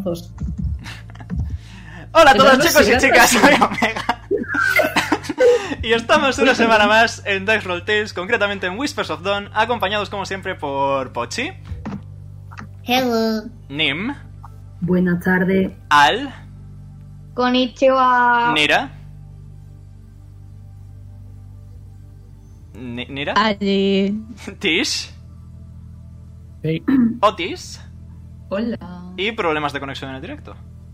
garbanzos. Hola a todos, chicos y chicas, soy Omega. Y estamos una semana más en Dice Roll Tales, concretamente en Whispers of Dawn, acompañados como siempre por Pochi. Hello. Nim. Buenas tardes. Al. Konnichiwa. Nira. Nira. Allí. Tish. Hey. Otis. Hola. Y problemas de conexión en el directo.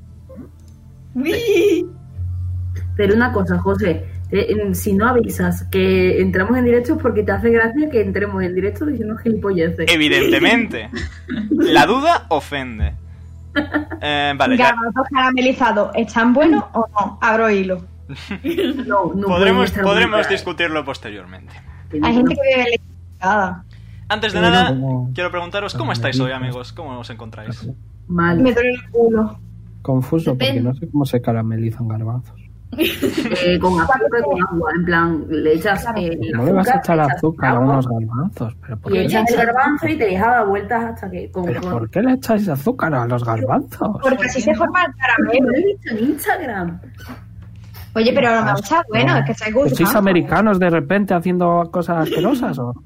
Pero una cosa, José, si no avisas que entramos en directo es porque te hace gracia que entremos en directo diciendo gilipolleces. Evidentemente. La duda ofende. Vale, ya. Garbanzos caramelizados, ¿están buenos o no? Abro hilo. No Podremos discutirlo posteriormente. Hay gente que vive leche. Antes de nada, quiero preguntaros cómo estáis hoy, amigos. ¿Cómo os encontráis? Mal. Me duele el culo. Confuso, porque Depende. no sé cómo se caramelizan garbanzos. Con azúcar, con agua. En plan, le echas. No le vas a echar le echas azúcar a agua, unos garbanzos. ¿Pero por Y qué, echas el garbanzo y te dejas dar vueltas hasta que. ¿pero por qué le echáis azúcar a los garbanzos? Porque así se forma el Me caramelo. lo he visto en Instagram. Oye, pero no está bueno, es que se gusta. ¿Sois americanos de repente haciendo cosas asquerosas o...?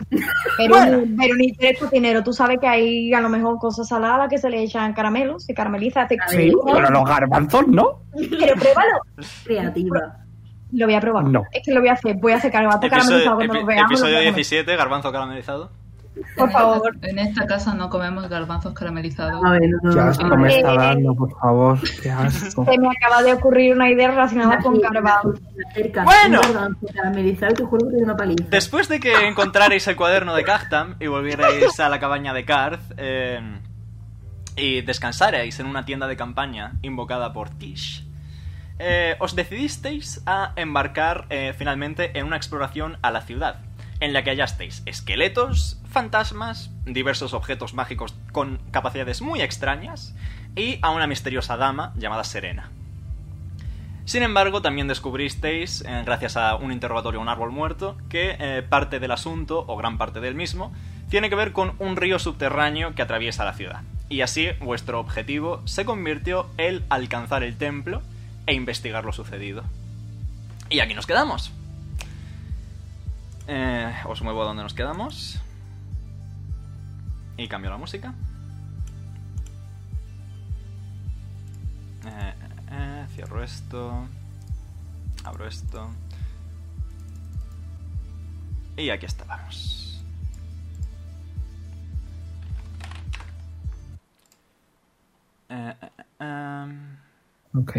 Pero ni eres cocinero, tú sabes que hay a lo mejor cosas saladas que se le echan caramelos, se carameliza, Sí, pero los garbanzos no. Pero pruébalo. Creativa. Lo voy a probar. No. Es que lo voy a hacer. Voy a hacer garbanzo caramelizado cuando lo veamos. Episodio lo veamos. 17, garbanzo caramelizado. Por favor. En esta casa no comemos garbanzos caramelizados. A ver, Qué asco me está Eh, dando, por favor. Qué asco. Se me acaba de ocurrir una idea relacionada con garbanzo. Bueno. Caramelizado, te juro que te doy una paliza. Después de que encontrarais el cuaderno de Cagtam y volvierais a la cabaña de Karth y descansarais en una tienda de campaña invocada por Tish, os decidisteis a embarcar finalmente en una exploración a la ciudad, en la que hallasteis esqueletos, fantasmas, diversos objetos mágicos con capacidades muy extrañas y a una misteriosa dama llamada Serena. Sin embargo, también descubristeis, gracias a un interrogatorio a un árbol muerto, que parte del asunto, o gran parte del mismo, tiene que ver con un río subterráneo que atraviesa la ciudad. Y así, vuestro objetivo se convirtió en alcanzar el templo e investigar lo sucedido. Y aquí nos quedamos. Os muevo a donde nos quedamos. Y cambio la música. Cierro esto. Abro esto. Y aquí estábamos. Ok.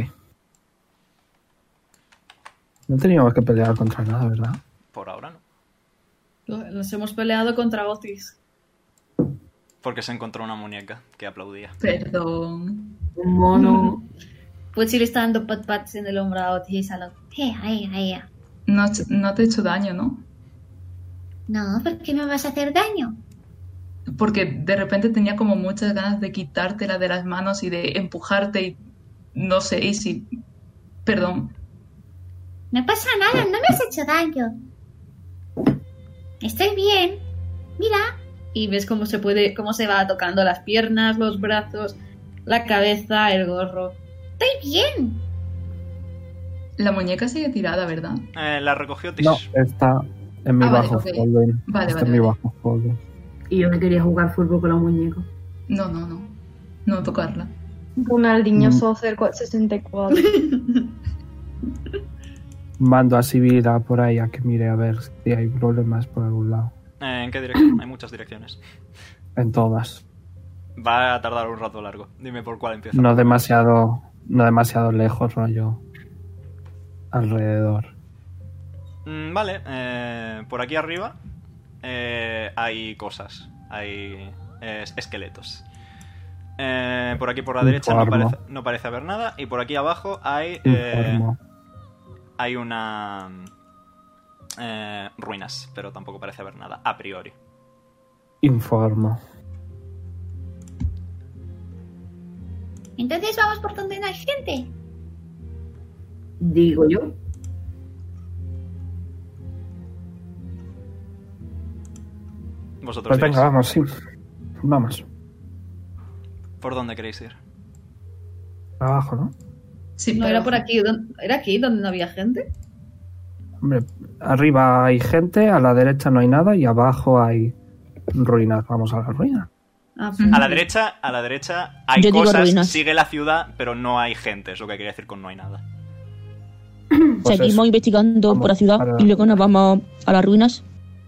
No teníamos que pelear contra nada, ¿verdad? Por ahora no. Nos hemos peleado contra Otis. Porque se encontró una muñeca que aplaudía. Perdón. Un mono. Pues sí le está dando pat-pats en el hombro a Otis a lo... No te he hecho daño, ¿no? No, ¿por qué me vas a hacer daño? Porque de repente tenía como muchas ganas de quitártela de las manos y de empujarte y no sé, y si... Perdón. No pasa nada, no me has hecho daño. Estoy bien. Mira. Y ves cómo se va tocando las piernas, los brazos, la cabeza, el gorro. Estoy bien. La muñeca sigue tirada, ¿verdad? La recogió Tish. No, está en mi Ah, vale, bajo ok. folder. Vale, Está vale, en mi vale. bajo folder. Y yo que quería jugar fútbol con los muñecos. No. No tocarla. Ronaldinho Saucer 64. Mando a Sibila por ahí a que mire a ver si hay problemas por algún lado. ¿En qué dirección? Hay muchas direcciones. En todas. Va a tardar un rato largo. Dime por cuál empieza. No demasiado lejos, rollo. Alrededor. Vale, por aquí arriba hay cosas. Hay esqueletos. Por aquí por la derecha Informo. no parece haber nada. Y por aquí abajo hay Informo. una... ruinas, pero tampoco parece haber nada, a priori. Informo. Entonces vamos por donde no hay gente. Digo yo. Vosotros Pues venga, diréis. vamos, sí. Vamos. ¿Por dónde queréis ir? Abajo, ¿no? Sí, No para era abajo. por aquí. ¿Era aquí donde no había gente? Hombre, arriba hay gente, a la derecha no hay nada y abajo hay ruinas. Vamos a la ruina. Ah, A la derecha hay Yo digo cosas, ruinas. sigue la ciudad, pero no hay gente, es lo que quería decir con no hay nada. Pues Seguimos eso. investigando Vamos por la ciudad para- y luego nos vamos a las ruinas.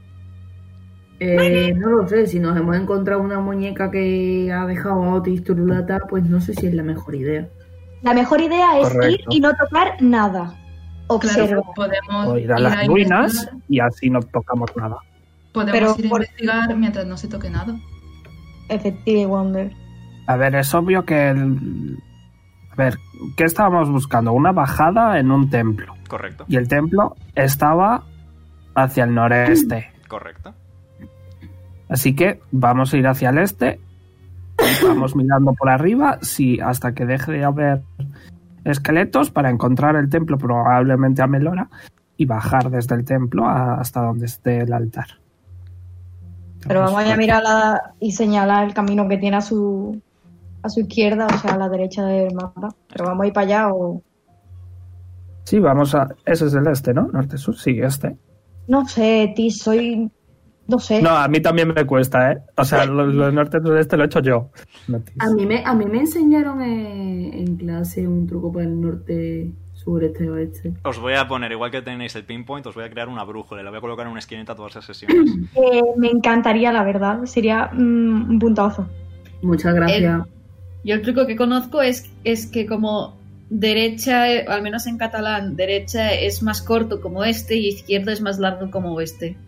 No lo sé, si nos hemos encontrado una muñeca que ha dejado a Otis turulata, pues no sé si es la mejor idea. La mejor idea es Correcto. ir y no tocar nada. Observa. Claro, podemos O ir a ir las ruinas investigar. y así no tocamos nada. Podemos Pero ir a por- investigar mientras no se toque nada. Efectivamente, Wonder. A ver, es obvio que A ver, ¿qué estábamos buscando? Una bajada en un templo. Correcto, Y el templo estaba hacia el noreste. correcto. Así que vamos a ir hacia el este. Vamos mirando por arriba hasta que deje de haber esqueletos para encontrar el templo, probablemente a Melora, y bajar desde el templo hasta donde esté el altar. Pero vamos a mirar y señalar el camino que tiene a su izquierda, o sea, a la derecha del mapa. Pero vamos a ir para allá o... Sí, vamos a... Ese es el este, ¿no? Norte-sur, sí, este. No sé, Tis, no sé. No, a mí también me cuesta, ¿eh? O sea, lo norte-sureste lo he hecho yo. No, tío. A mí me enseñaron en clase un truco para el norte, sureste, oeste. Os voy a poner, igual que tenéis el pinpoint, os voy a crear una brújula y la voy a colocar en una esquinita a todas las sesiones. Me encantaría, la verdad. Sería un puntazo. Muchas gracias. Yo el truco que conozco es que como derecha, al menos en catalán, derecha es más corto como este y izquierda es más largo como oeste.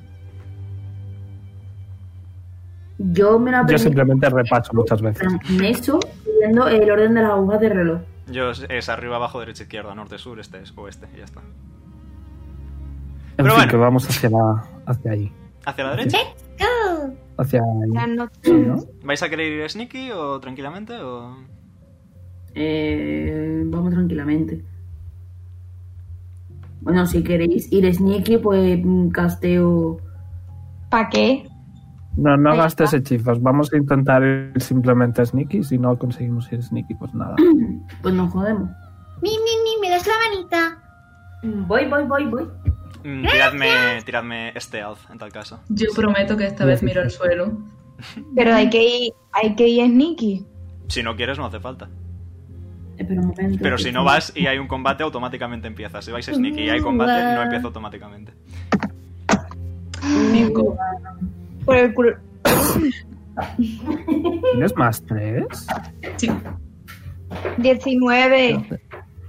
Yo me la Yo aprendí simplemente repaso muchas veces. en eso, viendo el orden de las agujas de reloj. Yo es arriba, abajo, derecha, izquierda, norte, sur, este es oeste, y ya está. En Pero fin, bueno. que vamos hacia ahí. ¿Hacia la derecha? Hacia ahí. Ya no- Sí, ¿no? ¿Vais a querer ir sneaky o tranquilamente o...? Vamos tranquilamente. Bueno, si queréis ir sneaky, pues casteo. ¿Para qué? No Ahí gastes está. hechizos. Vamos a intentar ir simplemente sneaky. Si no conseguimos ir sneaky, pues nada. Pues nos jodemos. ¿Me das la manita? Voy. Tiradme stealth en tal caso. Yo prometo que esta vez miro el suelo. Pero hay que ir sneaky. Si no quieres, no hace falta. Espera un momento. Pero si no vas y hay un combate, automáticamente empieza. Si vais sneaky y hay combate, no empieza automáticamente. 5. Por el culo. ¿Tienes más 3? Sí. 19.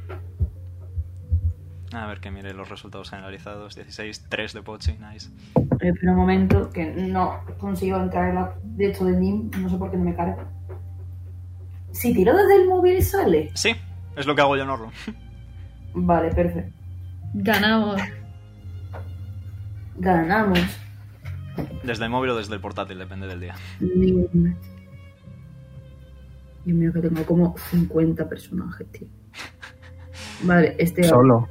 A ver que mire los resultados generalizados. 16, 3 de Pochi, nice. Espera un momento, que no consigo entrar en la de esto de NIM. No sé por qué no me carga. Si tiro desde el móvil sale. Sí, es lo que hago yo en Orlo. Vale, perfecto. Ganamos. Ganamos. Desde el móvil o desde el portátil, depende del día. Dios mío, que tengo como 50 personajes, tío. Vale, Solo.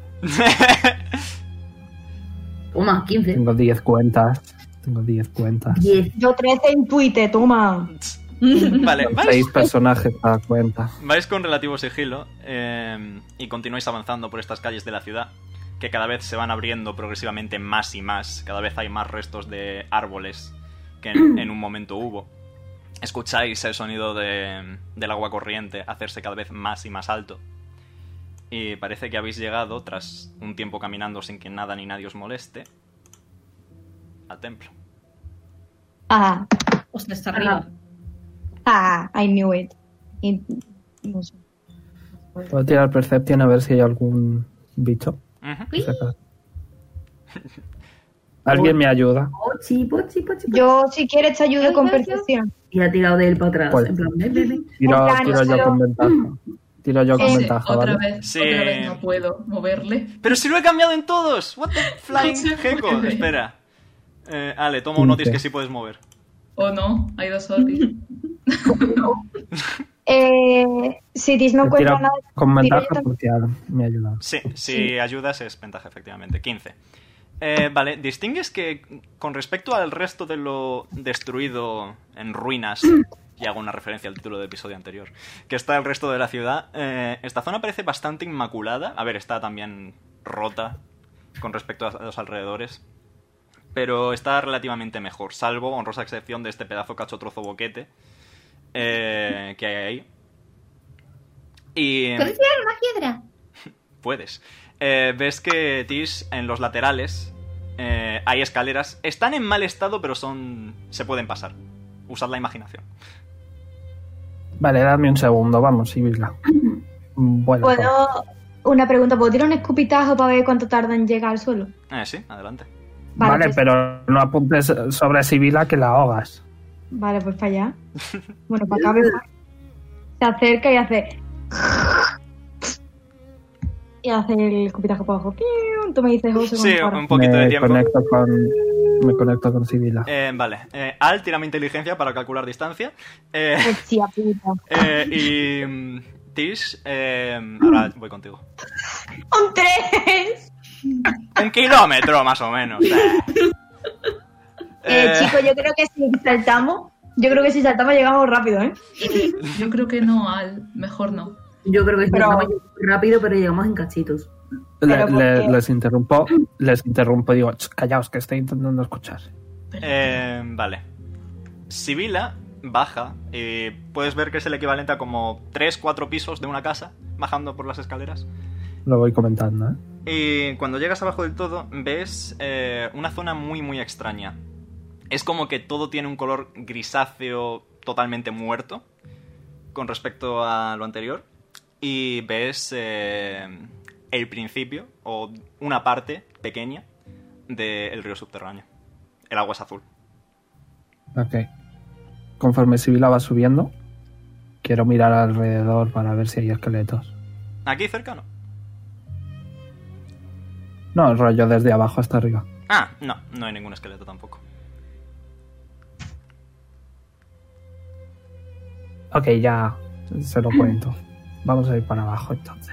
Toma, 15. Tengo 10 cuentas. 10. Yo 13 en Twitter, toma. Vale, Son vais 6 personajes cada cuenta. Vais con relativo sigilo y continuáis avanzando por estas calles de la ciudad, que cada vez se van abriendo progresivamente más y más. Cada vez hay más restos de árboles que en un momento hubo. Escucháis el sonido del agua corriente hacerse cada vez más y más alto. Y parece que habéis llegado, tras un tiempo caminando sin que nada ni nadie os moleste, al templo. Ah, Ostras, está arriba. I knew it. Y, no sé. Puedo tirar Perception a ver si hay algún bicho. Ujú. por si acaso. ¿Alguien me ayuda? Pochi. Yo, si quieres, te ayudo con percepción. Y ha tirado de él para atrás. Pues- En plan, ven. Tiro En plan, yo solo- con ventaja. Tiro yo con ventaja, otra ¿vale? vez, Sí. otra vez no puedo moverle. ¡Pero si lo he cambiado en todos! ¿What the flying No se gecko? puede. Espera. Ale, toma un notice 15. que sí puedes mover. O no, ha ido sorry. Si Tis no He encuentra tirado nada, con ventaja directo. porque me ha ayudado. Sí, si ayudas es ventaja, efectivamente. 15. Vale, distingues que con respecto al resto de lo destruido en ruinas y hago una referencia al título del episodio anterior, que está el resto de la ciudad. Esta zona parece bastante inmaculada. A ver, está también rota con respecto a los alrededores, pero está relativamente mejor, salvo honrosa excepción de este pedazo cacho trozo boquete que hay ahí. Y ¿Puedes tirar una piedra? puedes. Ves que, Tish, en los laterales hay escaleras. Están en mal estado, pero se pueden pasar. Usad la imaginación. Vale, dame un segundo, vamos, Sibila. Bueno, Una pregunta, ¿puedo tirar un escupitajo para ver cuánto tarda en llegar al suelo? Sí, adelante. vale, pues- pero no apuntes sobre Sibila que la ahogas. Vale, pues para allá. Bueno, para acá mejor. Se acerca y hace... Y hace el escupitajo para abajo. ¡Piu! Tú me dices, José, Sí, cuando un poquito de Me tiempo. conecto con Sibila. Vale. Al, tírame inteligencia para calcular distancia. Hostia puta. Y Tish, ahora voy contigo. ¡Un 3! 1 kilómetro, más o menos. Chicos, yo creo que si saltamos... llegamos rápido, ¿eh? Yo creo que no, Al. Mejor no. Yo creo que Pero- llegamos rápido, pero llegamos en cachitos. Pero porque- Les interrumpo y digo, callaos, que estoy intentando escuchar. Vale. Sibila baja y puedes ver que es el equivalente a como 3-4 pisos de una casa bajando por las escaleras. Lo voy comentando, ¿eh? Y cuando llegas abajo del todo ves una zona muy muy extraña. Es como que todo tiene un color grisáceo totalmente muerto con respecto a lo anterior. Y ves el principio o una parte pequeña del río subterráneo. El agua es azul. Ok. Conforme Sibila va subiendo, quiero mirar alrededor para ver si hay esqueletos. Aquí cercano. No, el rollo desde abajo hasta arriba. Ah, no hay ningún esqueleto tampoco. Ok, ya se lo cuento. Vamos a ir para abajo entonces.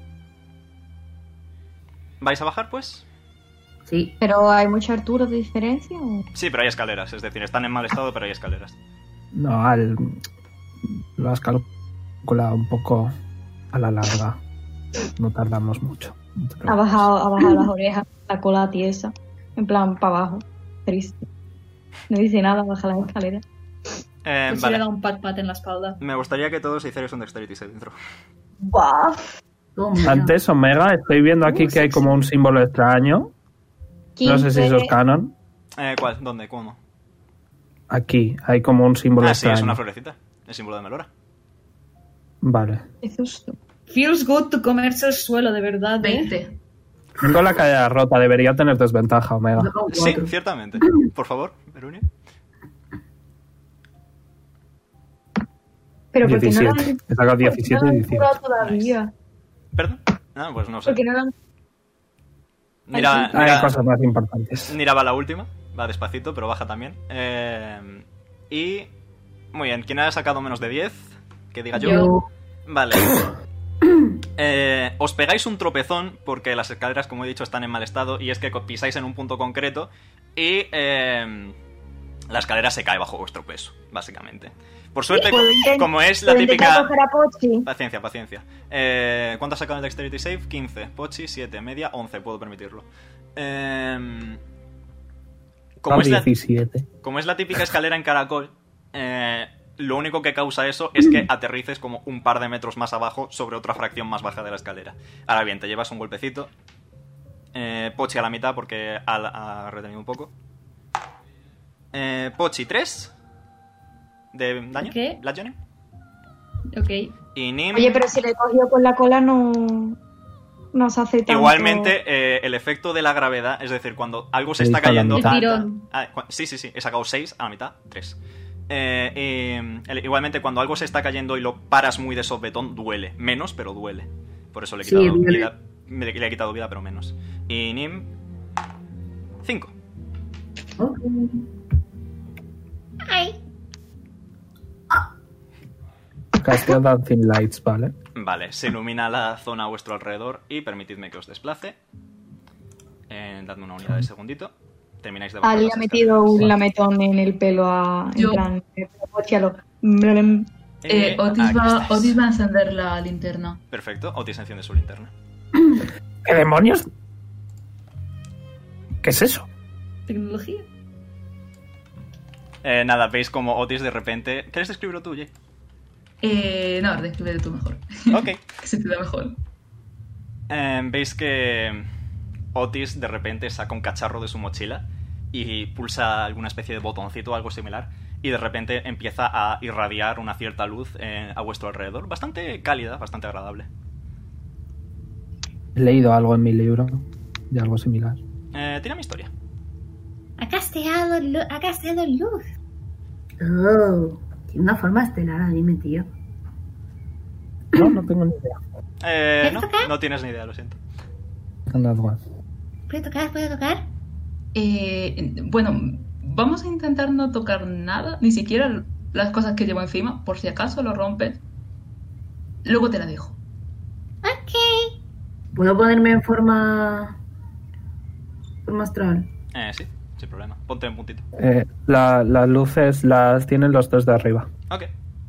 ¿Vais a bajar, pues? Sí. ¿Pero hay mucha altura de diferencia? ¿O? Sí, pero hay escaleras. Es decir, están en mal estado, pero hay escaleras. No, lo has calculado un poco a la larga. No tardamos mucho. No te Ha preocupes. bajado las orejas, la cola tiesa, en plan para abajo, triste. No dice nada, baja las escaleras. Pues se le da un pat en la espalda. Me gustaría que todos hicierais un Dexterity saving throw. ¡Buah! Toma. Antes, Omega, estoy viendo aquí que hay como un símbolo extraño. No sé si eso es canon. ¿Cuál? ¿Dónde? ¿Cómo? Aquí hay como un símbolo Ah, sí, extraño. es una florecita. El símbolo de Melora. Vale. ¡Qué susto! Feels good to comerse el suelo, de verdad, ¿eh? 20. Tengo la cadera rota, debería tener desventaja, Omega. Saca un Sí, 4. ciertamente. Por favor, Verunia. Pero porque no 17. He sacado 17 y 18. todavía. ¿Perdón? No, pues no sé. Porque no lo han... Hay cosas más importantes. Nira va la última. Va despacito, pero baja también. Y... Muy bien. ¿Quién ha sacado menos de 10? Que diga yo. Yo. Vale. Os pegáis un tropezón porque las escaleras, como he dicho, están en mal estado y es que pisáis en un punto concreto y la escalera se cae bajo vuestro peso, básicamente. Por suerte, como es la ¿Puedo intentar típica... coger a Pochi? Paciencia. ¿Cuánto has sacado en el Dexterity Save? 15. Pochi, 7. Media, 11. Puedo permitirlo. Como es la 17. como es la típica escalera en caracol, lo único que causa eso es que aterrices como un par de metros más abajo sobre otra fracción más baja de la escalera. Ahora bien, te llevas un golpecito. Pochi a la mitad porque ha retenido un poco. Pochi, 3 de daño. Ok. Bludgeoning. Ok. Y Nim... Oye, pero si le he cogido con la cola no se hace tanto... Igualmente, el efecto de la gravedad, es decir, cuando algo se Ahí está está la cayendo... mitad. El tirón. Sí, he sacado 6 a la mitad, 3. Igualmente, cuando algo se está cayendo y lo paras muy de sopetón, duele. Menos, pero duele. Por eso le he Sí, quitado, duele. le he quitado vida, pero menos. Y Nim... 5. Ok. Ay, Casteo Dancing Lights, ¿vale? Vale, se ilumina la zona a vuestro alrededor y permitidme que os desplace. Dadme una unidad de segundito. Termináis de bajar Ali las ha metido escaleras. un lametón en el pelo a... En Yo. plan, Pochi a lo... Otis aquí va estás. a encender la linterna. Perfecto, Otis enciende su linterna. ¿Qué demonios? ¿Qué es eso? Tecnología. Nada, veis como Otis de repente... ¿Quieres describirlo tú, Jay? No, describe tú mejor. Ok. Que se te da mejor. Veis que Otis de repente saca un cacharro de su mochila y pulsa alguna especie de botoncito o algo similar y de repente empieza a irradiar una cierta luz a vuestro alrededor. Bastante cálida, bastante agradable. He leído algo en mi libro de algo similar. Tira mi historia. Ha casteado luz. Oh, tiene una forma estelar, dime, tío. No tengo ni idea. No, tocar? no tienes ni idea, lo siento. Nada. ¿Puedo tocar? Bueno, vamos a intentar no tocar nada, ni siquiera las cosas que llevo encima, por si acaso lo rompes. Luego te la dejo. Ok. ¿Puedo ponerme en forma astral? Sí, sin problema. Ponte un puntito. Las luces las tienen los dos de arriba. Ok.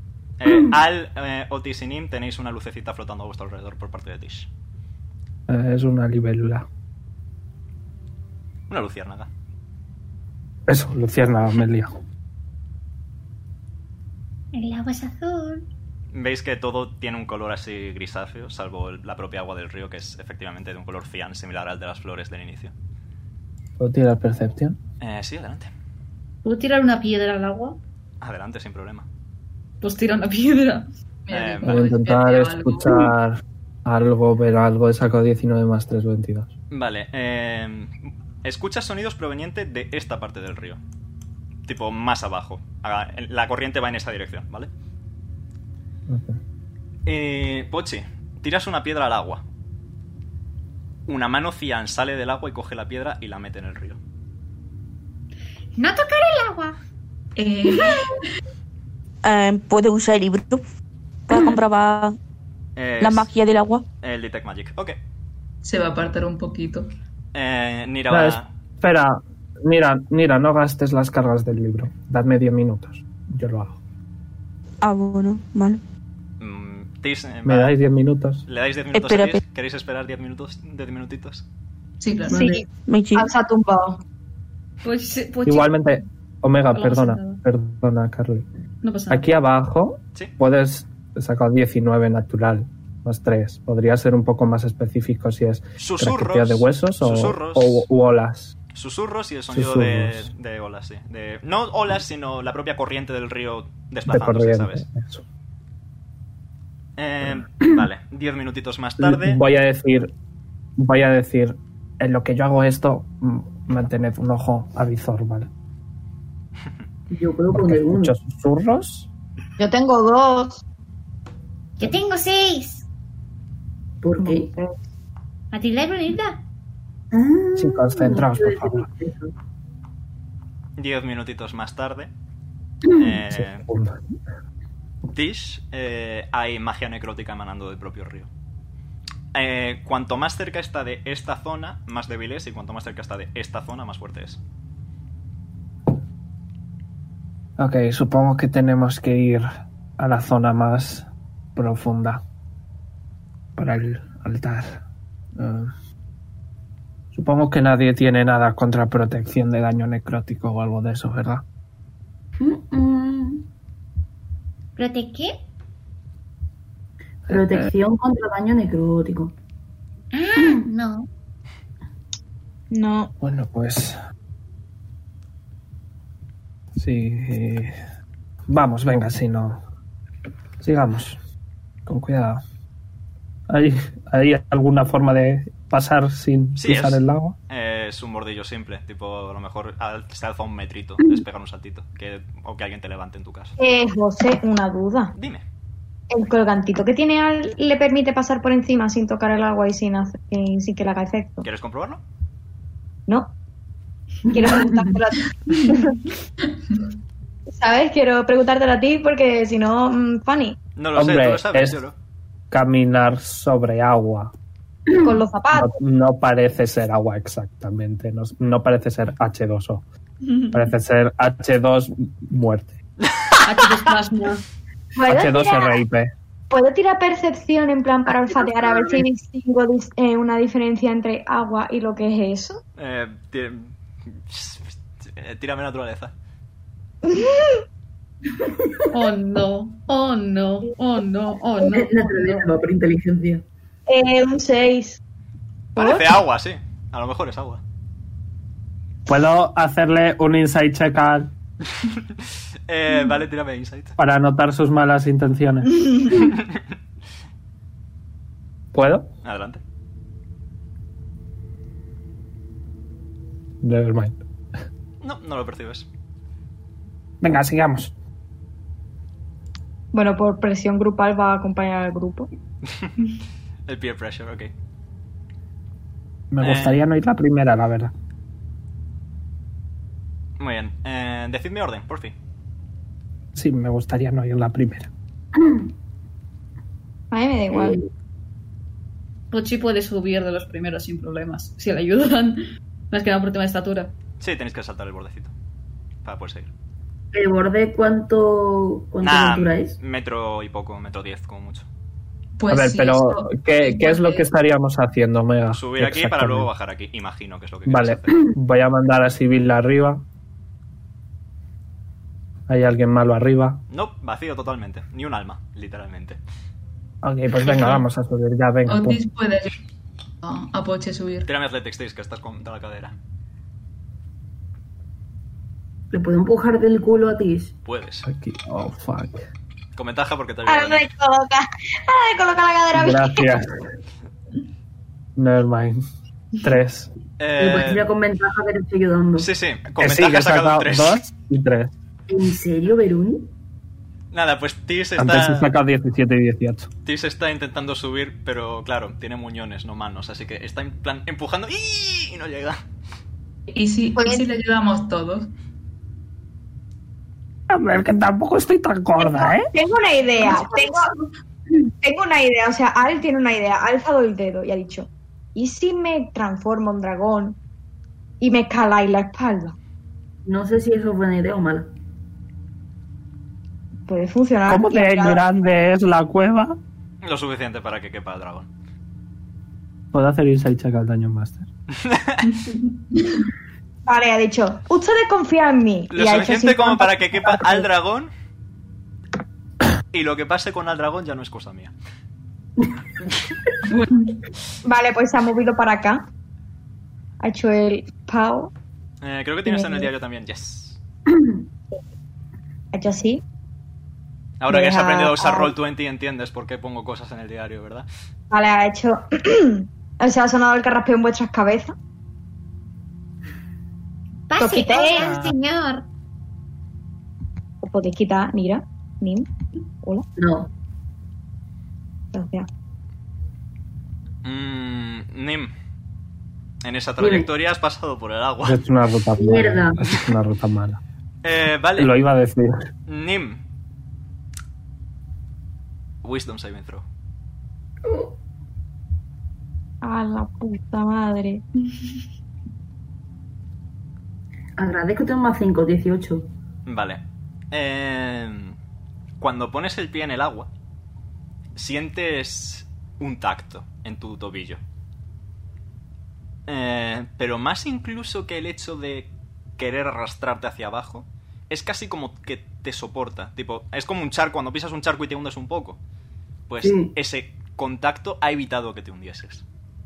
Otis y Nim tenéis una lucecita flotando a vuestro alrededor por parte de Tish. Es una libélula. Una luciérnaga. Eso, luciérnaga, me lío. El agua es azul. Veis que todo tiene un color así grisáceo, salvo la propia agua del río, que es efectivamente de un color cian, similar al de las flores del inicio. ¿Puedo tirar percepción? Sí, adelante. ¿Puedo tirar una piedra al agua? Adelante, sin problema. Pues tira una piedra. Mira, Voy a intentar escuchar algo, ver algo. He sacado 19 más 3, 22. Vale, escuchas sonidos provenientes de esta parte del río. Tipo, más abajo. La corriente va en esa dirección, ¿vale? Okay. Pochi, tiras una piedra al agua. Una mano cian sale del agua y coge la piedra y la mete en el río. No tocar el agua. ¿Puedo usar el libro para comprobar la magia del agua? El Detect Magic, ok. Se va a apartar un poquito. Nira No, va... espera, mira, no gastes las cargas del libro. Dadme 10 minutos. Yo lo hago. Ah, bueno, vale. Tis, ¿Me dais 10 minutos? ¿Le dais 10 minutos Espera, a Tis? ¿Queréis esperar 10 minutitos? Sí, claro. Sí, Me chico. se ha tumbado. Pues Igualmente, Omega, Hola, sentada. perdona, Carly. no pasa nada. Aquí abajo Sí. puedes sacar 19 natural más 3. Podría ser un poco más específico si es craqueteo de huesos susurros. o olas. Susurros y el sonido Susurros. de olas, sí. No olas, sino la propia corriente del río De desplazándose, corriente. ¿sabes? Eso. Vale, 10 minutitos más tarde. Voy a decir, en lo que yo hago esto, mantened un ojo avizor, ¿vale? Yo puedo Porque poner uno. escucho susurros. Yo tengo 2. Yo tengo 6. ¿Por qué? ¿A ti la bonita? Sí, concentraos, por favor. 10 minutitos más tarde. Sí, segundo. Tish, hay magia necrótica emanando del propio río. Cuanto más cerca está de esta zona, más débil es, y cuanto más cerca está de esta zona, más fuerte es. Ok, supongo que tenemos que ir a la zona más profunda para el altar. Supongo que nadie tiene nada contra protección de daño necrótico o algo de eso, ¿verdad? ¿Prote qué? Protección contra daño necrótico. Ah, no. No. Bueno, pues... Sí. Vamos, venga, si no... Sigamos. Con cuidado. ¿Hay alguna forma de pasar sin Sí, pisar el lago? Es un bordillo simple, tipo, a lo mejor se alza un metrito, es pegar un saltito, o que alguien te levante en tu casa. José, una duda. Dime. ¿El colgantito que tiene le permite pasar por encima sin tocar el agua y sin que le haga efecto? ¿Quieres comprobarlo? No. Quiero preguntártelo a ti. ¿Sabes? Quiero preguntártelo a ti porque si no, funny. No lo sé, Hombre, tú lo sabes, es- yo no. Caminar sobre agua. Con los zapatos. No parece ser agua exactamente. No parece ser H2O. Parece ser H2 muerte. H2 plasma. ¿Puedo tirar percepción en plan para olfatear a ver si distingo una diferencia entre agua y lo que es eso? Tírame naturaleza. Oh no. Naturaleza, no, por inteligencia. Un 6. Parece agua, sí. A lo mejor es agua. ¿Puedo hacerle un insight check al... Vale, tírame insight. para notar sus malas intenciones? ¿Puedo? Adelante. Nevermind. No lo percibes. Venga, sigamos. Bueno, por presión grupal va a acompañar al grupo. El peer pressure, ok. Me gustaría no ir la primera, la verdad. Muy bien. Decidme orden, por fin. Sí, me gustaría no ir la primera. A mí me da igual. Pochi puede subir de los primeros sin problemas, si le ayudan. Más que nada por tema de estatura. Sí, tenéis que saltar el bordecito para poder seguir. ¿El borde cuánto altura es? Metro y poco, 1:10 como mucho. Pues a ver, sí, pero ¿qué es lo que estaríamos haciendo, Omega? Subir aquí para luego bajar aquí. Imagino que es lo que Vale, quieres hacer. voy a mandar a Sibyl arriba. ¿Hay alguien malo arriba? No, vacío totalmente. Ni un alma, literalmente. Ok, pues venga, vamos a subir. Ya, venga. pum. Otis puede a Poche subir. Tírame Athletics, Days, que estás contra la cadera. ¿Le puedo empujar del culo a Tish? Puedes. Aquí. Oh, fuck. Con ventaja porque te Ahora ayuda. me coloca la cadera bien. Gracias. Nevermind. 3. Pues tira con ventaja, pero estoy ayudando. Sí, con Sí, ventaja que he sacado 3. 2 y 3. ¿En serio, Veruni? Nada, pues Tis Antes he sacado 17 y 18. Tis está intentando subir, pero claro, tiene muñones, no manos, así que está en plan empujando y no llega. ¿Y si le ayudamos todos? A ver, que tampoco estoy tan gorda, ¿eh? Tengo una idea. Tengo una idea. O sea, Al tiene una idea. Ha alzado el dedo y ha dicho: ¿y si me transformo en dragón y me escaláis la espalda? No sé si eso es buena idea o mala. Puede funcionar. ¿Cómo de grande es la cueva? Lo suficiente para que quepa el dragón. Puedo hacer insight check al Dungeon Master. Vale, ha dicho: ustedes confían en mí. Lo Y ha hecho suficiente así, como para que quepa al dragón. Y lo que pase con al dragón ya no es cosa mía. Vale, pues se ha movido para acá. Ha hecho el pow. Creo que tienes en el diario también, yes. Ha hecho así. Ahora que has Deja- aprendido a usar Roll20 entiendes por qué pongo cosas en el diario, ¿verdad? Vale, ha hecho. Se ha sonado el carraspeo en vuestras cabezas. Pase, Toquite. hola, señor. Os podéis quitar, mira. Nim. Hola. No. Gracias. Nim, en esa trayectoria has pasado por el agua. Es una ruta Mierda. mala. Es una ruta mala. Vale. Lo iba a decir. Nim. Wisdom saving throw. A la puta madre. Agradezco que tengo más 5, 18. Vale. Cuando pones el pie en el agua, sientes un tacto en tu tobillo. Pero más incluso que el hecho de querer arrastrarte hacia abajo, es casi como que te soporta. Tipo, es como un charco, cuando pisas un charco y te hundes un poco. Pues Sí. ese contacto ha evitado que te hundieses.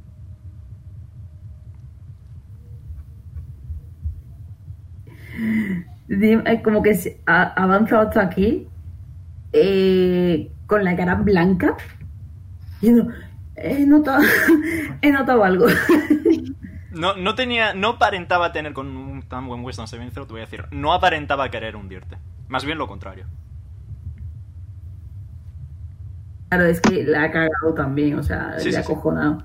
Como que se ha avanzado hasta aquí con la cara blanca y no, he notado algo. No aparentaba tener con un tan buen Wisdom saving throw, te voy a decir. No aparentaba querer hundirte. Más bien lo contrario. Claro, es que la ha cagado también, o sea, Sí, le ha sí, sí. acojonado.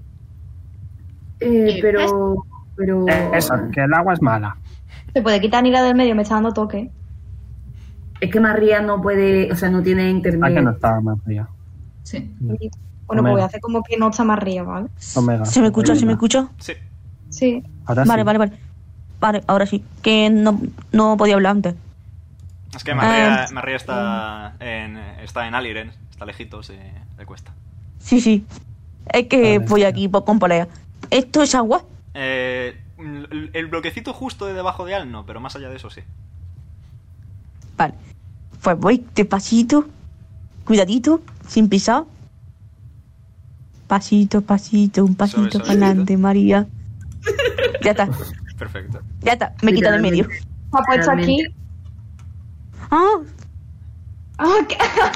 Pero Eso, que el agua es mala. Se puede quitar Nira del medio, me está dando toque. es que María no puede, o sea, no tiene Ah, internet. que no estaba más allá. Sí. Bueno, Omega. pues voy a hacer como que no está más arriba, ¿vale? Omega. ¿Se me escucha? ¿Se me escucha? Sí. Sí. Ahora Vale, sí. vale, vale. Vale, ahora sí. Que no podía hablar antes. Es que Marria está en Aliren, está lejitos y le cuesta. Sí. Es que voy aquí con polea. ¿Esto es agua? El bloquecito justo de debajo de Al no, pero más allá de eso sí. Vale. Pues voy despacito, cuidadito, sin pisar. Pasito, un pasito Suave, para adelante, María. Ya está, Perfecto. ya está, me quita del medio. Se ha puesto aquí. Ah, ¿Qué?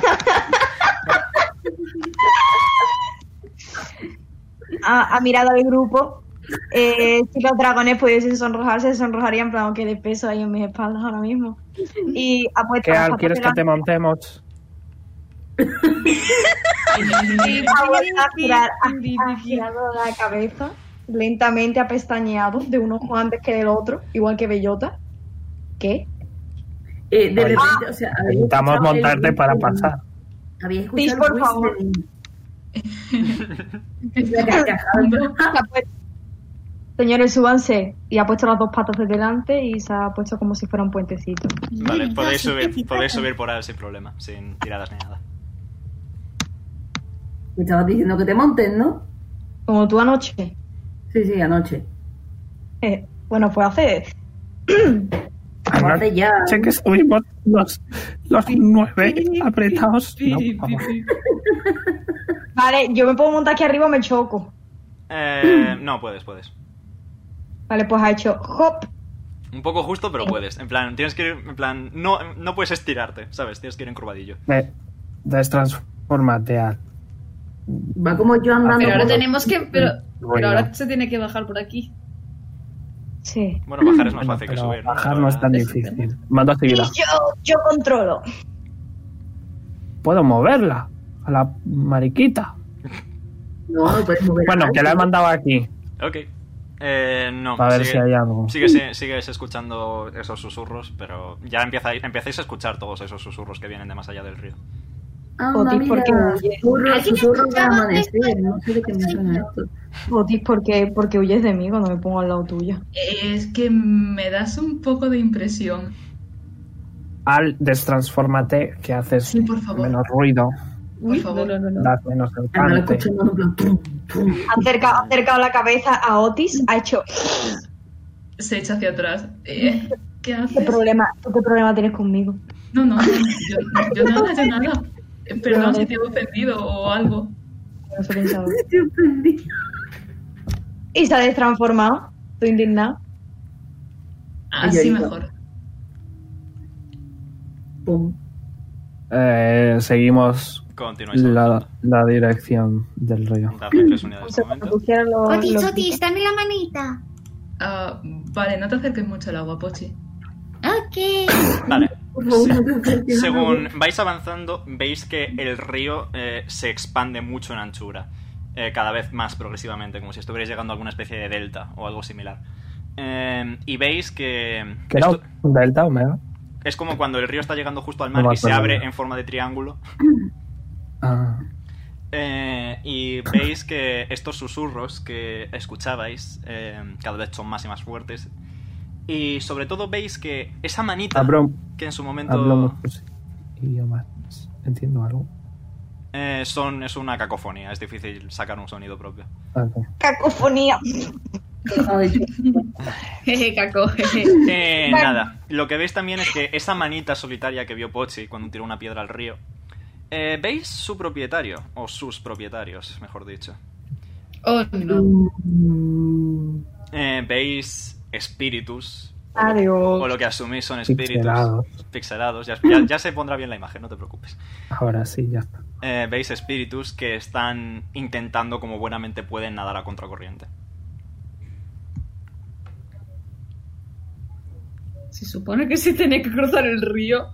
Ha mirado al grupo. Si los dragones pudiesen sonrojarse, se sonrojarían en plan que de peso ahí en mis espaldas ahora mismo. Y ha puesto ¿Qué las Al patas quieres que te delante. montemos? Y ha vuelto a girar, ha girado la cabeza lentamente, ha pestañeado de un ojo antes que del otro, igual que Bellota. ¿Qué? De repente, o sea, habéis Necesitamos escuchado el montarte whistle para de- pasar. Habéis Sí, escuchado por el favor. Señores, súbanse. Y ha puesto las dos patas de delante y se ha puesto como si fuera un puentecito. Vale, podéis Entonces, subir, por Al sin problema, sin tiradas ni nada. Me estabas diciendo que te montes, ¿no? Como tú anoche. Sí, anoche. Bueno, pues hace... Hace ya. Sé que estuvimos los 9 apretados. No, por favor. Vale, yo me puedo montar aquí arriba o me choco. No, puedes. Vale, pues ha hecho hop. Un poco justo, pero puedes. En plan, tienes que ir... En plan, no puedes estirarte, ¿sabes? Tienes que ir encurvadillo. Destransfórmate, Al. Va como yo andando. Pero ahora por- tenemos que... Pero Bueno. ahora se tiene que bajar por aquí. Sí. Bueno, bajar es más Bueno, fácil que pero subir, ¿no? bajar no es tan Es- difícil. Mando Y actividad. yo controlo. Puedo moverla a la mariquita. No, no puedes mover. Bueno, que la he mandado aquí. Ok. No, A ver si hay algo. sigues escuchando esos susurros, pero ya empezáis a escuchar todos esos susurros que vienen de más allá del río. Anda, Otis, mira, porque susurros ¿Alguien de escuchaba amanecer. No sé de qué me suena esto. Otis, porque huyes de mí cuando me pongo al lado tuyo. Es que me das un poco de impresión. Al, destransfórmate, que haces Sí, por favor. menos ruido, Por favor. No. das menos Anda alcance. escuchando en plan. Tum, tum. Ha acercado la cabeza a Otis, ha hecho... Se echa hacia atrás. ¿Qué ¿Qué haces? problema tienes conmigo? No, yo nada. Perdón si te he ofendido o algo. No se pensaba. Estoy ofendida. Y se ha destransformado. Estoy indignado. Así Llorito. mejor. Pum. Seguimos Continuáis la avanzando. dirección del río. Dadme 3 unidades de momento. Otis, dame la manita. Vale, no te acerques mucho al agua, Pochi. Ok. Vale. Por favor, no te acerques. Según vais avanzando, veis que el río se expande mucho en anchura. Cada vez más progresivamente, como si estuvierais llegando a alguna especie de delta o algo similar. Y veis que... ¿Que era esto un delta, Omega? es como cuando el río está llegando justo al No mar me y se acuerdo abre ya. en forma de triángulo. Ah, Y veis que estos susurros que escuchabais cada vez son más y más fuertes. Y sobre todo veis que esa manita hablo que en su momento muchos idiomas. Entiendo algo. es una cacofonía. Es difícil sacar un sonido propio. Ok. Cacofonía. Ay, Jeje, Caco. Nada, lo que veis también es que esa manita solitaria que vio Pochi cuando tiró una piedra al río, veis su propietario, o sus propietarios, mejor dicho. Oh, no. Veis espíritus, Adiós. o lo que asumís son espíritus Pixelados. pixelados. Ya se pondrá bien la imagen, no te preocupes. Ahora sí, ya está. Veis espíritus que están intentando como buenamente pueden nadar a contracorriente. Se supone que se tiene que cruzar el río.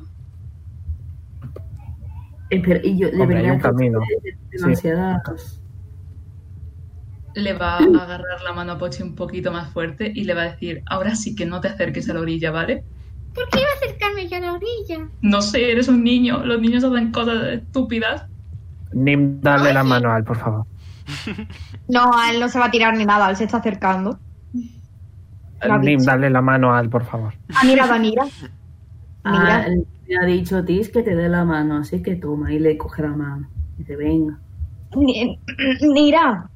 Espera, y yo de Hombre, hay verdad un camino. que demasiadas. Le va a agarrar la mano a Pochi un poquito más fuerte y le va a decir, ahora sí que no te acerques a la orilla, ¿vale? ¿Por qué iba a acercarme yo a la orilla? No sé, eres un niño. Los niños hacen cosas estúpidas. Nim, dale la mano a él, por favor. No, a él no se va a tirar ni nada, él se está acercando. Lo ha Nim, dicho. dale la mano a él, por favor. Ha mirado a Nira. Ah, Mira. Me ha dicho Tis que te dé la mano, así que toma y le coge la mano. Y dice, venga. Mira.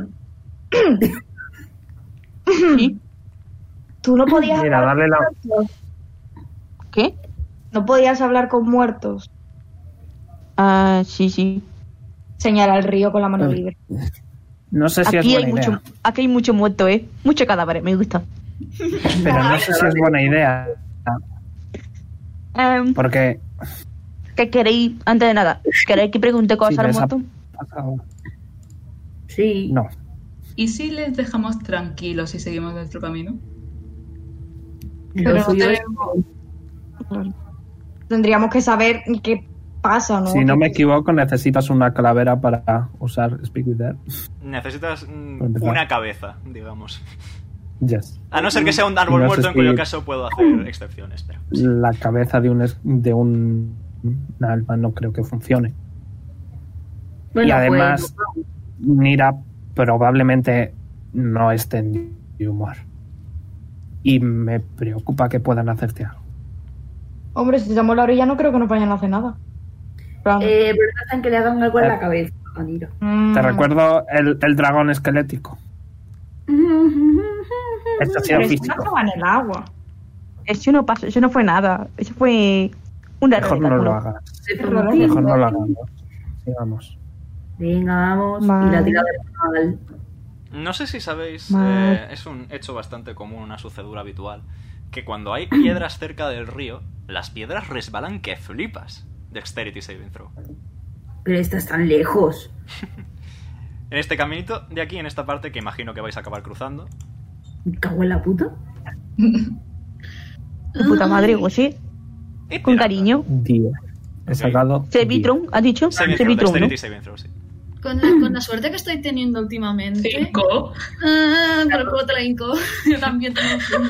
Sí. Tú no podías Mira, hablar dale la... con muertos. ¿Qué? No podías hablar con muertos. Ah, sí. Señala al río con la mano libre. No sé si Aquí es hay buena idea. mucho, aquí hay mucho muerto, mucho cadáver, me gusta. Pero no sé si es buena idea. Porque ¿Qué queréis? Antes de nada, ¿queréis que pregunte cosas si al ves muerto? Sí. No. ¿Y si les dejamos tranquilos y seguimos nuestro camino? Lo Pero suyo es- Tendríamos que saber qué pasa, ¿no? Si no me equivoco, necesitas una calavera para usar Speak with Dead. Necesitas empezar. una cabeza, digamos. Yes. A no ser que sea un árbol No sé muerto, en si- cuyo caso puedo hacer excepciones, pero... La cabeza de un alma no creo que funcione. Bueno, y además, pues, Nira probablemente no esté en humor. Y me preocupa que puedan hacerte algo. Hombre, si estamos en la orilla no creo que nos vayan a hacer nada. pero no están que le hagan algo en la cabeza a Niro. Te recuerdo el dragón esquelético. Esto ha sido Pero eso físico. no estaba en el agua. Eso no pasó, eso no fue nada. Eso fue un error. Mejor no lo hagas. Mejor no lo hagamos. Sigamos. Venga, vamos. Mal. Y la tirada es mal. No sé si sabéis, Mal. es un hecho bastante común, una sucedura habitual, que cuando hay piedras cerca del río, las piedras resbalan que flipas. Dexterity saving throw. Pero estás tan lejos. En este caminito de aquí, en esta parte que imagino que vais a acabar cruzando. Me cago en la puta. Tu puta madre, o sí. y Con tirando. cariño. 10. He sacado. Sevitron, ¿has dicho? Saving throw, Sevitron, ¿no? dexterity saving throw, sí. Con la suerte que estoy teniendo últimamente. 5. Pero puedo trinco. Yo también tengo 5.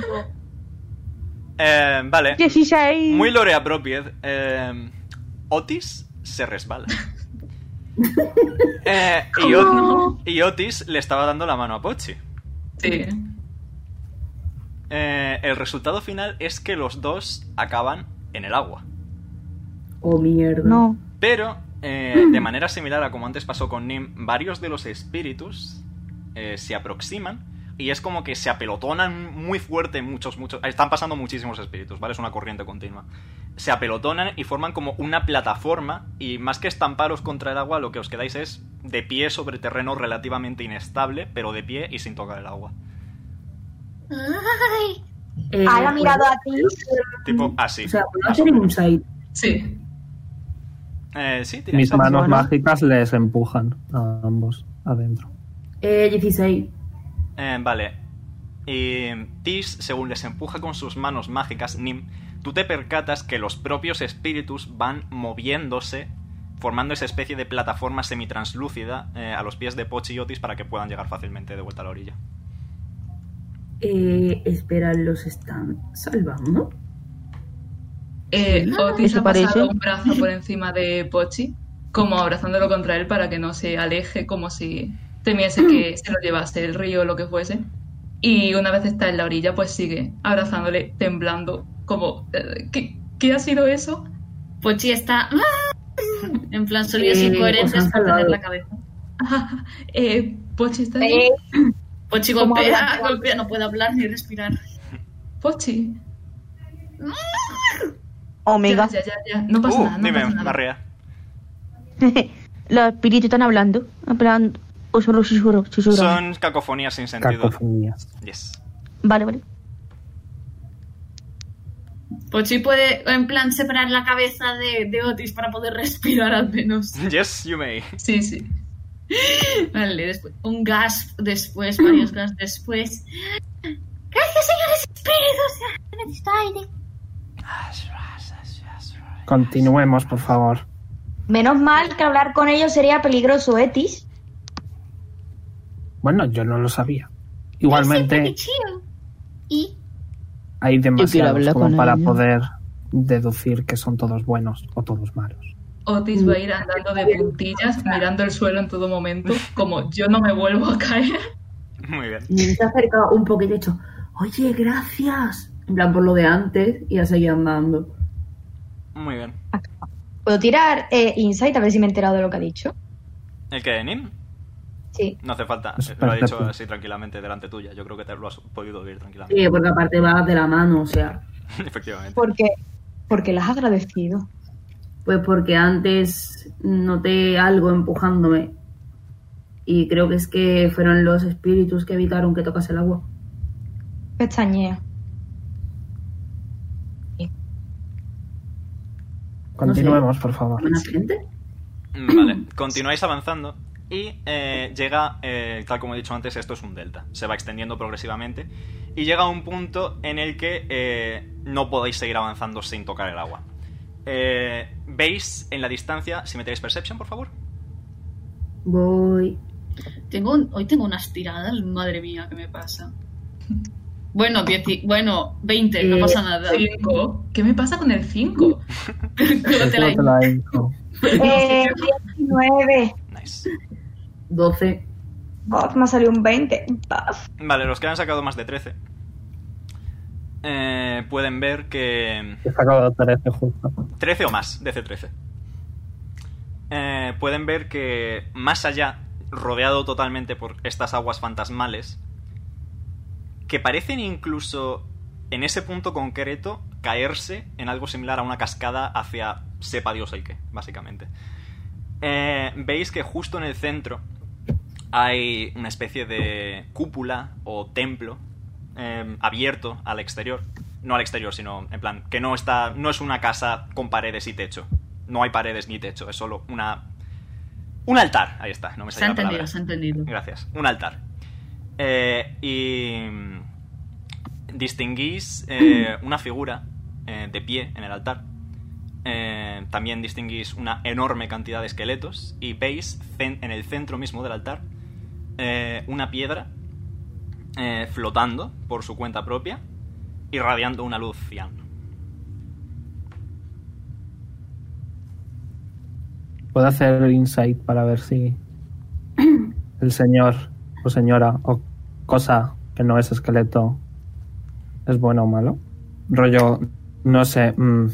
Vale. 16. Muy lore appropriate. Otis se resbala. Y Otis le estaba dando la mano a Pochi. Sí. El resultado final es que los dos acaban en el agua. Oh, mierda. No. Pero, de manera similar a como antes pasó con Nim, varios de los espíritus se aproximan y es como que se apelotonan muy fuerte muchos. Están pasando muchísimos espíritus, ¿vale? Es una corriente continua. Se apelotonan y forman como una plataforma y más que estamparos contra el agua, lo que os quedáis es de pie sobre terreno relativamente inestable, pero de pie y sin tocar el agua. Ay, Ha mirado a ti. Tipo así. O sea, ¿puedo más o hacer un menos. side? Sí. Sí, tiráis Mis a- manos bueno. mágicas les empujan a ambos adentro. 16. Vale. Y Tis, según les empuja con sus manos mágicas, Nim, tú te percatas que los propios espíritus van moviéndose, formando esa especie de plataforma semitranslúcida a los pies de Pochi y Otis para que puedan llegar fácilmente de vuelta a la orilla. Espera, ¿los están salvando? Otis ¿Eso ha parece? pasado un brazo por encima de Pochi, como abrazándolo contra él para que no se aleje, como si temiese que se lo llevase el río o lo que fuese. Y una vez está en la orilla, pues sigue abrazándole, temblando, como... ¿Qué ha sido eso? Pochi está. En plan, sonidos os incoherentes han para tener salvado. la cabeza. Pochi está ahí. Pochi ¿Cómo golpea, hablas? golpea, no puede hablar ni respirar. Pochi. Omega. Ya. No pasa nada, no dime, pasa nada. Marrea. Los espíritus están hablando. En plan, o solo susurro. Son cacofonías sin sentido. Cacofonías. Yes. Vale. Pochi puede, en plan, separar la cabeza de Otis para poder respirar al menos. Yes, you may. Sí. Vale, después, un gas después, varios gas después. gracias, señores espíritus. Necesito aire. Continuemos, por favor. Menos mal que hablar con ellos sería peligroso, Etis. Bueno, yo no lo sabía. Siempre Igualmente, qué chido. Y hay demasiados hablar como con para ellos. poder deducir que son todos buenos o todos malos. Otis va a ir andando de puntillas, mirando el suelo en todo momento, como yo no me vuelvo a caer. Muy bien. Me se ha acercado un poquito y he dicho, oye, gracias. En plan, por lo de antes y a seguir andando. Muy bien. ¿Puedo tirar Insight a ver si me he enterado de lo que ha dicho? ¿El que, Nim? Sí. No hace falta, Es lo ha dicho perfecto. así tranquilamente delante tuya. Yo creo que te lo has podido oír tranquilamente. Sí, porque aparte va de la mano, o sea. Efectivamente. Porque las has agradecido. Pues porque antes noté algo empujándome. Y creo que es que fueron los espíritus que evitaron que tocase el agua. Pestañea. Continuemos, por favor. ¿Buena gente? Vale, continuáis avanzando y llega, tal como he dicho antes, esto es un delta. Se va extendiendo progresivamente y llega a un punto en el que no podéis seguir avanzando sin tocar el agua. ¿Veis en la distancia, si metéis Perception, por favor? Voy. Hoy tengo unas tiradas, madre mía, ¿qué me pasa? Bueno, 20, no pasa nada. 5. ¿Qué me pasa con el 5? Cógetela ahí. Te la info. 19. Nice. 12. Oh, me ha salido un 20. Baf. Vale, los que han sacado más de 13 pueden ver que... He sacado 13 justo. 13 o más, DC 13. Pueden ver que más allá, rodeado totalmente por estas aguas fantasmales, que parecen incluso en ese punto concreto caerse en algo similar a una cascada hacia sepa Dios el qué, básicamente. Veis que justo en el centro hay una especie de cúpula o templo abierto al exterior. No al exterior, sino en plan que no es una casa con paredes y techo. No hay paredes ni techo, es solo un altar. Ahí está, no me Se ha salía la entendido, palabra. se ha entendido. Gracias, un altar. Y distinguís una figura de pie en el altar. También distinguís una enorme cantidad de esqueletos y veis en el centro mismo del altar una piedra flotando por su cuenta propia, irradiando una luz cian. Puedo hacer insight para ver si el señor o señora o cosa que no es esqueleto es bueno o malo. Rollo, no sé.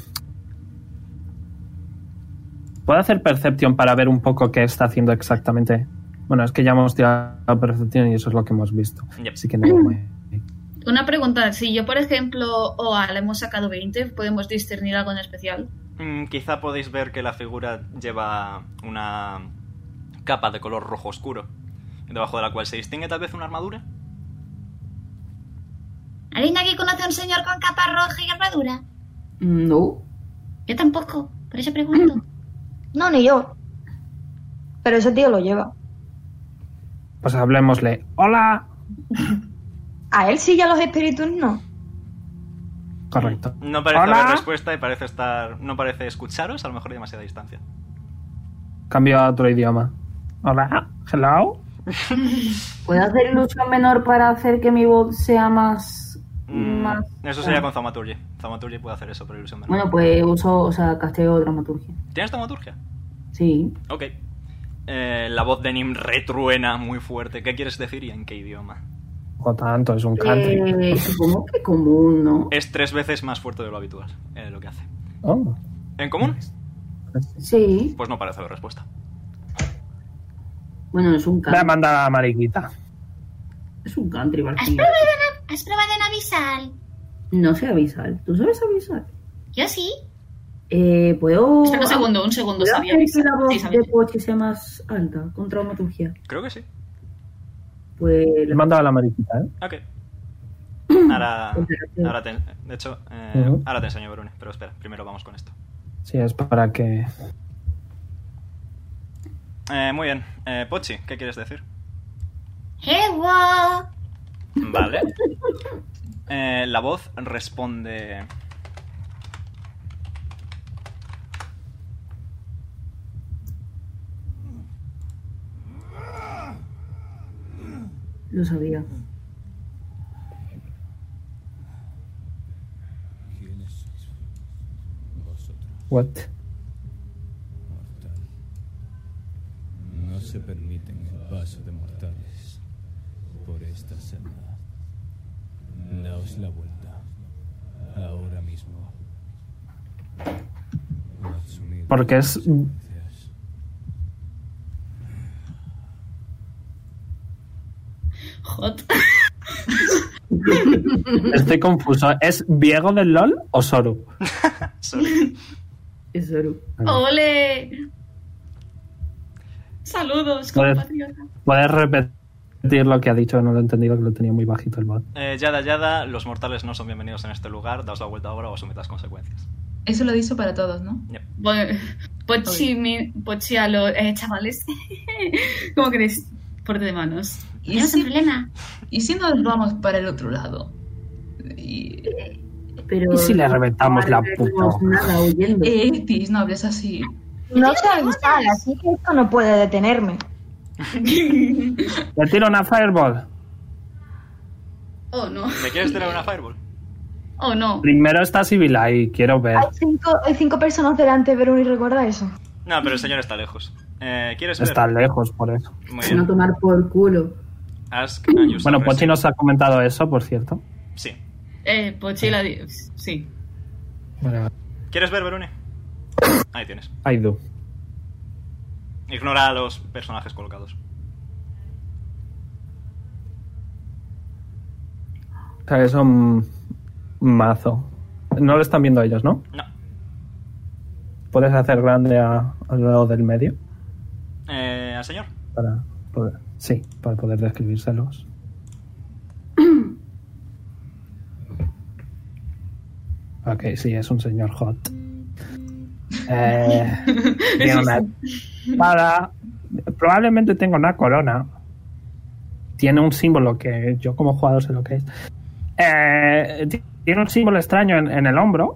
¿Puedo hacer percepción para ver un poco qué está haciendo exactamente? Bueno, es que ya hemos tirado percepción y eso es lo que hemos visto. Yep. Así que no me... Una pregunta, si yo por ejemplo o le hemos sacado 20, ¿podemos discernir algo en especial? Quizá podéis ver que la figura lleva una capa de color rojo oscuro, debajo de la cual se distingue tal vez una armadura. ¿Alguien aquí conoce a un señor con capa roja y armadura? No. Yo tampoco, por eso pregunto. No, ni yo. Pero ese tío lo lleva. Pues hablemosle. ¡Hola! A él sí y a los espíritus no. Correcto. No parece Hola. haber respuesta y no parece escucharos, a lo mejor hay demasiada distancia. Cambio a otro idioma. Hola. Hello. ¿Puedo hacer ilusión menor para hacer que mi voz sea más... Eso sería con Thaumaturgy. Thaumaturgy puede hacer eso por ilusión menor. Bueno, pues casteo dramaturgia. ¿Tienes Thaumaturgia? Sí. Ok. La voz de Nim retruena muy fuerte. ¿Qué quieres decir y en qué idioma? O tanto, es un country. Supongo que común, ¿no? Es 3 veces más fuerte de lo habitual, lo que hace. Oh. ¿En común? Sí. Pues no parece haber respuesta. Bueno, es un Voy a country. mandar a la mariquita. Es un country, ¿Has Martín. probado en avisal? No sé avisar. ¿Tú sabes avisar? Yo sí. ¿Puedo...? Espera un segundo, ¿Puedo sabía hacer que avisar. la voz Sí, sabía. de Pochi sea más alta con dramaturgia? Creo que sí. Pues... Le he mandado a la mariquita, ¿eh? Ok. Ahora te... De hecho, ahora te enseño, Brune. Pero espera, primero vamos con esto. Sí, es para que... Muy bien. Pochi, ¿qué quieres decir? Hello. Vale. La voz responde... Lo sabía. ¿Quiénes sois vosotros? What? Mortal. No se permiten el paso de mortales por esta senda. Daos la vuelta. Ahora mismo. Porque es... Hot. Estoy confuso. ¿Es Viego del LOL o Soru? Sorry. Es Zoru. ¡Ole! Saludos, Puedes- compatriota. ¿Puedes repetir lo que ha dicho? No lo he entendido, que lo tenía muy bajito el bot. Yada, los mortales no son bienvenidos en este lugar. Daos la vuelta ahora o asumid las consecuencias. Eso lo dicho para todos, ¿no? Yep. Bueno, Pochi a los chavales. ¿Cómo queréis? Porte de manos. ¿Y No es un si, problema. ¿Y si nos vamos para el otro lado? Y... Pero ¿Y si le reventamos la no haremos puta? nada huyendo. Tis, no hables así. No sé avisar, así que esto no puede detenerme. Le tiro una fireball. Oh, no. ¿Me quieres tirar una fireball? Oh, no. Primero está Sibila y quiero ver. Hay cinco personas delante, Veruni, ¿recuerda eso? No, pero el señor está lejos. ¿Quieres ver? Está lejos, por eso. Muy No bien. tomar por culo. Ask and use Bueno, some Pochi resin. nos ha comentado eso, por cierto. Sí. Pochi la... Sí. ¿Quieres ver, Verone? Ahí tienes. I do. Ignora a los personajes colocados. O sea, es un mazo. No lo están viendo ellos, ¿no? No. ¿Puedes hacer grande al lado del medio? ¿Al señor? Para poder, sí, para poder describírselos. Ok, sí, es un señor hot. Tiene una espada. Probablemente tenga una corona. Tiene un símbolo que yo como jugador sé lo que es. Tiene un símbolo extraño en el hombro.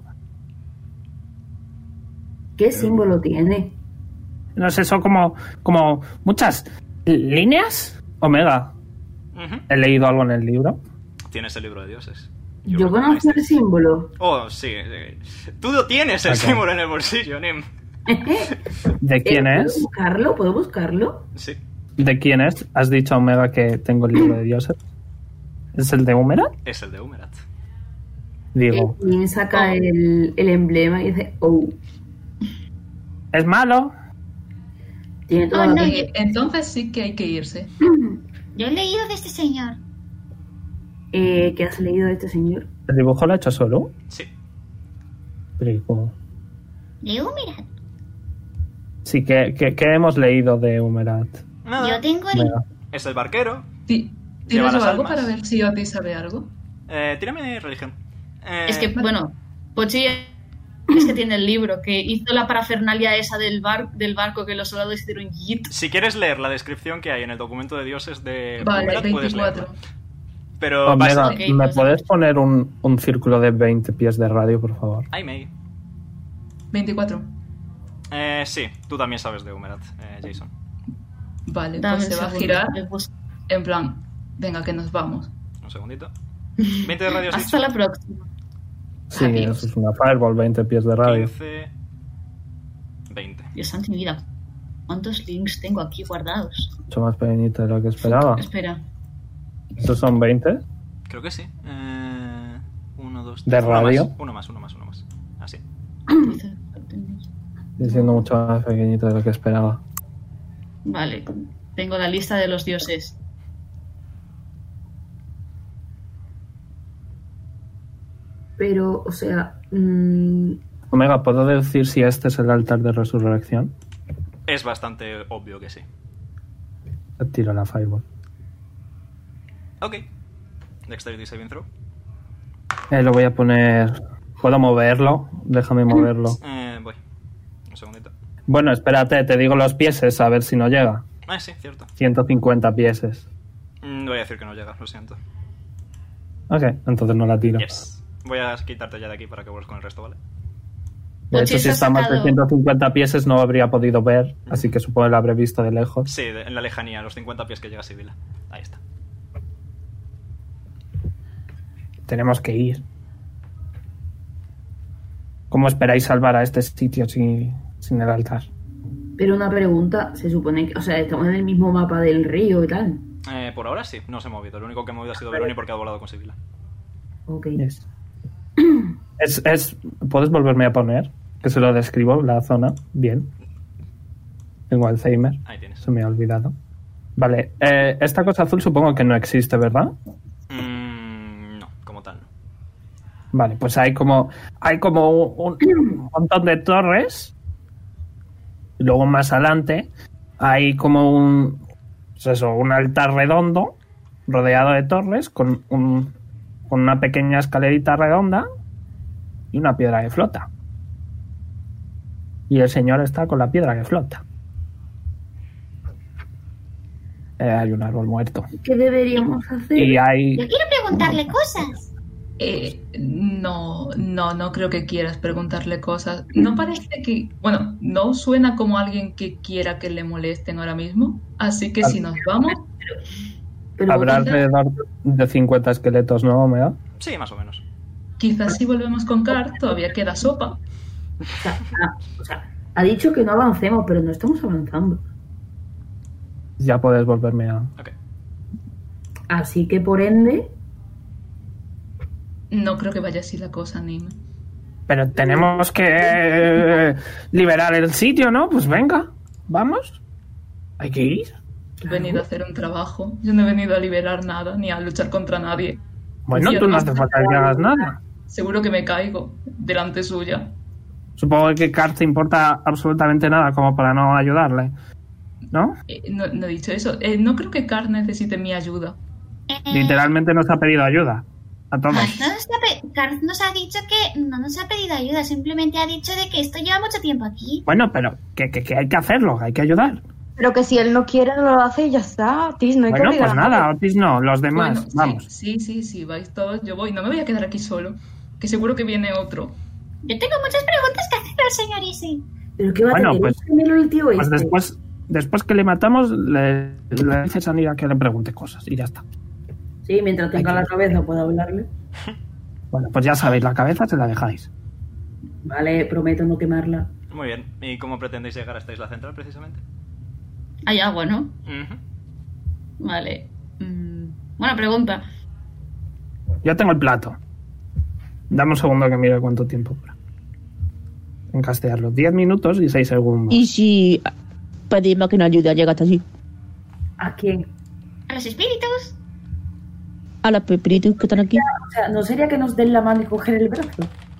¿Qué símbolo tiene? No sé, son como muchas líneas. Omega. Ujú. He leído algo en el libro. Tienes el libro de dioses. Yo conozco el símbolo. Oh, sí. Tú lo tienes el Ok. símbolo en el bolsillo, Nim. ¿De quién ¿Puedo es? buscarlo? ¿Puedo buscarlo? Sí. ¿De quién es? Has dicho, Omega, que tengo el libro de dioses. ¿Es el de Humerat? Es el de Humerat. Digo, Y saca el emblema y dice, oh, ¿es malo? tiene toda Oh, la no, pinta. Entonces sí que hay que irse. Yo he leído de este señor. ¿Qué has leído de este señor? ¿El dibujo lo ha hecho solo? Sí. Pero, De Humerat. sí, ¿qué hemos leído de Humerat? Nada. Yo tengo el... Omega. Es el barquero. Ti- Lleva ¿Tienes las algo almas. para ver si Otis sabe algo? Tírame religión. Es que, bueno, Pochi es que tiene el libro, que hizo la parafernalia esa del barco que los soldados hicieron yit. Si quieres leer la descripción que hay en el documento de dioses de Vale, Humerat, puedes 24. leerla. Pero Omega, Ok, ¿me pues- puedes poner un círculo de 20 pies de radio, por favor? Ay, May. 24. Sí, tú también sabes de Humerat, Jason. Vale, Dame pues un se va a segundo, girar le busco. en plan, venga, que nos vamos. Un segundito. 20 de radio has Hasta dicho. la próxima. Sí, Adiós. eso es una fireball, 20 pies de radio. 15, 20. Dios santo, mira. ¿Cuántos links tengo aquí guardados? Mucho más pequeñita de lo que esperaba. Espera. ¿Estos son 20? Creo que sí. 1, 2, ¿De radio? Uno más. Así. Estoy siendo mucho más pequeñito de lo que esperaba. Vale. Tengo la lista de los dioses. Pero, o sea, Omega, ¿puedo decir si este es el altar de resurrección? Es bastante obvio que sí. Tiro la fireball. Ok. Dexterity saving throw. Lo voy a poner... ¿Puedo moverlo? Déjame moverlo. Voy. Un segundito. Bueno, espérate, te digo los pieses, a ver si no llega. Ah, sí, cierto. 150 pieses. Voy a decir que no llega, lo siento. Ok, entonces no la tiro. Yes. Voy a quitarte ya de aquí para que vuelvas con el resto, ¿vale? De hecho, Pochi si se ha está más de sacado- 150 pieses no habría podido ver, así que supongo que lo habré visto de lejos. Sí, en la lejanía, los 50 pies que llega Sibila. Ahí está. Tenemos que ir. ¿Cómo esperáis salvar a este sitio sin el altar? pero una pregunta, se supone que, o sea, estamos en el mismo mapa del río y tal. Por ahora sí, no se ha movido. Lo único que ha movido ha sido Veroni porque ha volado con Sibila. Ok. Yes. ¿Puedes volverme a poner? Que se lo describo, la zona. Bien. Tengo Alzheimer. Ahí tienes. Se me ha olvidado. Vale, esta cosa azul supongo que no existe, ¿verdad? No, como tal. Vale, pues hay como un montón de torres. Y luego más adelante hay como un altar redondo rodeado de torres con una pequeña escalerita redonda y una piedra que flota. Y el señor está con la piedra que flota. Hay un árbol muerto. ¿Qué deberíamos hacer? Y hay... Yo quiero preguntarle cosas. No creo que quieras preguntarle cosas. No parece que... Bueno, no suena como alguien que quiera que le molesten ahora mismo. Así que si nos vamos... Pero Habrá alrededor de 50 esqueletos, ¿no, Omega? Sí, más o menos. Quizás si volvemos con Car todavía queda sopa. O sea, ha dicho que no avancemos, pero no estamos avanzando. Ya puedes volverme a... Ok. Así que por ende, No creo que vaya así la cosa, Nim. Pero tenemos que liberar el sitio, ¿no? Pues venga, vamos. Hay que ir. He venido a hacer un trabajo. Yo no he venido a liberar nada, ni a luchar contra nadie. Bueno, Sí, tú no además, hace falta que hagas nada. Seguro que me caigo delante suya. Supongo que Car te importa absolutamente nada como para no ayudarle, ¿no? No he dicho eso. No creo que Car necesite mi ayuda. Literalmente nos ha pedido ayuda. A todos. Garth nos ha dicho que no nos ha pedido ayuda, simplemente ha dicho de que esto lleva mucho tiempo aquí. Bueno, pero que hay que hacerlo, hay que ayudar. Pero que si él no quiere, no lo hace y ya está. Otis, no hay Bueno, que obligar pues a nadie. nada, Otis no, los demás, Bueno, vamos. Sí, vais todos, yo voy. No me voy a quedar aquí solo. Que seguro que viene otro. Yo tengo muchas preguntas que hacerle al señor Easy. ¿pero qué va Bueno, a tener pues- el gemelo el tío Pues este? después que le matamos, le dices a Nira que le pregunte cosas y ya está. Sí, mientras tenga la cabeza puedo hablarle. Bueno, pues ya sabéis, la cabeza se la dejáis. Vale, prometo no quemarla. Muy bien. ¿Y cómo pretendéis llegar hasta Isla Central, precisamente? Hay agua, ¿no? Ujú. Vale. Buena pregunta. Ya tengo el plato. Dame un segundo que mire cuánto tiempo dura. En castellarlo, 10 minutos y 6 segundos. Y si pedimos que nos ayude a llegar hasta allí. ¿A quién? A los espíritus. A los peperitos que están aquí. O sea, ¿no sería que nos den la mano y coger el brazo?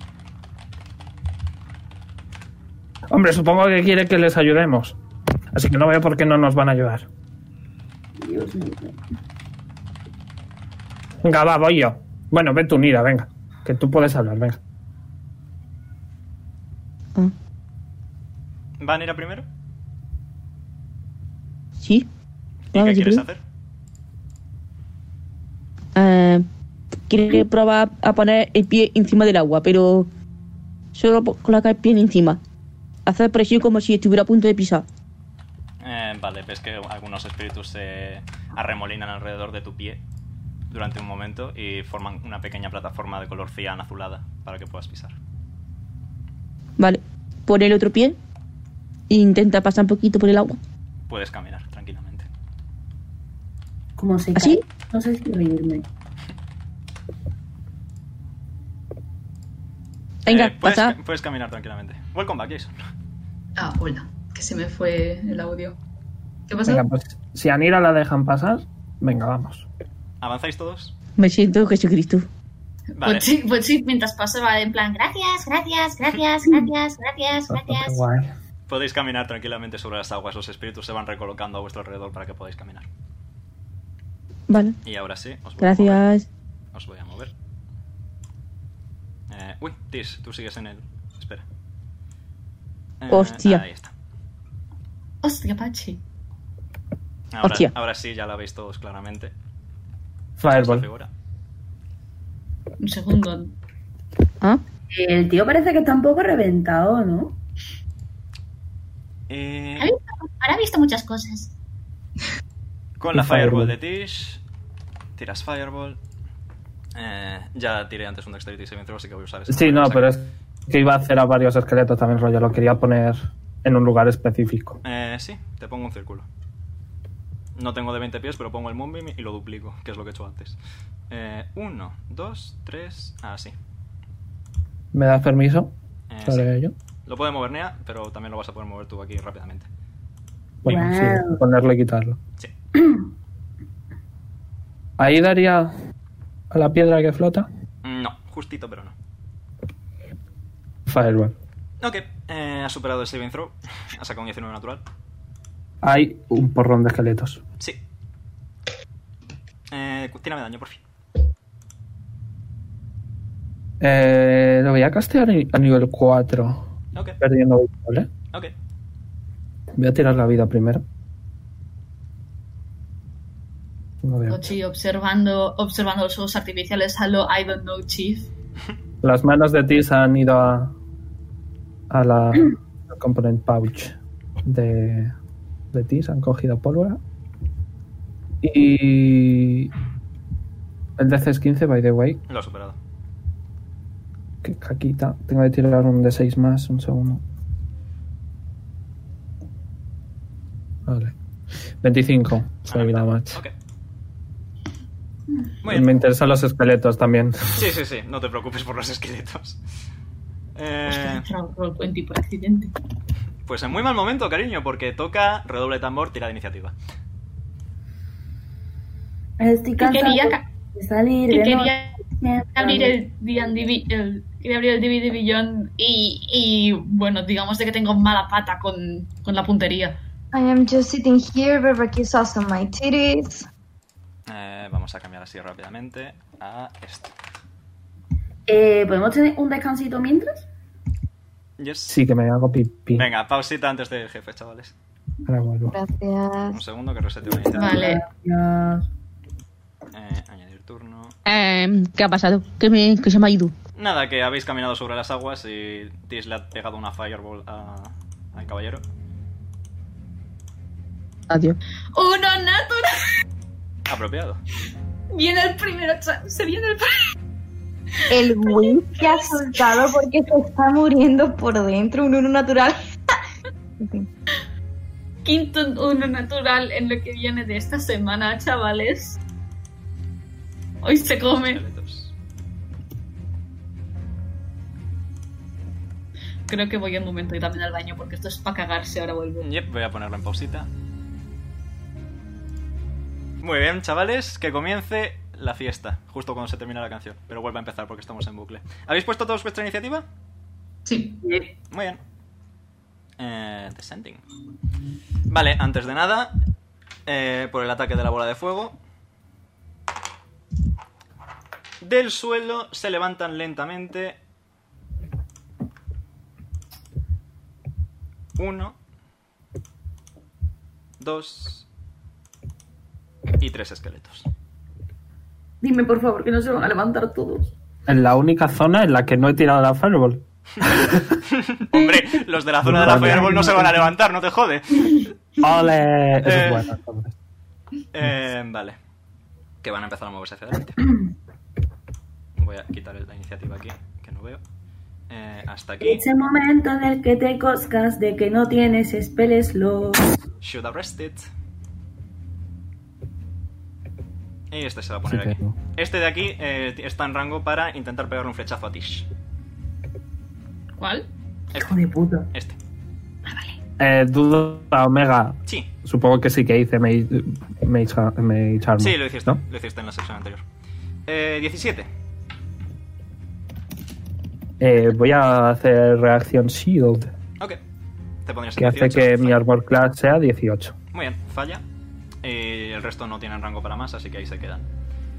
Hombre, supongo que quiere que les ayudemos. Así que no veo por qué no nos van a ayudar. Dios mío. Venga, va, voy yo. Bueno, ve tú, Nira, venga. Que tú puedes hablar, venga. Ah, ¿Van a ir a primero? sí. ¿Y Vamos, qué yo quieres creo. hacer? Quiere probar a poner el pie encima del agua, pero solo colocar el pie encima. Hacer presión como si estuviera a punto de pisar. Vale, ves que algunos espíritus se arremolinan alrededor de tu pie durante un momento y forman una pequeña plataforma de color cian azulada para que puedas pisar. Vale, pon el otro pie e intenta pasar un poquito por el agua. Puedes caminar tranquilamente. ¿Cómo se ¿Así? cae? No sé si reírme. Venga, puedes, pasa. puedes caminar tranquilamente. Welcome back, Jason. Ah, hola. Que se me fue el audio. ¿Qué pasa? Venga, pues si a Nira la dejan pasar, venga, vamos. ¿Avanzáis todos? Me siento Jesucristo. Vale. Pues sí, mientras pasa va en plan, Gracias, gracias, gracias, gracias, gracias, Bastante gracias. guay. Podéis caminar tranquilamente sobre las aguas. Los espíritus se van recolocando a vuestro alrededor para que podáis caminar. Vale, Y ahora sí, os voy a mover. gracias. Os voy a mover. Uy, Tis, tú sigues en él. Espera. Hostia. Ahí está. hostia, Pachi. Hostia. Ahora sí, ya la veis todos claramente. Fireball. Esta figura. Un segundo. ¿Ah? El tío parece que está un poco reventado, ¿no? Ahora he visto muchas cosas. Con la Y Fireball. Fireball de Tish. Tiras Fireball. Ya tiré antes un Dexterity Saving Throw, así que voy a usar ese. Sí, no, pero es que iba a hacer a varios esqueletos también, rollo. Lo quería poner en un lugar específico. Sí, te pongo un círculo. No tengo de 20 pies, pero pongo el Moonbeam y lo duplico, que es lo que he hecho antes. 1, 2, 3... Ah, sí. ¿Me das permiso Sí. sobre ello? Lo puede mover Nea, pero también lo vas a poder mover tú aquí rápidamente. Bueno, Wow. sí, ponerlo y quitarlo. Sí. Ahí daría a la piedra que flota. No, justito, pero no. Fireball. Ok, ha superado el saving throw. Ha sacado un 19 natural. Hay un porrón de esqueletos. Sí. Tírame daño, por fin. Lo voy a castear a nivel 4. Ok, Perdiendo vida, ¿vale? ok. Voy a tirar la vida primero. No veo. Pochi observando los fuegos artificiales a lo I don't know, Chief. Las manos de Tis han ido a la al component pouch de Tis, han cogido pólvora. Y el DC es 15, by the way. Lo ha superado. Qué caquita. Tengo que tirar un D6 más, un segundo. Vale. 25. Soy la match. Ok. Muy bien. Me interesan los esqueletos también. Sí, sí, sí, no te preocupes por los esqueletos. Roll 20 por accidente. Pues en muy mal momento, cariño, porque toca redoble de tambor, tira de iniciativa. Estoy Que cansado quería, de salir que de quería noche. abrir el D&D, quería abrir el DVD Beyond y bueno, digamos de que tengo mala pata con la puntería. I am just sitting here with a kiss on my titties. Vamos a cambiar así rápidamente a esto. ¿Podemos tener un descansito mientras? Yes. Sí, que me hago pipí. Venga, pausita antes del jefe, chavales. Ahora vuelvo. Un Gracias. segundo que reseteo la iniciativa. Vale. Gracias. Añadir turno. ¿Qué ha pasado? ¿Qué se me ha ido? Nada, que habéis caminado sobre las aguas y Tis le ha pegado una fireball al caballero. Adiós. ¡Uno natural! Apropiado. Viene el primero, se viene el El Will que ha soltado porque se está muriendo por dentro. Un uno natural. En fin. quinto uno natural en lo que viene de esta semana, chavales. Hoy se come. Esqueletos. Creo que voy un momento y también al baño porque esto es para cagarse, ahora vuelvo. Yep, voy a ponerlo en pausita. Muy bien, chavales, que comience la fiesta, justo cuando se termina la canción. Pero vuelve a empezar porque estamos en bucle. ¿Habéis puesto todos vuestra iniciativa? Sí. Muy bien. Descending. Vale, antes de nada, por el ataque de la bola de fuego, del suelo se levantan lentamente 1, 2 y 3 esqueletos. Dime, por favor, que no se van a levantar todos. En la única zona en la que no he tirado la fireball. Hombre, los de la zona de la Fireball no se van a levantar, no te jode. ¡Ole! Eso es bueno, entonces. Vale. Que van a empezar a moverse hacia adelante. Voy a quitar la iniciativa aquí, que no veo. Hasta aquí. Ese momento en el que te coscas de que no tienes spell slot. Should arrest it. Y este se va a poner Sí, aquí. pero- Este de aquí está en rango para intentar pegarle un flechazo a Tish. ¿Cuál? Hijo de puta. Este. Dudo a Omega. Sí. Supongo que sí que hice Mage Armor. Sí, lo hiciste. ¿no? Lo hiciste en la sección anterior. 17. Voy a hacer reacción Shield, Ok. Te pondrías que en hace 18. que mi Armor Class sea 18. Muy bien, falla. Y el resto no tienen rango para más, así que ahí se quedan.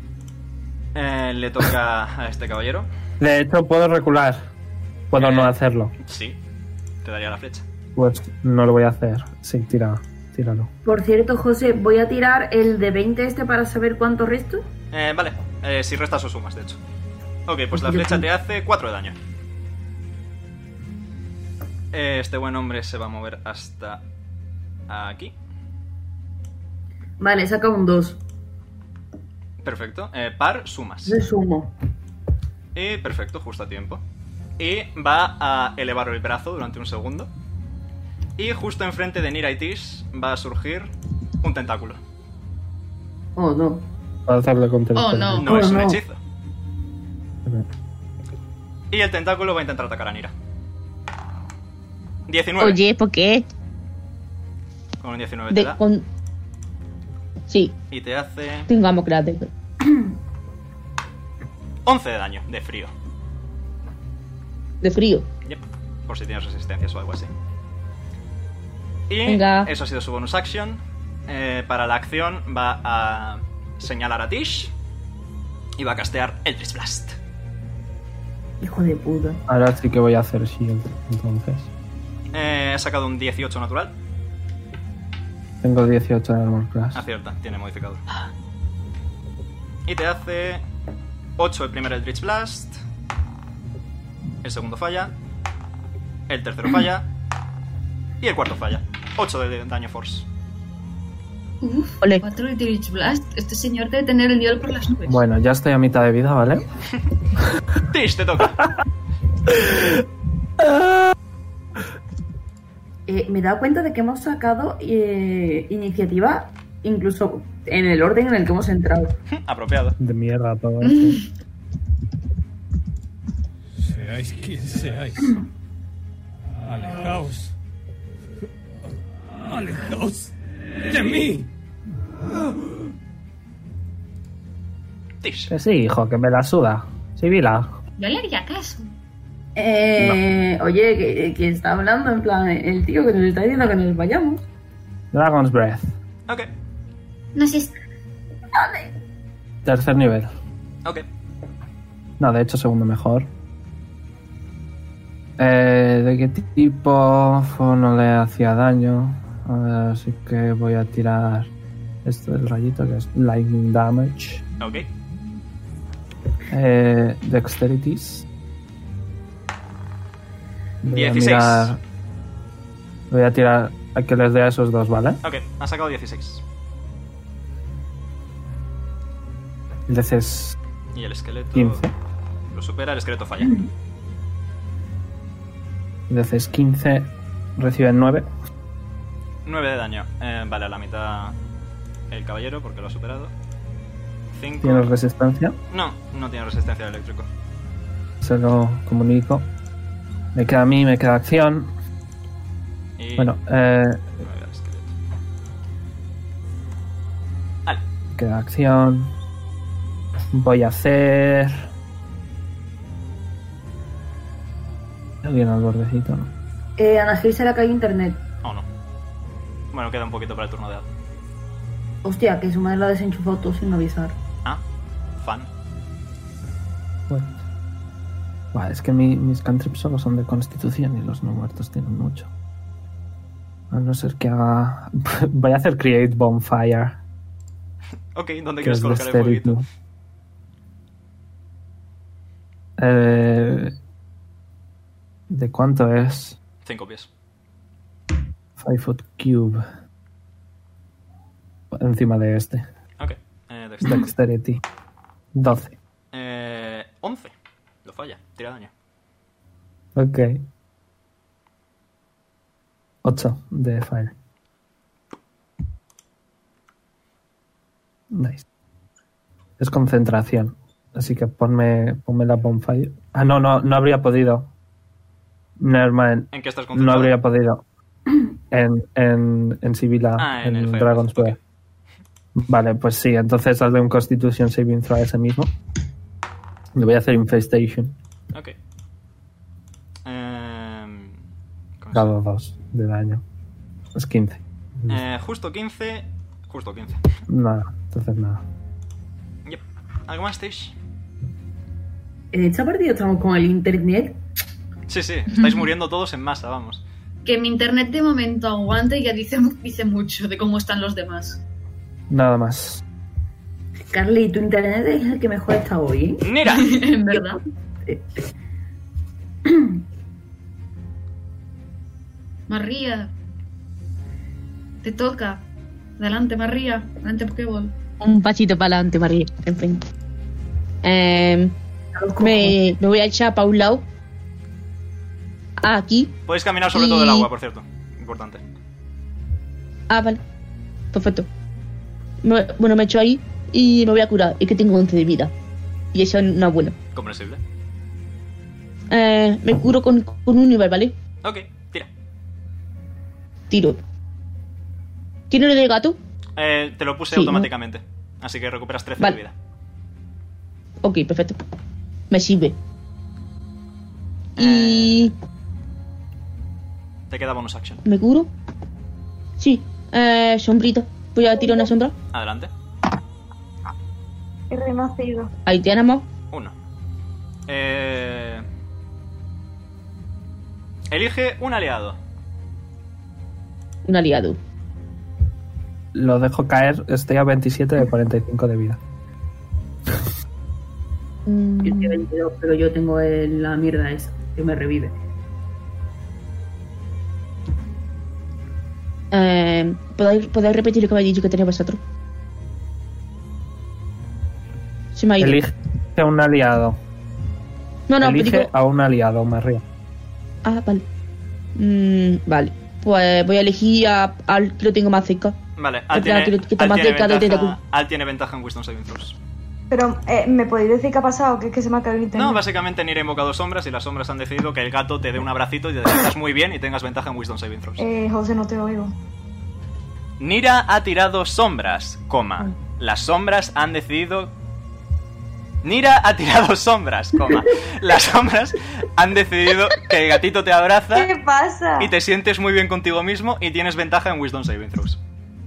Le toca a este caballero. De hecho, puedo recular. Puedo no hacerlo. Sí, te daría la flecha. Pues no lo voy a hacer. Sí, tíralo. Por cierto, José, voy a tirar el de 20 este para saber cuánto resto. Vale, si restas o sumas, de hecho. Ok, pues la flecha te hace 4 de daño. Este buen hombre se va a mover hasta aquí. Vale, saca un 2. Perfecto. Par, sumas. De sumo. Y perfecto, justo a tiempo. Y va a elevar el brazo durante un segundo. Y justo enfrente de Nira y Tish va a surgir un tentáculo. Oh, no. Puedo hacerle con Oh, no. No es un no. hechizo. Y el tentáculo va a intentar atacar a Nira. 19. Oye, ¿por qué? Con un 19 te da. Sí, Y te hace tengo amocrate. 11 de daño, de frío. De frío. Yep. Por si tienes resistencias o algo así. Y Venga. eso ha sido su bonus action. Para la acción va a señalar a Tish y va a castear Eldritch Blast. Hijo de puta. Ahora sí que voy a hacer shield, entonces. He sacado un 18 natural. Tengo 18 de armor class. Acierta, tiene modificador. Y te hace 8 el primer Eldritch Blast. El segundo falla. El tercero falla. Y el cuarto falla. 8 de daño force. Uf, Ole. 4 Eldritch Blast. Este señor debe tener el nivel por las nubes. Bueno, ya estoy a mitad de vida, ¿vale? Tish, te toca. Me he dado cuenta de que hemos sacado iniciativa incluso en el orden en el que hemos entrado. Apropiado. De mierda todo esto. Seáis quien seáis. Alejaos. Alejaos de mí. Tish. Que sí, hijo, que me la suda. Sibila. Yo le haría caso. Oye, que está hablando en plan, el tío que nos está diciendo que nos vayamos. Dragon's Breath. Ok. No sé. Tercer nivel. Ok. No, de hecho, segundo mejor. ¿De qué tipo? No le hacía daño. Así que voy a tirar esto del rayito, que es Lightning Damage. Ok. Dexterities. Voy a 16. Voy a tirar a que les dé a esos dos, ¿vale? Ok, ha sacado 16. El DC es Y el esqueleto 15. lo supera, el esqueleto falla. El DC es 15. Reciben 9. 9 de daño. Vale, a la mitad el caballero porque lo ha superado. 5. ¿Tienes resistencia? No, no tiene resistencia al eléctrico. Se lo comunico. Me queda a mí, me queda acción. Y Bueno, 9 al esqueleto. Vale. queda acción. Voy a hacer... Alguien al bordecito, ¿no? Ana Gil se le ha caído internet. Oh, no. Bueno, queda un poquito para el turno de Ad. Hostia, que su madre la ha desenchufado todo sin avisar. Ah, fan. Bueno. Buah, es que mis cantrips solo son de constitución y los no muertos tienen mucho. A no ser que haga... Voy a hacer Create Bonfire. Ok, ¿dónde Que quieres es colocar el Dexterity. fueguito? ¿De cuánto es? 5 pies. 5 foot cube. Encima de este. Ok. Dexterity. Dexterity. 12. 11. Lo falla. Tira daño. Ok. 8 de fire. Nice. Es concentración. Así que ponme la bonfire. Ah, no habría podido. Nevermind. ¿En qué estás No concentrado? habría podido. En Sibila, Ah, en el en Fire Dragon's Breath, Breath. Vale, pues sí, entonces hazle un Constitution Saving Throw a ese mismo. Le voy a hacer Infestation. Ok. Dado 2 de daño. Es 15. Justo 15. Justo 15. Nada, entonces nada. Yep. ¿Algo más, Tish? En esta partida estamos con el internet. Sí, estáis muriendo todos en masa, vamos. Que mi internet de momento aguante ya dice mucho de cómo están los demás. Nada más. Carly, tu internet es el que mejor está hoy, ¿eh? ¡Mira! En verdad. María. Te toca. Adelante, María. Adelante, Pokéball. Un pasito para adelante, María. En fin. Me voy a echar para un lado. Aquí. Podéis caminar sobre todo el agua, por cierto. Importante. Ah, vale. Perfecto. Bueno, me echo ahí y me voy a curar. Y que tengo 11 de vida. Y eso no es bueno. Comprensible. Me curo con un nivel, ¿vale? Ok, tira. Tiro. ¿Tiene lo del gato? Te lo puse Sí, automáticamente. Así que recuperas 13 Vale. de vida. Ok, perfecto. Me sirve. Y... Te queda bonus action. ¿Me curo? Sí. Sombrita. Voy a tirar una sombra. Adelante. He renacido. Ahí tenemos. 1. Elige un aliado. Un aliado. Lo dejo caer, estoy a 27 de 45 de vida. Yo estoy 22, pero yo tengo la mierda esa, que me revive. ¿Podéis repetir lo que me habéis dicho que tenéis vosotros? Se me ha ido. Elige a un aliado. No, Elige digo... a un aliado, me río. Ah, vale. Vale. Pues voy a elegir al que lo tengo más cerca. Vale, Al que está más cerca de tentáculo. Al tiene ventaja en Wisdom Saving Throws. Pero, ¿me podéis decir qué ha pasado? Que es que se me ha caído el internet. No, básicamente Nira ha invocado sombras y las sombras han decidido que el gato te dé un abracito y te sientas muy bien y tengas ventaja en Wisdom Saving Throws. José, no te oigo. Nira ha tirado sombras, coma. Las sombras han decidido... Nira ha tirado sombras, coma. Las sombras han decidido que el gatito te abraza ¿Qué pasa? y te sientes muy bien contigo mismo y tienes ventaja en Wisdom Saving Throws.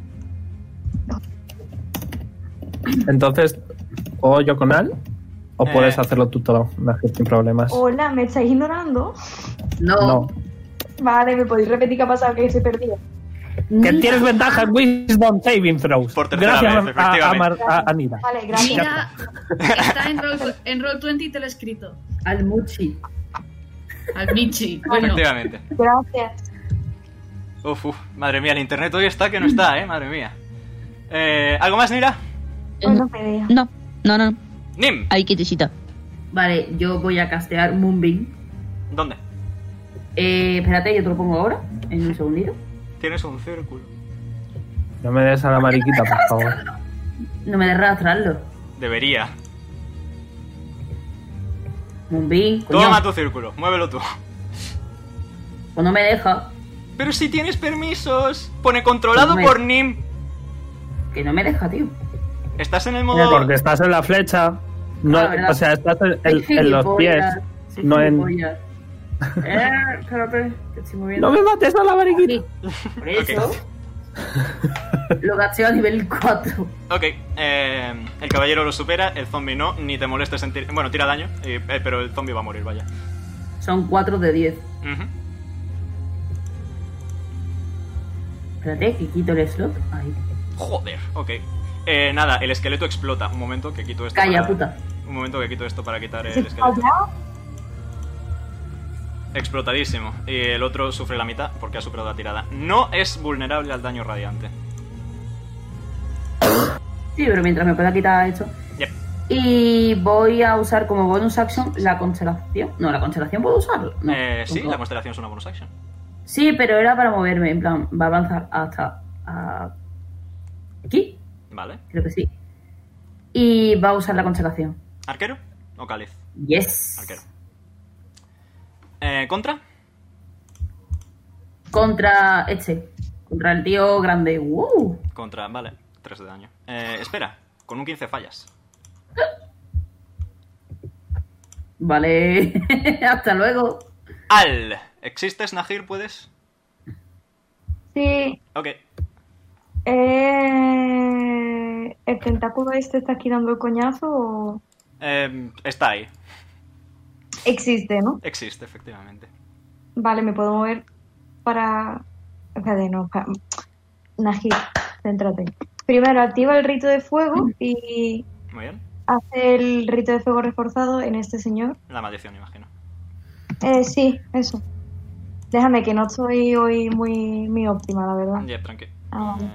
Entonces, ¿o yo con Al? ¿O puedes hacerlo tú todo, Najir, sin problemas? Hola, ¿me estáis ignorando? No. Vale, ¿me podéis repetir qué ha pasado? Que se perdió. Que tienes ventaja en Wisdom Saving Throws. Por tercera Gracias vez, efectivamente. a Nira. Vale, gracias. Mira, está en Roll20 y te lo he escrito. Al Muchi. Al Michi. Bueno, Efectivamente. Gracias. Uf, madre mía, el internet hoy está que no está, madre mía. ¿Algo más, Nira? Bueno, pelea. No. Nim, Ahí quietecita. Vale, yo voy a castear Moonbeam. ¿dónde? Espérate, yo te lo pongo ahora, en un segundito. Tienes un círculo. No me des a la mariquita, por favor. No me dejes arrastrarlo. Debería. Moonbeam, coño. Toma tu círculo, muévelo tú. Pues no me deja. Pero si tienes permisos. Pone controlado No me- por Nim. Que no me deja, tío. Estás en el modo... Porque estás en la flecha. No, ¿verdad? o sea, estás Soy en los pies. gilipollas, soy No en... gilipollas. Espérate, que estoy moviendo. No me mates a la mariquita. Sí, por eso. Lo gasteo a nivel 4. Ok, el caballero lo supera, el zombie no, ni te molestes en tirar... Bueno, tira daño, pero el zombie va a morir, vaya. Son 4 de 10. Ujú. Espérate, que quito el slot. Ahí. Joder, ok. Nada, el esqueleto explota. Un momento que quito esto Calla, para... puta. Un momento que quito esto para quitar el ¿Se esqueleto. calla? Explotadísimo. Y el otro sufre la mitad porque ha superado la tirada. No es vulnerable al daño radiante. Sí, pero mientras me pueda quitar esto. Yep. Y voy a usar como bonus action la constelación. No, la constelación puedo usarlo. No, Sí, ¿cómo? la constelación es una bonus action. Sí, pero era para moverme. En plan, va a avanzar hasta aquí. Vale. Creo que sí. Y va a usar la constelación. ¿Arquero o cáliz? Yes. Arquero. ¿Contra? Contra este. Contra el tío grande. ¡Wow! Contra, vale. 3 de daño. Espera, con un 15 fallas. Vale. Hasta luego. Al. ¿Existes, Najir? ¿Puedes? Sí. Ok. ¿El tentáculo este está aquí dando el coñazo o...? Está ahí. Existe, ¿no? Existe, efectivamente. Vale, me puedo mover para... Espérate, no, Najir, céntrate. Primero activa el rito de fuego y Muy bien. hace el rito de fuego reforzado en este señor. La maldición, imagino. Sí, eso. Déjame que no estoy hoy muy óptima, la verdad. Ya, tranqui. Ah, vale.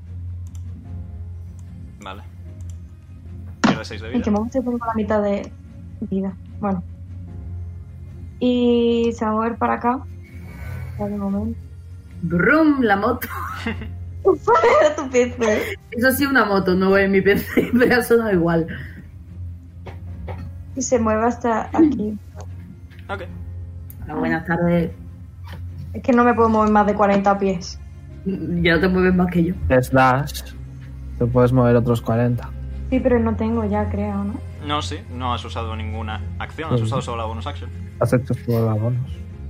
Vale. Pierde 6 de En que vida. momento tengo la mitad de vida. Bueno. Y se va a mover para acá. Espera un momento. Brum, la moto. Era tu PC. Eso sí, una moto, no es mi PC, pero ha sonado igual. Y se mueve hasta aquí. Ok. Hola, buenas tardes. Es que no me puedo mover más de 40 pies. Ya te mueves más que yo. Es dash. Te puedes mover otros 40. Sí, pero no tengo ya, creo, ¿no? No, sí, no has usado ninguna acción, has usado solo la bonus action. Has hecho solo la bonus.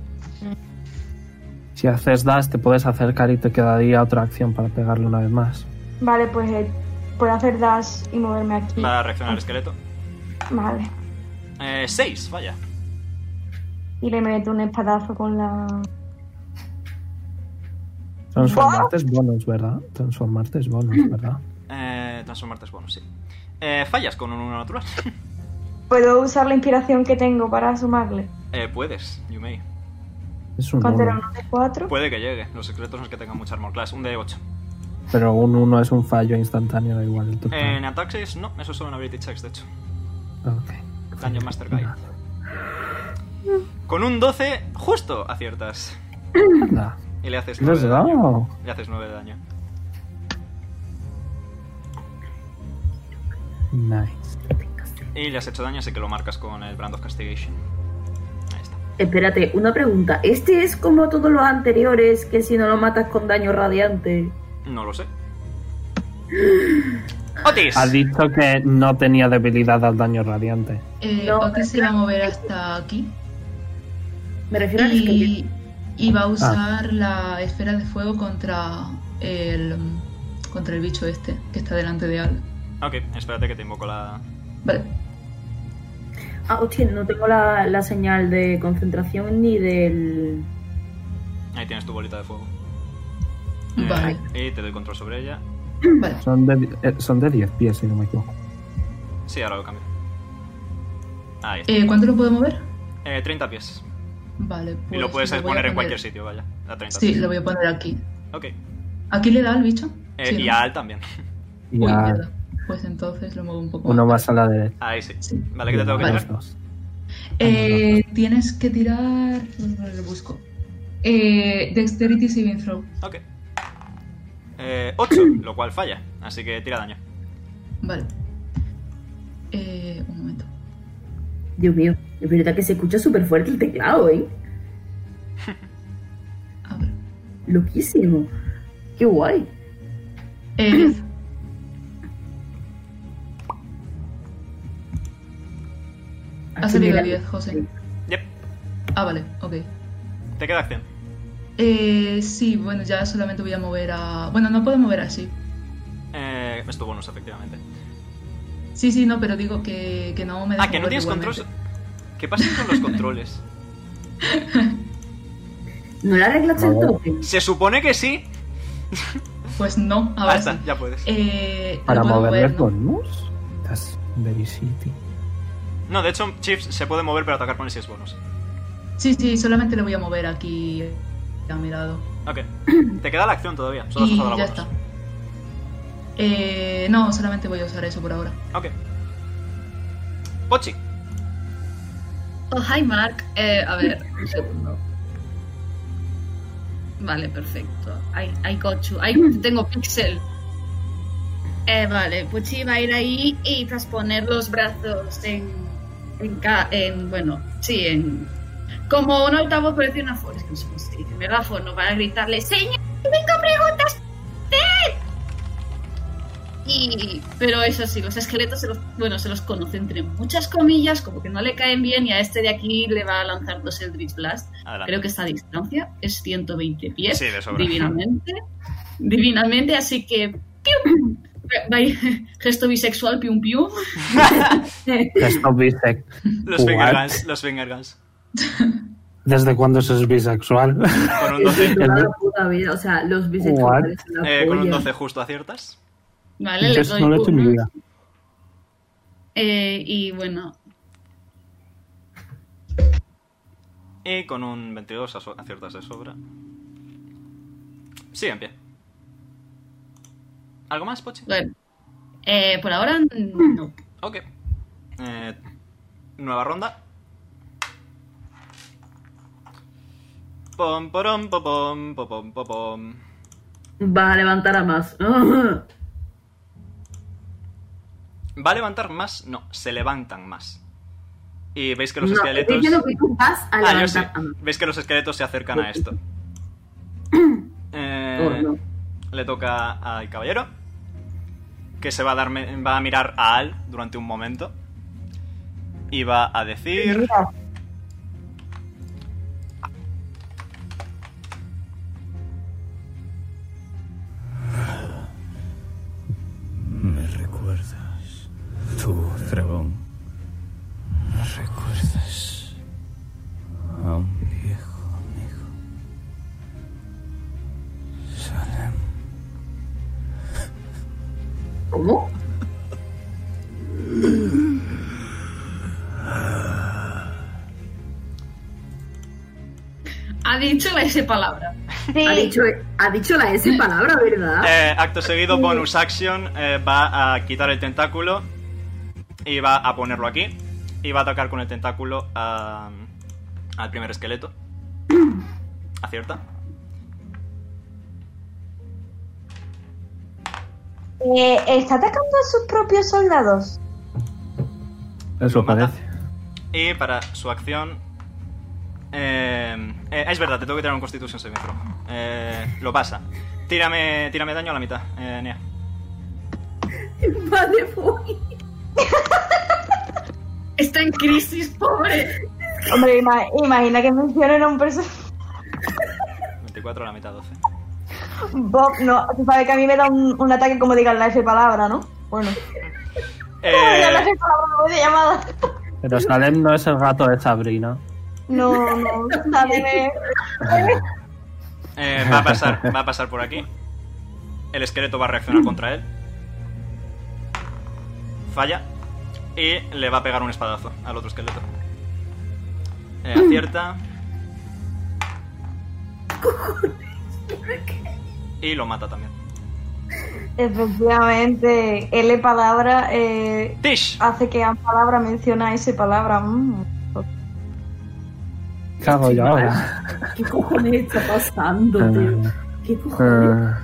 Si haces dash, te puedes acercar y te quedaría otra acción para pegarle una vez más. Vale, pues puedo hacer dash y moverme aquí. Va a reaccionar el esqueleto. Vale. 6, vaya. Y le meto un espadazo con la... Transformarte es bonus, ¿verdad? Transformarte es bonus, ¿verdad? Transformarte es bonus, sí. Fallas con un 1 natural. ¿Puedo usar la inspiración que tengo para sumarle? Puedes, you may. Es un ¿Cuánto era? 1. ¿Uno de 4? Puede que llegue. Los secretos no es que tengan mucha armor class. Un de 8. Pero un 1 es un fallo instantáneo, da igual el total. En attacks, no. Eso son ability checks, de hecho. Ok. Dungeon Master Guide. Con un 12, justo aciertas. Anda. Y le haces ¿Qué 9 has de daño. dado? Le haces 9 de daño. Nice. Y le has hecho daño, así que lo marcas con el Brand of Castigation. Ahí está. Espérate, una pregunta. ¿Este es como todos los anteriores, que si no lo matas con daño radiante? No lo sé. Otis. Ha dicho que no tenía debilidad al daño radiante. No, Otis se va a mover hasta aquí Me refiero al esqueleto. y va a usar la esfera de fuego contra el bicho este que está delante de Al. Ok, espérate que te invoco la... Vale. Ah, hostia, no tengo la señal de concentración ni del... Ahí tienes tu bolita de fuego. Vale. Y te doy control sobre ella. Vale. Son de 10 pies, si no me equivoco. Sí, ahora lo cambio. Ahí está. ¿Cuánto lo puedo mover? 30 pies. Vale. Y lo puedes voy a poner en poner- cualquier sitio, vaya. A 30 Sí, pies. lo voy a poner aquí. Ok. ¿Aquí le da al bicho? Sí, Y ¿no? a Al también. Y Uy, ya mierda. Pues entonces lo muevo un poco. uno más a la derecha. Ahí sí. Sí. Vale, ¿qué te tengo que Vale. tirar? Dos. Tienes que tirar. Lo busco. Dexterity Saving Throw. Ok. 8, lo cual falla. Así que tira daño. Vale. Un momento. Dios mío, es verdad que se escucha súper fuerte el teclado, ¿eh? A ver. Loquísimo. Qué guay. 10. Ha salido Mira. 10, José. Yep. Ah, vale, ok. Te queda acción. Sí, bueno, ya solamente voy a mover a... Bueno, no puedo mover así. Es tu bonus, efectivamente. Sí, no, pero digo que no me deja Que no mover tienes igualmente. control. ¿Qué pasa con los controles? ¿No le arreglaste el No. tope? Se supone que sí. Pues no, ahora Está, sí. ya puedes. Para lo puedo moverle mover, ¿no? bonus. That's very shitty. No, de hecho, Chiefs se puede mover para atacar con el 6 bonus. Sí, solamente le voy a mover aquí a mi lado. Ok. Te queda la acción todavía. Solo has Y usado la ya bonus. está. No, solamente voy a usar eso por ahora. Ok. Pochi. Oh, hi, Mark. A ver, un segundo. Vale, perfecto. I got you. Tengo pixel. Vale, Puchi va a ir ahí y tras poner los brazos como un altavoz, por decir una forma. Es que no sé cómo se dice, megáfono, para gritarle: ¡Señor, tengo preguntas! Pero eso sí, los esqueletos se los conoce entre muchas comillas, como que no le caen bien, y a este de aquí le va a lanzar 2 Eldritch Blast. Adelante. Creo que esta distancia es 120 pies. Sí, de sobra. Divinamente, así que ¡pium! Gesto bisexual, pium pium. Esto es bisexual. Los finger guns. ¿Desde cuándo eso es bisexual? Con un 12. Toda la puta vida, o sea, los bisexuales. la Con un polla. 12 justo aciertas. Vale, Yo le eso doy no lo he hecho en mi uno. vida. Y bueno, Y con un 22 aciertas de sobra. Sigue en pie. ¿Algo más, Pochi? bueno. Por ahora no. Ok. Nueva ronda. Pom, porom, popom, popom, popom. Va a levantar a más. ¿Va a levantar más? No, se levantan más. Y veis que los No, esqueletos... estoy diciendo que tú vas a Yo sí. levantar a más. Veis que los esqueletos se acercan a esto. Oh, no. le toca al caballero, que se va a mirar a Al durante un momento y va a decir... Mira, Me recuerdas, tú, dragón. Me recuerdas a un viejo amigo. Salem. ¿Cómo? Ha dicho la S palabra. sí. Ha dicho la S palabra, ¿verdad? Acto seguido, bonus action, va a quitar el tentáculo y va a ponerlo aquí. Y va a atacar con el tentáculo al primer esqueleto. Acierta. ¿Está atacando a sus propios soldados? Eso Lo mata. parece. Y para su acción... es verdad, te tengo que tirar un Constitution saving throw. Lo pasa. Tírame daño a la mitad, Nea. Vale, voy. Está en crisis, pobre. Hombre, imagina que mencionen a un personaje. 24 a la mitad, 12. Bob, no, tú sabes que a mí me da un ataque como digan la F palabra, ¿no? Bueno. Ya la F palabra me voy de llamada. Pero Salem no es el gato de Sabrina. No, Salem Va a pasar por aquí. El esqueleto va a reaccionar contra él. Falla. Y le va a pegar un espadazo al otro esqueleto. Acierta. Y lo mata también. Efectivamente, L palabra Tish. hace que A palabra menciona S palabra. ¿Qué hago yo ahora? ¿Qué cojones está pasando, tío? ¿Qué cojones?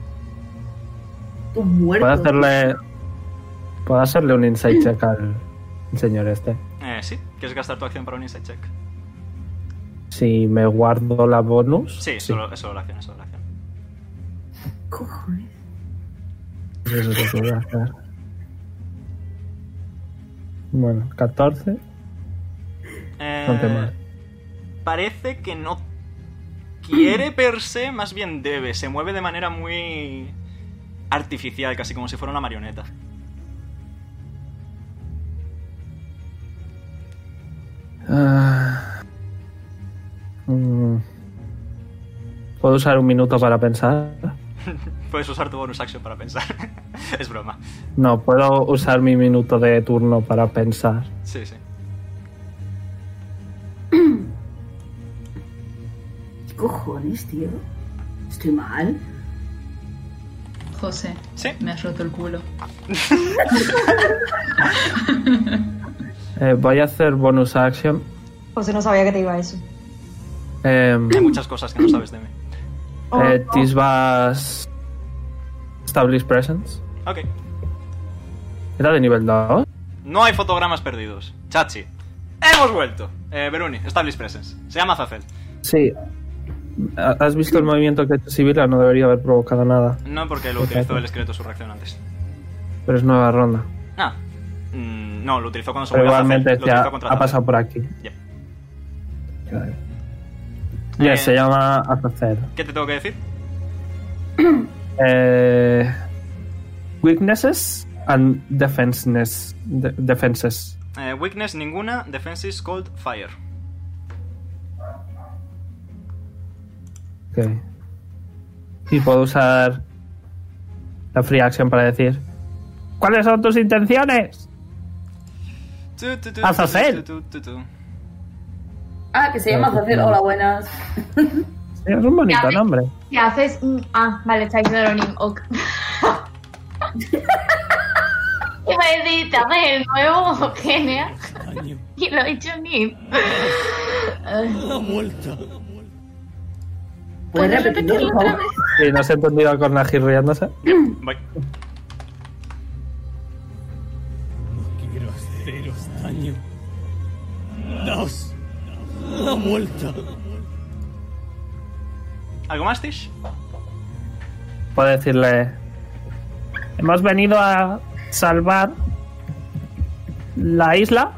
Tú muerto. ¿Puedo hacerle un insight check al señor este? Sí. ¿Quieres gastar tu acción para un insight check? Si me guardo la bonus. Sí, solo la acción, solo la acción. Cojones. Eso es lo que voy a hacer. Bueno, 14. Bastante mal. Parece que no quiere per se, más bien debe. Se mueve de manera muy artificial, casi como si fuera una marioneta. ¿Puedo usar un minuto para pensar? Puedes usar tu bonus action para pensar. Es broma. No, puedo usar mi minuto de turno para pensar. Sí, sí. ¿Qué cojones, tío? ¿Estoy mal? José, ¿Sí? me has roto el culo. Voy a hacer bonus action. José no sabía que te iba a eso. Hay muchas cosas que no sabes de mí. Tisbas Establish Presence. Ok. ¿Era de nivel 2? No hay fotogramas perdidos. Chachi. ¡Hemos vuelto! Beruni, Establish Presence. Se llama Zafel. Sí. ¿Has visto el movimiento que ha hecho Sibila? No debería haber provocado nada. No, porque lo utilizó el esqueleto su reacción antes. Pero es nueva ronda. Ah. No, lo utilizó cuando se Pero volvió a Zafel. igualmente Lo ya utilizó contra ha Zafel. pasado por aquí. Yep. Yes, se llama Azazel. ¿Qué te tengo que decir? Weaknesses and defenses. Weakness ninguna. Defenses called fire. Ok. Y puedo usar la free action para decir: ¿cuáles son tus intenciones? Azazel. Ah, que se llama Azazel. Hola, buenas. Es un bonito nombre. Si haces... vale, está diciendo Nim. Ok. Iba a decir, ¿te haces el nuevo Genia? Y lo he dicho Nim. La vuelta. ¿Puedes repetirlo otra vez? Sí, no se ha entendido a Cornagi riéndose. Voy. No quiero haceros daño. Daos la vuelta. ¿Algo más, Tish? puedo decirle: hemos venido a salvar la isla.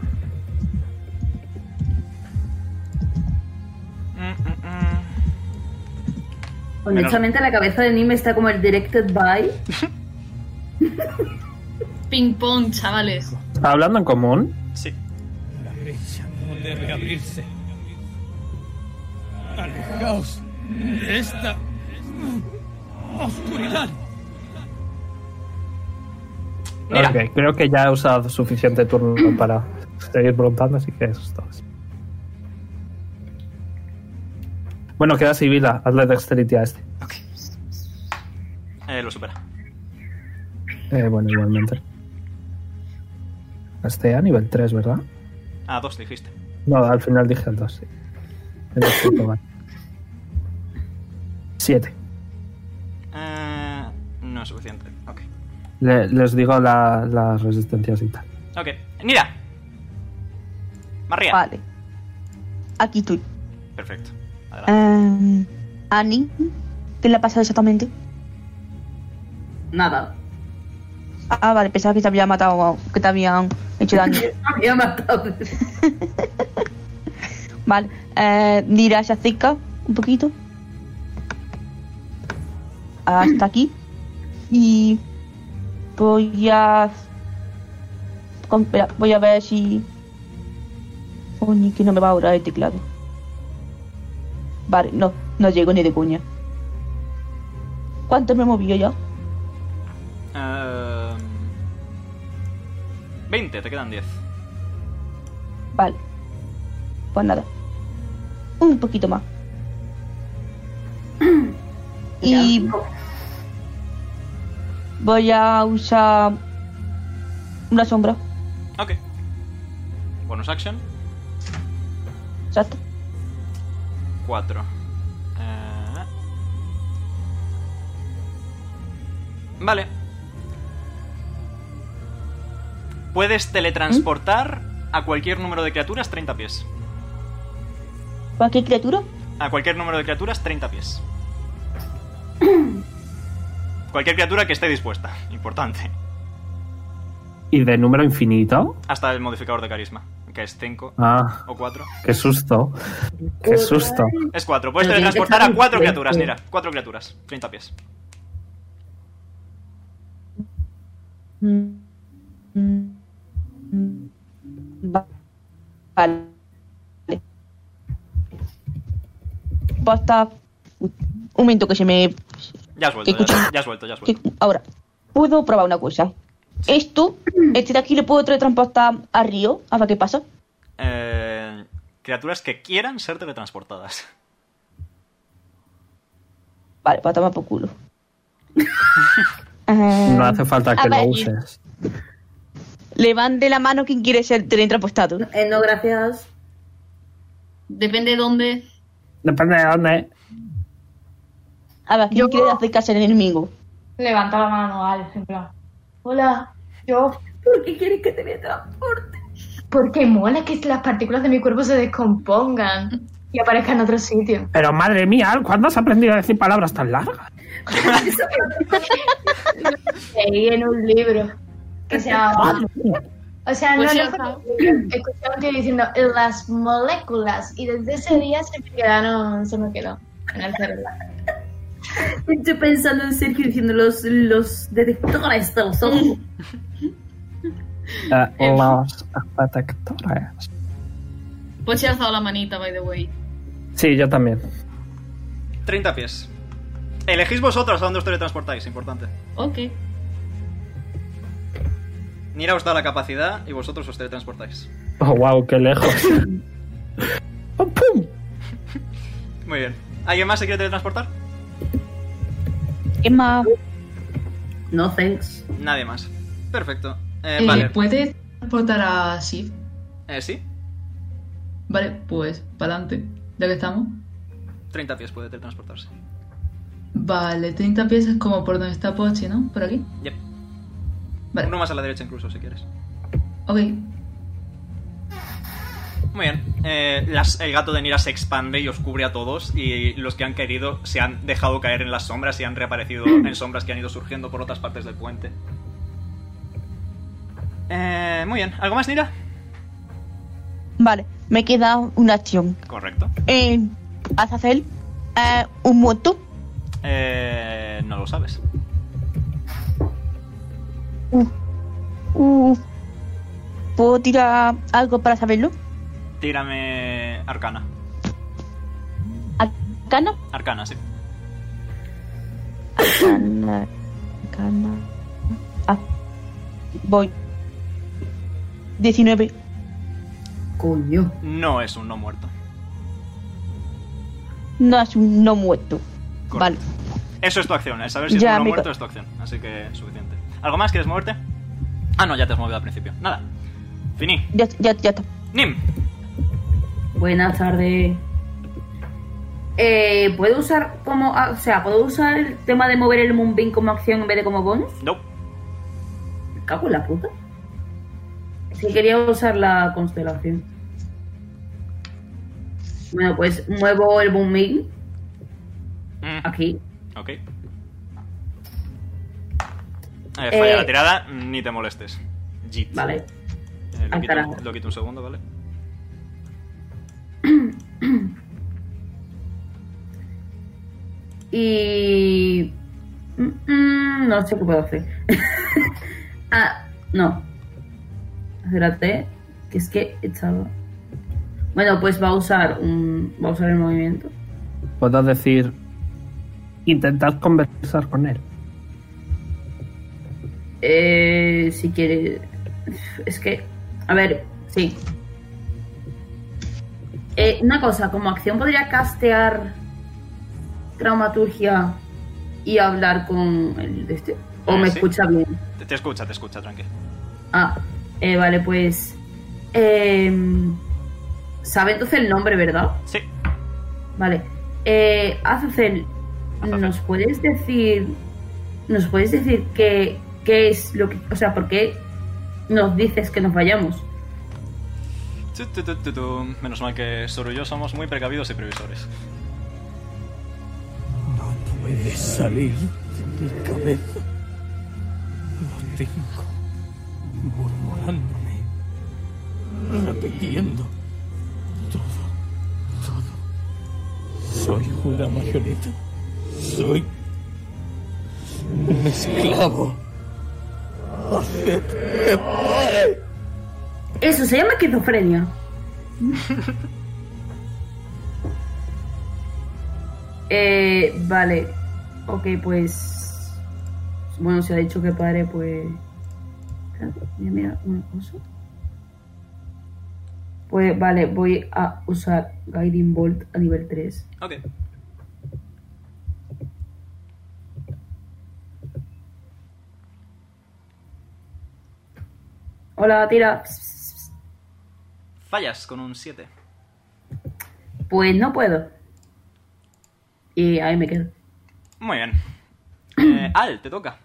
Honestamente, la cabeza de Nim está como el directed by. Ping pong, chavales. ¿Está hablando en común? Sí. La brecha no debe abrirse. Alejaos de esta oscuridad. Mira. Ok, creo que ya he usado suficiente turno para seguir preguntando, así que eso es todo. Bueno, queda Sibila, hazle dexterity a este. Ok. Lo supera. Bueno, igualmente. Este a nivel 3, ¿verdad? Ah, 2 dijiste. No, al final dije el 2, sí. El 7. No es suficiente. Ok. Les digo las resistencias y tal. Ok. Mira. María. Vale. Aquí estoy. Perfecto. Adelante. Annie, ¿qué le ha pasado exactamente? Nada. Ah, vale, pensaba que te había matado, que te habían hecho daño. Había matado. Vale, Nira se acerca un poquito hasta aquí y voy a ver si coño, que no me va a ahorrar el teclado. Vale, no llego ni de coña. ¿Cuánto me he movido ya? 20, te quedan 10. Vale, pues nada, un poquito más. Y voy a usar una sombra. Ok. Bonus action. Exacto. 4. Vale. Puedes teletransportar a cualquier número de criaturas 30 pies. ¿Cualquier criatura? A cualquier número de criaturas 30 pies. Cualquier criatura que esté dispuesta. Importante. ¿Y de número infinito? Hasta el modificador de carisma, que es 5 Ah, o 4. qué susto. Qué susto. Es 4. Puedes Pero tiene que teletransportar a estar 4 en criaturas, 20. mira. 4 criaturas, 30 pies. Vale. Basta. Un momento que se me... Ya has vuelto, ¿Qué escucha? ya has vuelto. que- Ahora, puedo probar una cosa. Este de aquí le puedo teletransportar a Río, a ver qué pasa. Criaturas que quieran ser teletransportadas. Vale, para tomar por culo. No hace falta a que lo ver, uses. Levante la mano quien quiere ser teletransportado. No, gracias. Depende de dónde. Depende de dónde. A ver, ¿quién Yo- quiere acercarse al enemigo? Levanta la mano, Al, en plan. Hola, yo. ¿Por qué quieres que te teletransporte? Porque mola que las partículas de mi cuerpo se descompongan y aparezcan en otro sitio. Pero madre mía, Al, ¿cuándo has aprendido a decir palabras tan largas? Leí en un libro que se llama. O sea, Pues no ya fue está. un libro. Escuché a un tío diciendo las moléculas y desde ese día se me quedó en el cerebro. Estoy pensando en Sergio diciendo los detectores de los ojos. Los detectores. Pochi ha alzado la manita, by the way. Sí, yo también. 30 pies. Elegís vosotros a dónde os teletransportáis, importante. Ok. Nira os da la capacidad y vosotros os teletransportáis. Oh, wow, qué lejos. ¡Oh, pum! Muy bien. ¿Alguien más se quiere teletransportar? ¿Qué más? No, thanks. Nadie más. Perfecto. Vale. ¿Puede transportar a Sif? ¿Sí? Vale, pues, para adelante. Ya que estamos. 30 pies puede teletransportarse. Vale, 30 pies es como por donde está Pochi, ¿no? Por aquí. Yep. Vale. Uno más a la derecha incluso, si quieres. Ok. Muy bien. El gato de Nira se expande y os cubre a todos, y los que han querido se han dejado caer en las sombras y han reaparecido en sombras que han ido surgiendo por otras partes del puente. Muy bien. ¿Algo más, Nira? Vale, me queda una acción. Correcto. Azazel, un muerto. No lo sabes. ¿Puedo tirar algo para saberlo? Tírame Arcana. ¿Arcana? Arcana, sí. Arcana. Voy. 19. Coño. No es un no muerto. No es un no muerto. Correcto. Vale. Eso es tu acción. El saber si es un no muerto es tu acción. Así que suficiente. ¿Algo más? ¿Quieres moverte? Ah, no, ya te has movido al principio. Nada. Finí. Ya está. Nim. Buenas tardes. ¿Puedo usar ¿puedo usar el tema de mover el Moonbeam como acción en vez de como bonus? No. Me cago en la puta. Sí, quería usar la constelación. Bueno, pues muevo el Moonbeam aquí. Ok. Falla la tirada, ni te molestes. Jit. Vale. Lo quito un segundo, ¿vale? Y... no sé qué puedo hacer. No. Espérate, que es que he echado... Bueno, pues va a usar el movimiento. Puedo decir... Intentad conversar con él. Si quiere... Es que... A ver, sí. Una cosa, como acción podría castear Traumaturgia y hablar con el de este. ¿O me escucha bien? Te escucha, tranqui. Vale, pues... ¿sabe entonces el nombre, verdad? Sí. Vale. Azazel, ¿nos puedes decir qué es lo que... O sea, ¿por qué nos dices que nos vayamos? Menos mal que Soru y yo somos muy precavidos y previsores. No puedes salir de mi cabeza. Lo tengo murmurándome, repitiendo todo. Soy una marioneta. Soy un esclavo. Haced que pare. Eso se llama esquizofrenia. Vale. Ok, pues... Bueno, si ha dicho que pare, pues... Mira, una cosa. Pues vale, voy a usar Guiding Bolt a nivel 3. Ok. Hola, tira. Fallas con un 7. Pues no puedo. Y ahí me quedo. Muy bien. Al, te toca.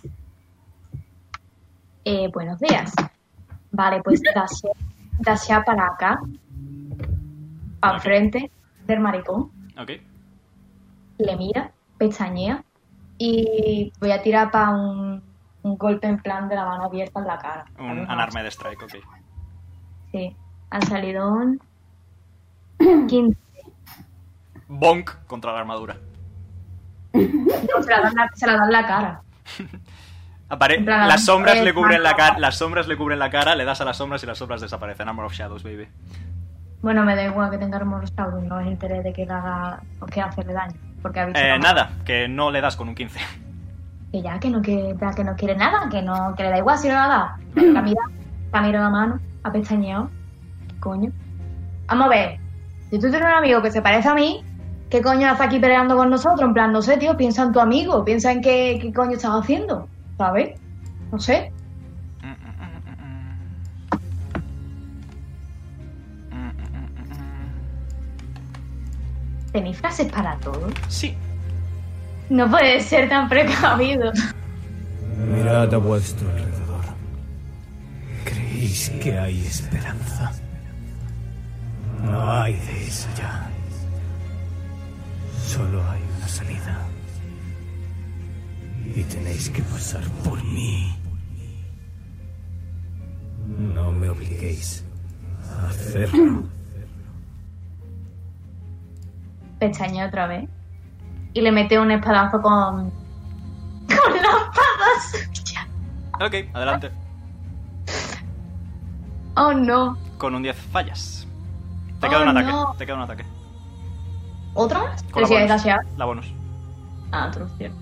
Buenos días. Vale, pues dasea para acá. Al Ok. frente del maricón. Ok. Le mira, pestañea. Y voy a tirar para un golpe en plan de la mano abierta en la cara. Un Unarmed Strike, ok. Sí. Han salido un 15. Bonk contra la armadura. No, se la dan en la cara. En plan, Las sombras le cubren la cara. cara. Las sombras le cubren la cara, le das a las sombras y las sombras desaparecen. Armor of Shadows, baby. Bueno, me da igual que tenga armor Shadow, no es interés de que le haga o que hacerle daño. Porque ha visto Nada, que no le das con un 15. que ya, que no quiere nada, que le da igual si no le da. La mira la mano, ha pestañeado. Coño. Vamos a ver. Si tú tienes un amigo que se parece a mí, ¿qué coño hace aquí peleando con nosotros? En plan, no sé, tío, piensa en tu amigo, piensa en qué coño estás haciendo, ¿sabes? No sé. ¿Tenéis frases para todo? Sí. No puede ser tan precavido. Mirad a vuestro alrededor. ¿Creéis que hay esperanza? No hay de eso ya. Solo hay una salida. Y tenéis que pasar por mí. No me obliguéis a hacerlo. Pestañea otra vez. Y le mete un espadazo con la espada suya. Ok, adelante. Oh no. Con un 10 fallas. Te Oh, queda un ataque. no. Te queda un ataque. ¿Otro más? Con Pero si la hay bonus. dashear. La bonus. Ah, otro, cierto.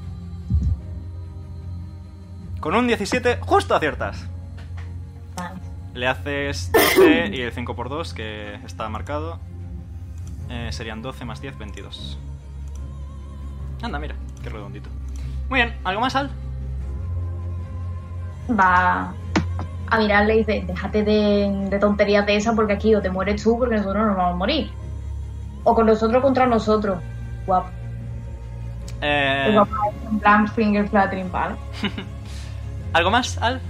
Con un 17, justo aciertas. Vale. Le haces 12 y el 5 por 2, que está marcado. Serían 12 más 10, 22. Anda, mira, qué redondito. Muy bien, ¿algo más, Al? Va a mirarle y dice, déjate de tonterías de esa porque aquí o te mueres tú porque nosotros nos vamos a morir. O con nosotros contra nosotros. Guapo. El papá es en plan finger flattering, ¿vale? ¿Algo más, Al?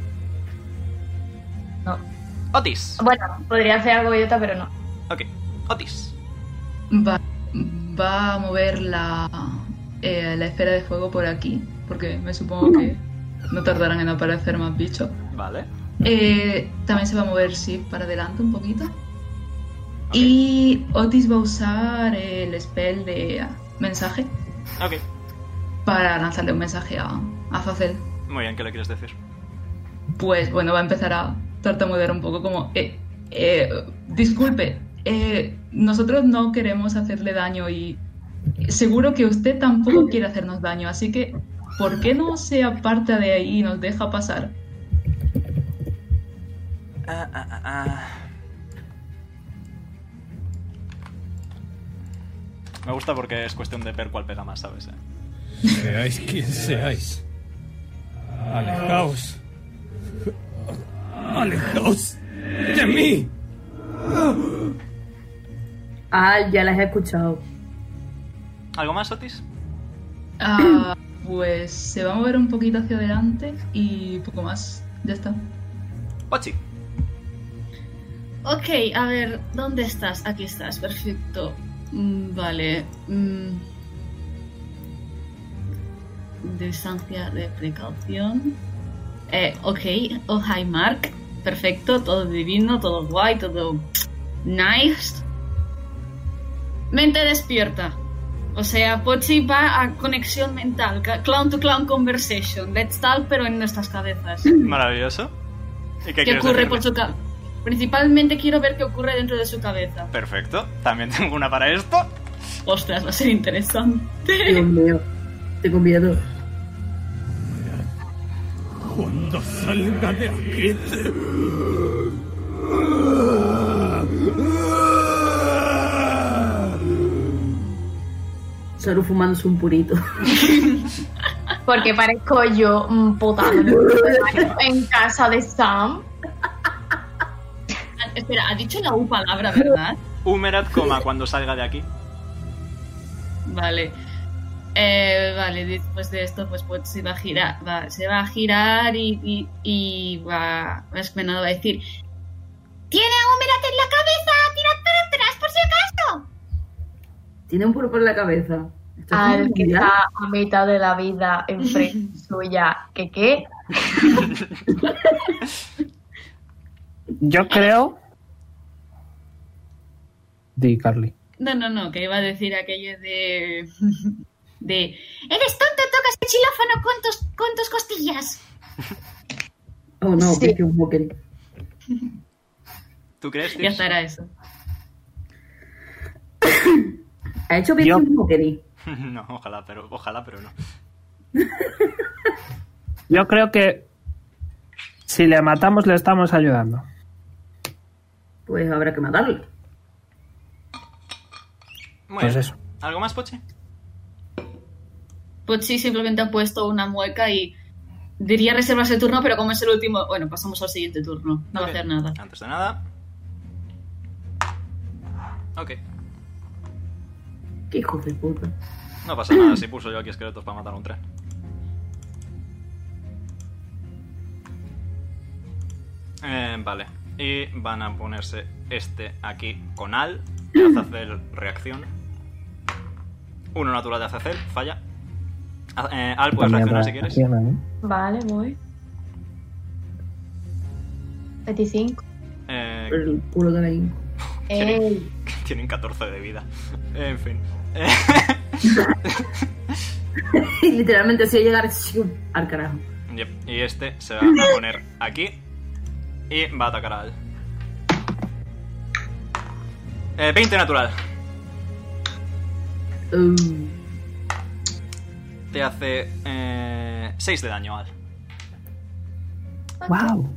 No. Otis. Bueno, podría hacer algo idiota, pero no. Ok, Otis. Va a mover la esfera de fuego por aquí, porque me supongo que no tardarán en aparecer más bichos. Vale. También se va a mover Sif para adelante un poquito. Y Otis va a usar el spell de mensaje Ok, para lanzarle un mensaje a Facel. muy bien, ¿qué le quieres decir? Pues bueno, va a empezar a tartamudear un poco como disculpe, nosotros no queremos hacerle daño y seguro que usted tampoco quiere hacernos daño, así que ¿por qué no se aparta de ahí y nos deja pasar? Me gusta porque es cuestión de ver cuál pega más, ¿sabes? Seáis quien seáis. Alejaos. Alejaos de mí. Ah, ya las he escuchado. ¿Algo más, Otis? Pues se va a mover un poquito hacia adelante y poco más, ya está. Pochi. Ok, a ver, ¿dónde estás? Aquí estás, perfecto. Vale. Distancia de precaución. Ok, oh hi Mark. Perfecto, todo divino, todo guay, todo nice. Mente despierta. O sea, Pochi va a conexión mental, clown to clown conversation. Let's talk, pero en nuestras cabezas. Maravilloso. ¿Y ¿Qué quieres ocurre decirle? por su cabeza? Principalmente quiero ver qué ocurre dentro de su cabeza. Perfecto. También tengo una para esto. Ostras, va a ser interesante. Dios mío, tengo miedo. Cuando salga de aquí. Solo fumándose un purito. Porque parezco yo potando en casa de Sam. Espera, ha dicho la U palabra, ¿verdad? Humerat, coma, cuando salga de aquí. Vale. Vale, después de esto, pues se va a girar. Se va a girar y va. Es que no va a decir. ¡Tiene a Humerat en la cabeza! ¡Tirad para atrás, por si acaso! Tiene un puro por la cabeza. ¿Esto es Al un que mundial? está a mitad de la vida enfrente suya. ¿Qué? Yo creo... Di, Carly. No, que iba a decir aquello de. ¡Eres tonto! ¡Tocas el xilófono con tus costillas! Oh no, Sí. que un Walker. ¿Tú crees, Ya Tips? estará eso. ¿Ha hecho bien Yo- un Walker? No, ojalá, pero no. Yo creo que si le matamos le estamos ayudando. Pues habrá que matarlo. Muy Pues bien. eso. ¿Algo más, Pochi? Pochi simplemente ha puesto una mueca y diría reservarse el turno, pero como es el último, bueno, pasamos al siguiente turno. No va Ok. a hacer nada. Antes de nada. Ok. Qué hijo de puta. No pasa nada si puso yo aquí esqueletos para matar a un tren. Vale. Y van a ponerse este aquí con Al. Azazel reacciona. 1 natural de Azazel, falla. Al, puedes También reaccionar si quieres. reacciona, ¿eh? Vale, voy. 25. El culo de la Inco. ¡Ey! Tienen 14 de vida. En fin. Literalmente si llegar al carajo. Yep. Y este se va a poner aquí. Y va a atacar a Al. 20 natural. Te hace 6 de daño, Al. ¡Wow!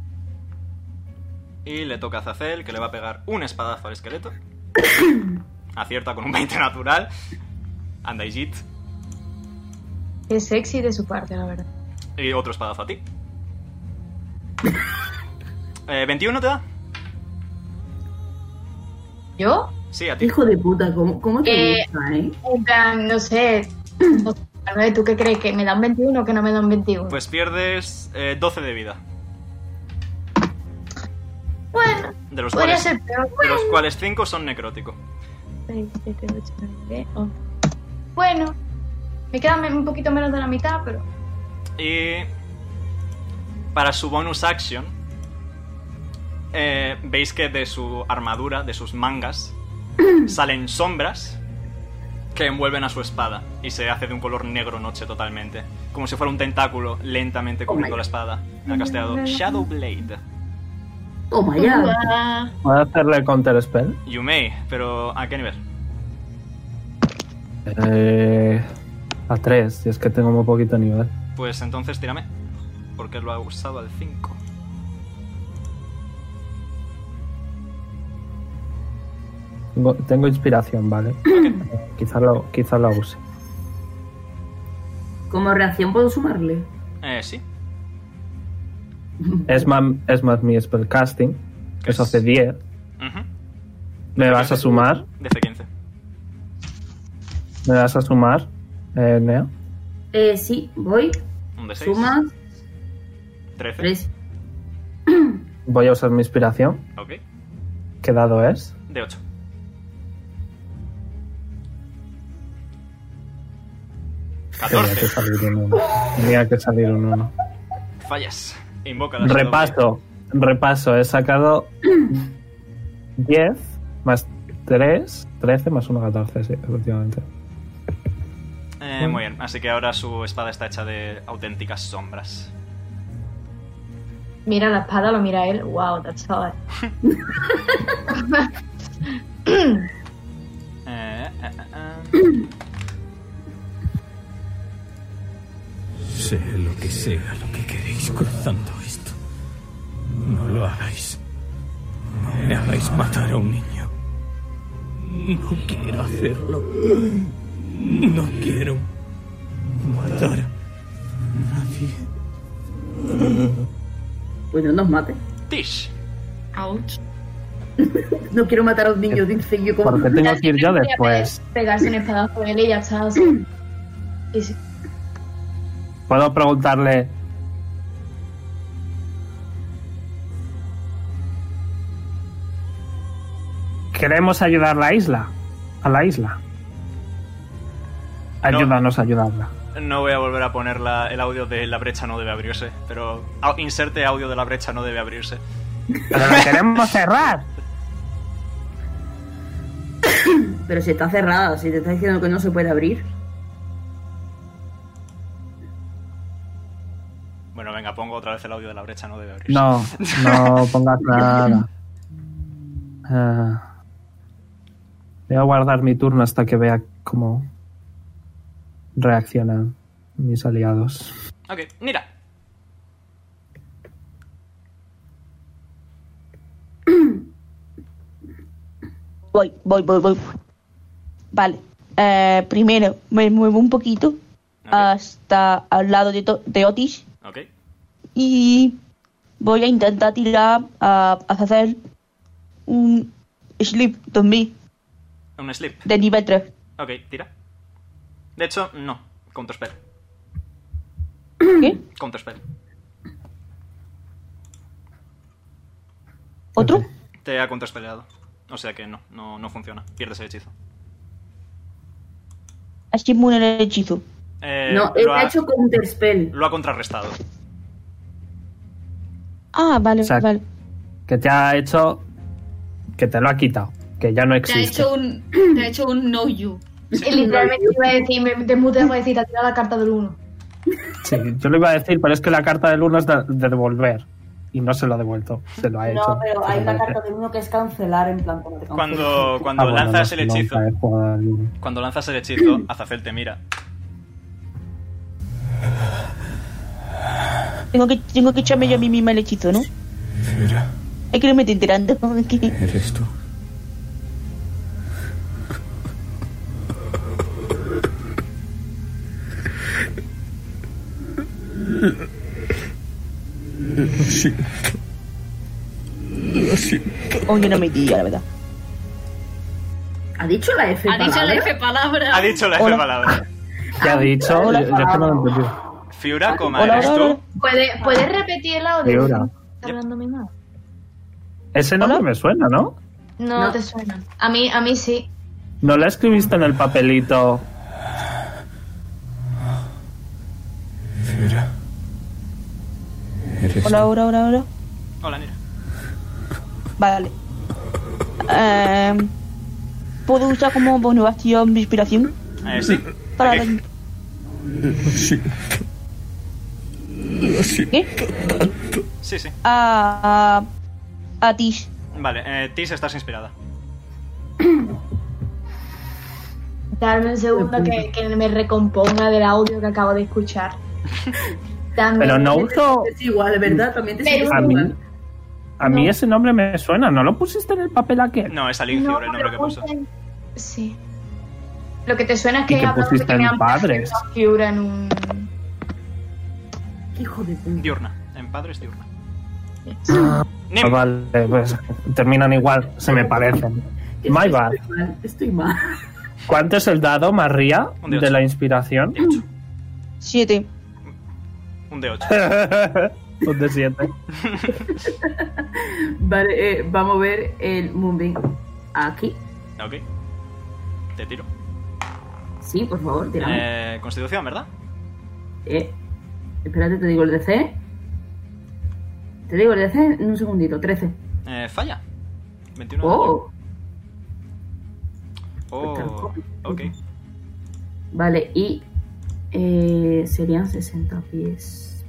Y le toca a Azazel, que le va a pegar un espadazo al esqueleto. Acierta con un 20 natural. Anda y Jit. Es sexy de su parte, la verdad. Y otro espadazo a ti. 21 te da. ¿Yo? Sí, a ti. Hijo de puta, ¿cómo te gusta, En plan, no sé. Manuel, ¿tú qué crees? ¿Que me da un 21 o que no me da un 21? Pues pierdes 12 de vida. Bueno, De los podría cuales, ser peor. de los cuales 5 son necrótico. 6, 7, 8, 9, 10. Bueno, me queda un poquito menos de la mitad, pero... Y para su bonus action, veis que de su armadura, de sus mangas, salen sombras que envuelven a su espada y se hace de un color negro noche totalmente, como si fuera un tentáculo lentamente cubriendo la espada. Ha casteado Shadow Blade. Toma ya. ¿Puedo hacerle counter spell? You may, pero ¿a qué nivel? A 3, si es que tengo muy poquito nivel. Pues entonces tírame, porque lo ha usado al 5. Tengo inspiración, ¿vale? Quizás lo use. ¿Como reacción puedo sumarle? Sí. Es más mi spellcasting, que eso hace 10. Ujú. ¿Me vas a sumar? DC 15. ¿Me vas a sumar, Neo? Sí, voy. Un D6. Suma 13. 3. Voy a usar mi inspiración. Ok. ¿Qué dado es? De 8. Tenía que 14. salir un 1. Tenía que salir un 1. Fallas. Invoca la Shadow Blade. Repaso. He sacado 10 más 3, 13 más 1, 14, sí, efectivamente. Muy bien, así que ahora su espada está hecha de auténticas sombras. Mira la espada, lo mira él. Wow, that's hot. Sé lo que sea lo que queréis cruzando esto. No lo hagáis. No me hagáis matar a un niño. No quiero hacerlo. No quiero matar a nadie. Pues no nos mate. Tish. Ouch. No quiero matar a un niño, dice yo como... ¿Por qué tengo que ir yo después? Pegarse un espadazo a él y ya está. Así. Y sí. ¿Puedo preguntarle? Queremos ayudar a la isla. Ayúdanos a ayudarla. No voy a volver a poner el audio de la brecha no debe abrirse, pero inserte audio de la brecha no debe abrirse. Pero la queremos cerrar. Pero si está cerrada, si te está diciendo que no se puede abrir. Bueno, venga, pongo otra vez el audio de la brecha no debe abrirse. No pongas nada. Voy a guardar mi turno hasta que vea cómo reaccionan mis aliados. Ok, mira. Voy. Vale. Primero me muevo un poquito hasta al lado de Otis. Ok. Y voy a intentar tirar a hacer un sleep zombie Un slip. de nivel 3. Ok, tira. De hecho, no. Counterspell. ¿Qué? Counterspell. ¿Otro? Te ha counterspellado. O sea que no funciona. Pierdes el hechizo. Así inmune el hechizo. No, él ha hecho counterspell. Lo ha contrarrestado. Ah, vale, O sea, vale. Que te ha hecho... Que te lo ha quitado. Que ya no Te ha existe. hecho un no you. Y literalmente iba a decir, me desmuteo para decir, te ha tirado la carta del 1. Sí, yo lo iba a decir, pero es que la carta del 1 es de devolver. Y no se lo ha devuelto. Se lo ha hecho. No, pero hay una carta de uno que es cancelar en plan como te cancelo. Cuando bueno, lanzas no, el hechizo... nunca he jugado al uno. Cuando lanzas el hechizo, Azazel te mira. Tengo que echarme yo a mí misma el hechizo, ¿no? Fira, Es que no me estoy enterando. ¿eres tú? Lo siento. Lo siento. Oye, no me diga, la verdad. ¿Ha dicho la F Ha dicho la F palabra. Ha dicho la F Hola. palabra. ¿Qué ha dicho? Hola. Yo que no lo entendí. Fiura, ¿cómo Hola, eres hola, tú? hola. ¿Puedes repetir el audio? Fiora. ¿Está hablando mi madre? Ese nombre me suena, ¿no? No, No. te suena. A mí sí. ¿No la escribiste en el papelito? Fira, ¿eres Hola, tú? hola, hola, hola. Hola, Nira. Vale. ¿Puedo usar como bonus acción de inspiración? Sí. Para Aquí. Lo siento. Lo siento. ¿Qué? Sí. A Tish. Vale, Tis, estás inspirada. Darme un segundo que me recomponga del audio que acabo de escuchar. También- Pero no uso... Es igual, ¿verdad? También te Pero- sientes A mí, igual. a mí ese nombre me suena. ¿No lo pusiste en el papel aquel? No, es Alicio el nombre que puso. Sí. Lo que te suena es que ¿Y qué hablamos de pusiste que me en han padres? puesto a Fiora en un... Hijo de puta. Diurna. En padres, diurna. Ah, Nim. vale, pues terminan igual. Se me parecen. My bad. Estoy mal. ¿Cuánto es el dado, María, Un de de ocho. la inspiración? 7. Un de 8. Un de 7. Vale, vamos a ver el Moonbeam aquí. Ok. Te tiro. Sí, por favor, tírame. Constitución, ¿verdad? Espérate, te digo el DC. Te digo el DC en un segundito, 13. Falla. 21 de daño. Oh, Oh, ok. vale, y serían 60 pies.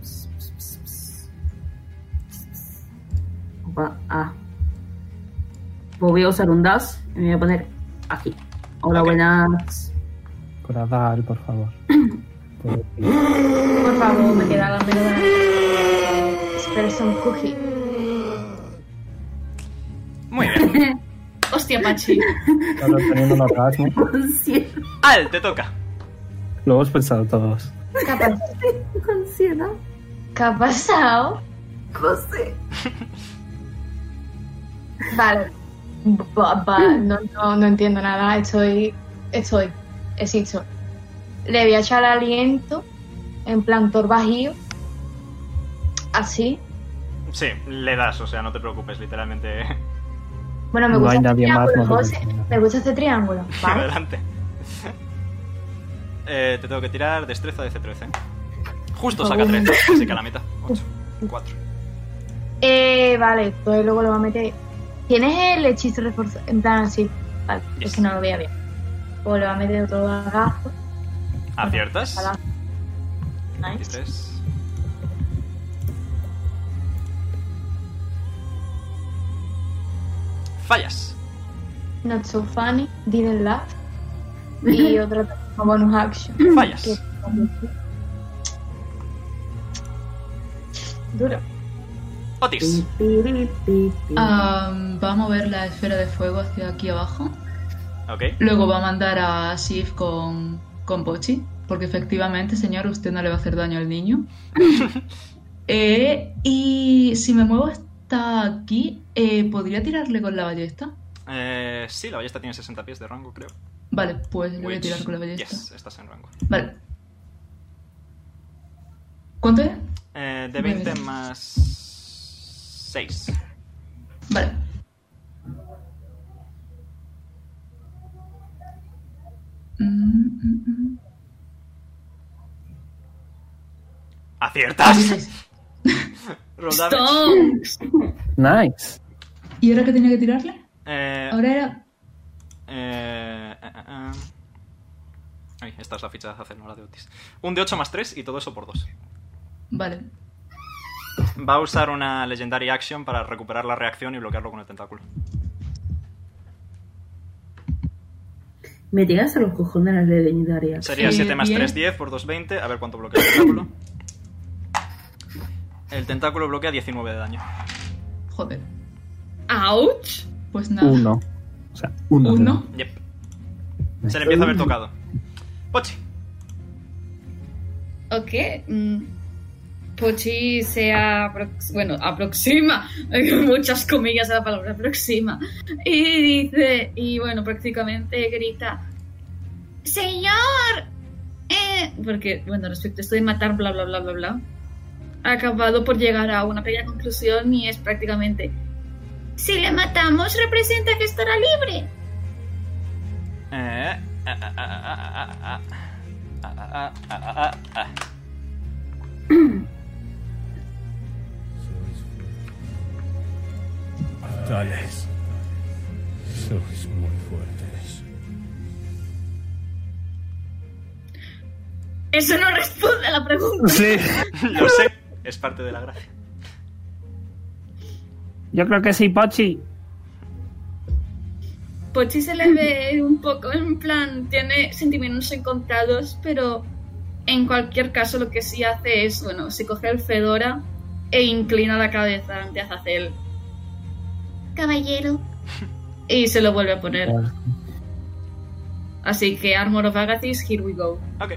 Pues voy a usar un dash y me voy a poner aquí. Hola, Ok. buenas. Corazal, por favor. Por favor, me queda la verdad. Espero son cookie. Muy bien. Hostia, Pachi. Ahora teniendo un orgasmo. Con cien- Al, te toca. Lo hemos pensado todos. ¿Qué ha pasado? con ansiedad. ¿Qué ha pasado? No sé. Vale. No entiendo nada. Existo. Le voy a echar aliento en plan bajío. Así. Sí, le das, o sea, no te preocupes, literalmente. Bueno, me No gusta hay este nadie más, triángulo, no te José. preocupes. Me gusta este triángulo. ¿Vale? Adelante. Te tengo que tirar destreza de C13. Justo saca 13, así que a la mitad. 8, 4. Vale, pues luego lo voy a meter. ¿Tienes el hechizo reforzado? En plan así. Vale, es que no lo veía bien. Pues le voy a meter otro bagazo. ¿Aciertas? Nice. 23. Fallas. Not so funny. Didn't laugh. Y otro bonus action. Fallas. Duro. Otis. Va a mover la esfera de fuego hacia aquí abajo. Ok. Luego va a mandar a Sif con Pochi. Porque efectivamente, señor, usted no le va a hacer daño al niño. Y si me muevo hasta aquí, ¿podría tirarle con la ballesta? Sí, la ballesta tiene 60 pies de rango, creo. Vale, pues le voy a Which- tirar con la ballesta. Yes, estás en rango. Vale. ¿Cuánto es? De 20 más 6. Vale. ¡Aciertas! Roll damage. Stonks. Nice. ¿Y ahora qué tenía que tirarle? Ahora era... Ay, esta es la ficha de Azazel, no la de Otis. Un de 8 más 3 y todo eso por 2. Vale. Va a usar una Legendary Action para recuperar la reacción y bloquearlo con el tentáculo. Me llegas a los cojones las legendarias. Sería 7 más 3, 10 por 2, 20. A ver cuánto bloquea el tentáculo. El tentáculo bloquea 19 de daño. Joder. Ouch. Pues nada. 1. O sea, 1. Uno. Yep. Se le empieza a haber tocado. Pochi. Ok. Pochi se aproxima, muchas comillas a la palabra aproxima, y dice, y bueno, prácticamente grita, Señor. porque, bueno, respecto a esto de matar, bla, bla, bla, bla, bla, ha acabado por llegar a una pequeña conclusión y es prácticamente, Si le matamos, representa que estará libre. Tales. Sois muy fuertes. eso no responde a la pregunta. Sí. Lo sé, es parte de la gracia. Yo creo que sí, Pochi. Pochi se le ve un poco en plan, tiene sentimientos encontrados, pero en cualquier caso lo que sí hace es, bueno, se coge el fedora e inclina la cabeza ante Azazel Caballero. y se lo vuelve a poner. Así que Armor of Agathis, here we go. Ok.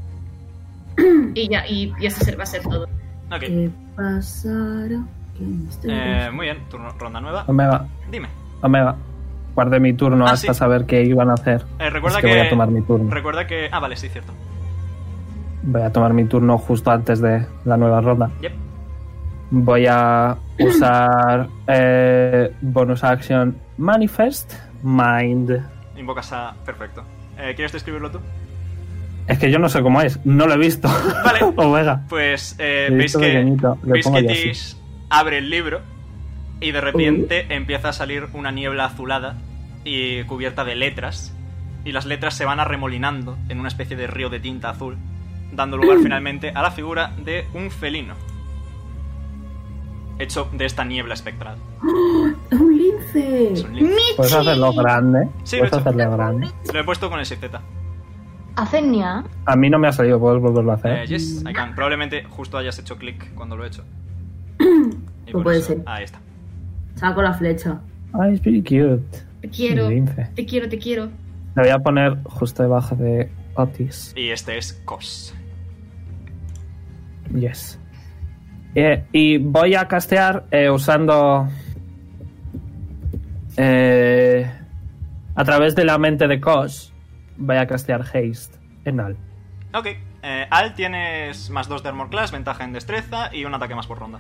Y ya, y ese va a ser todo. Ok. ¿Qué pasará? Muy bien, ronda nueva. Omega, Dime. Omega. Guardé mi turno hasta sí. saber qué iban a hacer. Recuerda Es que voy a tomar mi turno. Recuerda que... Ah, vale, sí, cierto. Voy a tomar mi turno justo antes de la nueva ronda. Yep. Voy a usar bonus action Manifest Mind. Invocas a... Perfecto. ¿Quieres describirlo tú? Es que yo no sé cómo es, no lo he visto. Vale. Omega. Pues He veis visto que pequeñito, lo pongo yo así. Tish abre el libro y de repente empieza a salir una niebla azulada y cubierta de letras, y las letras se van arremolinando en una especie de río de tinta azul, dando lugar finalmente a la figura de un felino hecho de esta niebla espectral. ¡Es un lince! Es un lince. ¿Puedes hacerlo grande? Sí, lo he ¿Puedes hecho. hacerlo grande? Lo he puesto con el 6Z. Acenia. A mí no me ha salido, ¿puedes volverlo a hacer? Yes, I can. Probablemente justo hayas hecho clic cuando lo he hecho. Y No por puede eso- ser. Ahí está. Saco la flecha. Ay, es very cute. Te quiero, Lince. te quiero, te quiero. Le voy a poner justo debajo de Otis. Y este es Cos. Yes. Y voy a castear usando... a través de la mente de Cos, voy a castear Haste en Al. Ok. Al tienes más 2 de Armor Class, ventaja en destreza y un ataque más por ronda.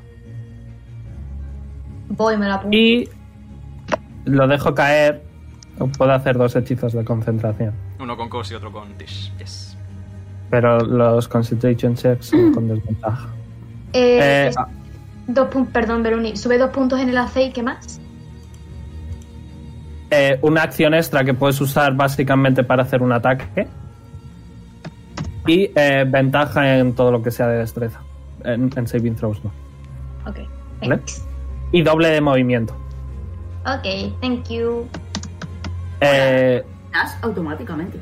Voy, me la apunto. Y lo dejo caer. Puedo hacer 2 hechizos de concentración. Uno con Cos y otro con Tish. Yes. Pero los concentration checks son con desventaja. Es 2 puntos, perdón, Veroni. Sube 2 puntos en el AC y ¿qué más? Una acción extra que puedes usar básicamente para hacer un ataque. Y ventaja en todo lo que sea de destreza. En saving throws, no. Ok. ¿Vale? Thanks. Y doble de movimiento. Ok, thank you. Das automáticamente.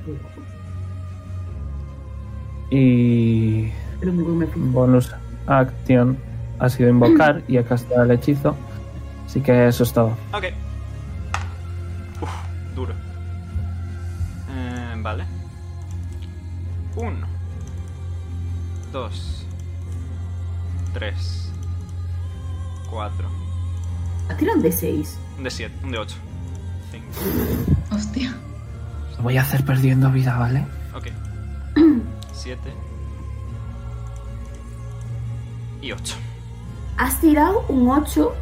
Y Pero me fijo. bonus acción ha sido invocar y he casteado el hechizo. Así que eso es todo. Ok. Uf, duro. Vale. 1, 2, 3, 4, ¿Has tirado un D6? un de 7, un de 8. 5. Hostia. Lo voy a hacer perdiendo vida, ¿vale? Ok. 7 y 8. Has tirado un 8.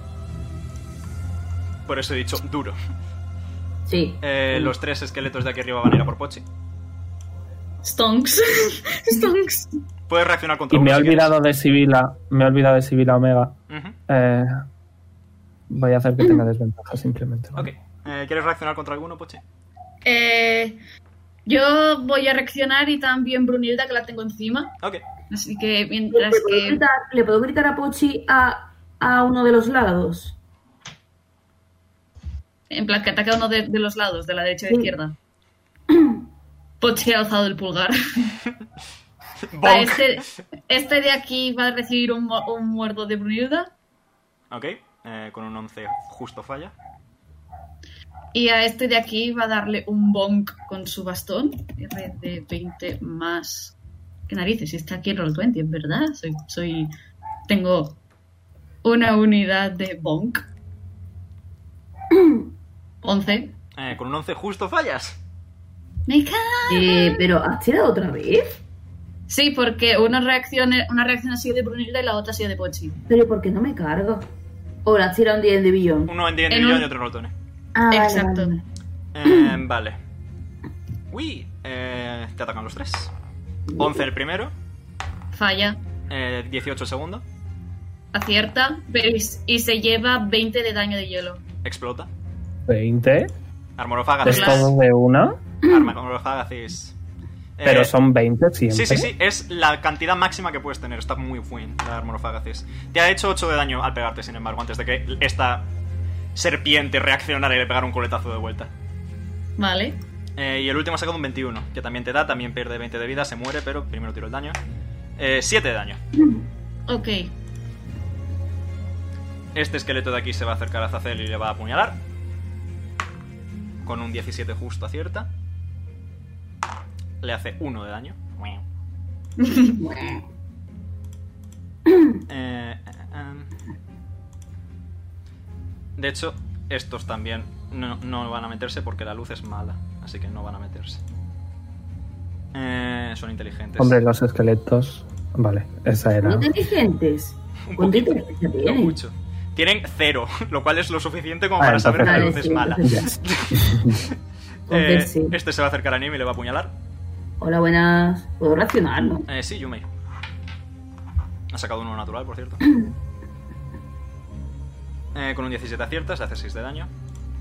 Por eso he dicho duro. Sí. Los 3 esqueletos de aquí arriba van a ir a por Pochi. Stonks. Stonks. Puedes reaccionar contra Y uno. me he si olvidado de Sibila. Me he olvidado de Sibila Omega. quieres. Ujú. Voy a hacer que tenga desventaja simplemente. Ok. ¿Quieres reaccionar contra alguno, Pochi? Yo voy a reaccionar y también Brunilda, que la tengo encima. Ok. Así que mientras que... ¿Le puedo gritar a Pochi a uno de los lados? En plan, que ataca a uno de los lados, de la derecha y Sí. de la izquierda. Pochi ha alzado el pulgar. Bonk. Este de aquí va a recibir un muerdo de Brunilda. Ok. Con un 11 justo falla. Y a este de aquí va a darle un bonk con su bastón. R de 20 más... ¿Qué narices? Está aquí en Roll20, ¿es verdad? Tengo una unidad de bonk. 11. Con un 11 justo fallas. Me cago. Pero ¿has tirado otra vez? Sí, porque una reacción ha sido de Brunilda y la otra ha sido de Pochi. Pero ¿por qué no me cargo? ¿O la has tirado un 10 de billón? Uno en D&D En Beyond un- y otro en Roll20. Ah, vale, Exacto. vale. Vale. Uy, te atacan los tres. 11 el primero, Falla. 18 el segundo, Acierta. Y se lleva 20 de daño de hielo. explota. 20. Armor of Agathis. ¿Es todo de una? Armor of Agathis. Pero son 20 siempre. Sí, es la cantidad máxima que puedes tener. Está muy bien la Armor of Agathis. Te ha hecho 8 de daño al pegarte, sin embargo, antes de que esta serpiente reaccionara y le pegara un coletazo de vuelta. Vale. Y el último ha sacado un 21, que también te da, también pierde 20 de vida, se muere, pero primero tiro el daño. 7 de daño. Ok. Este esqueleto de aquí se va a acercar a Zazel y le va a apuñalar. Con un 17 justo acierta. Le hace 1 de daño. De hecho, estos también no van a meterse porque la luz es mala. Así que no van a meterse. Son inteligentes. Hombre, los esqueletos. Vale, esa era. ¿Inteligentes? Un ¿Cuánta poquito, inteligencia no tienen? mucho. Tienen 0, lo cual es lo suficiente como Ah, para saber que la entonces luz vale, es sí, mala. Entonces sí. Este se va a acercar a Nim y le va a apuñalar. Hola, buenas. ¿Puedo reaccionar, no? Sí, Yumei. Ha sacado uno natural, por cierto. Con un 17 aciertas, le hace 6 de daño.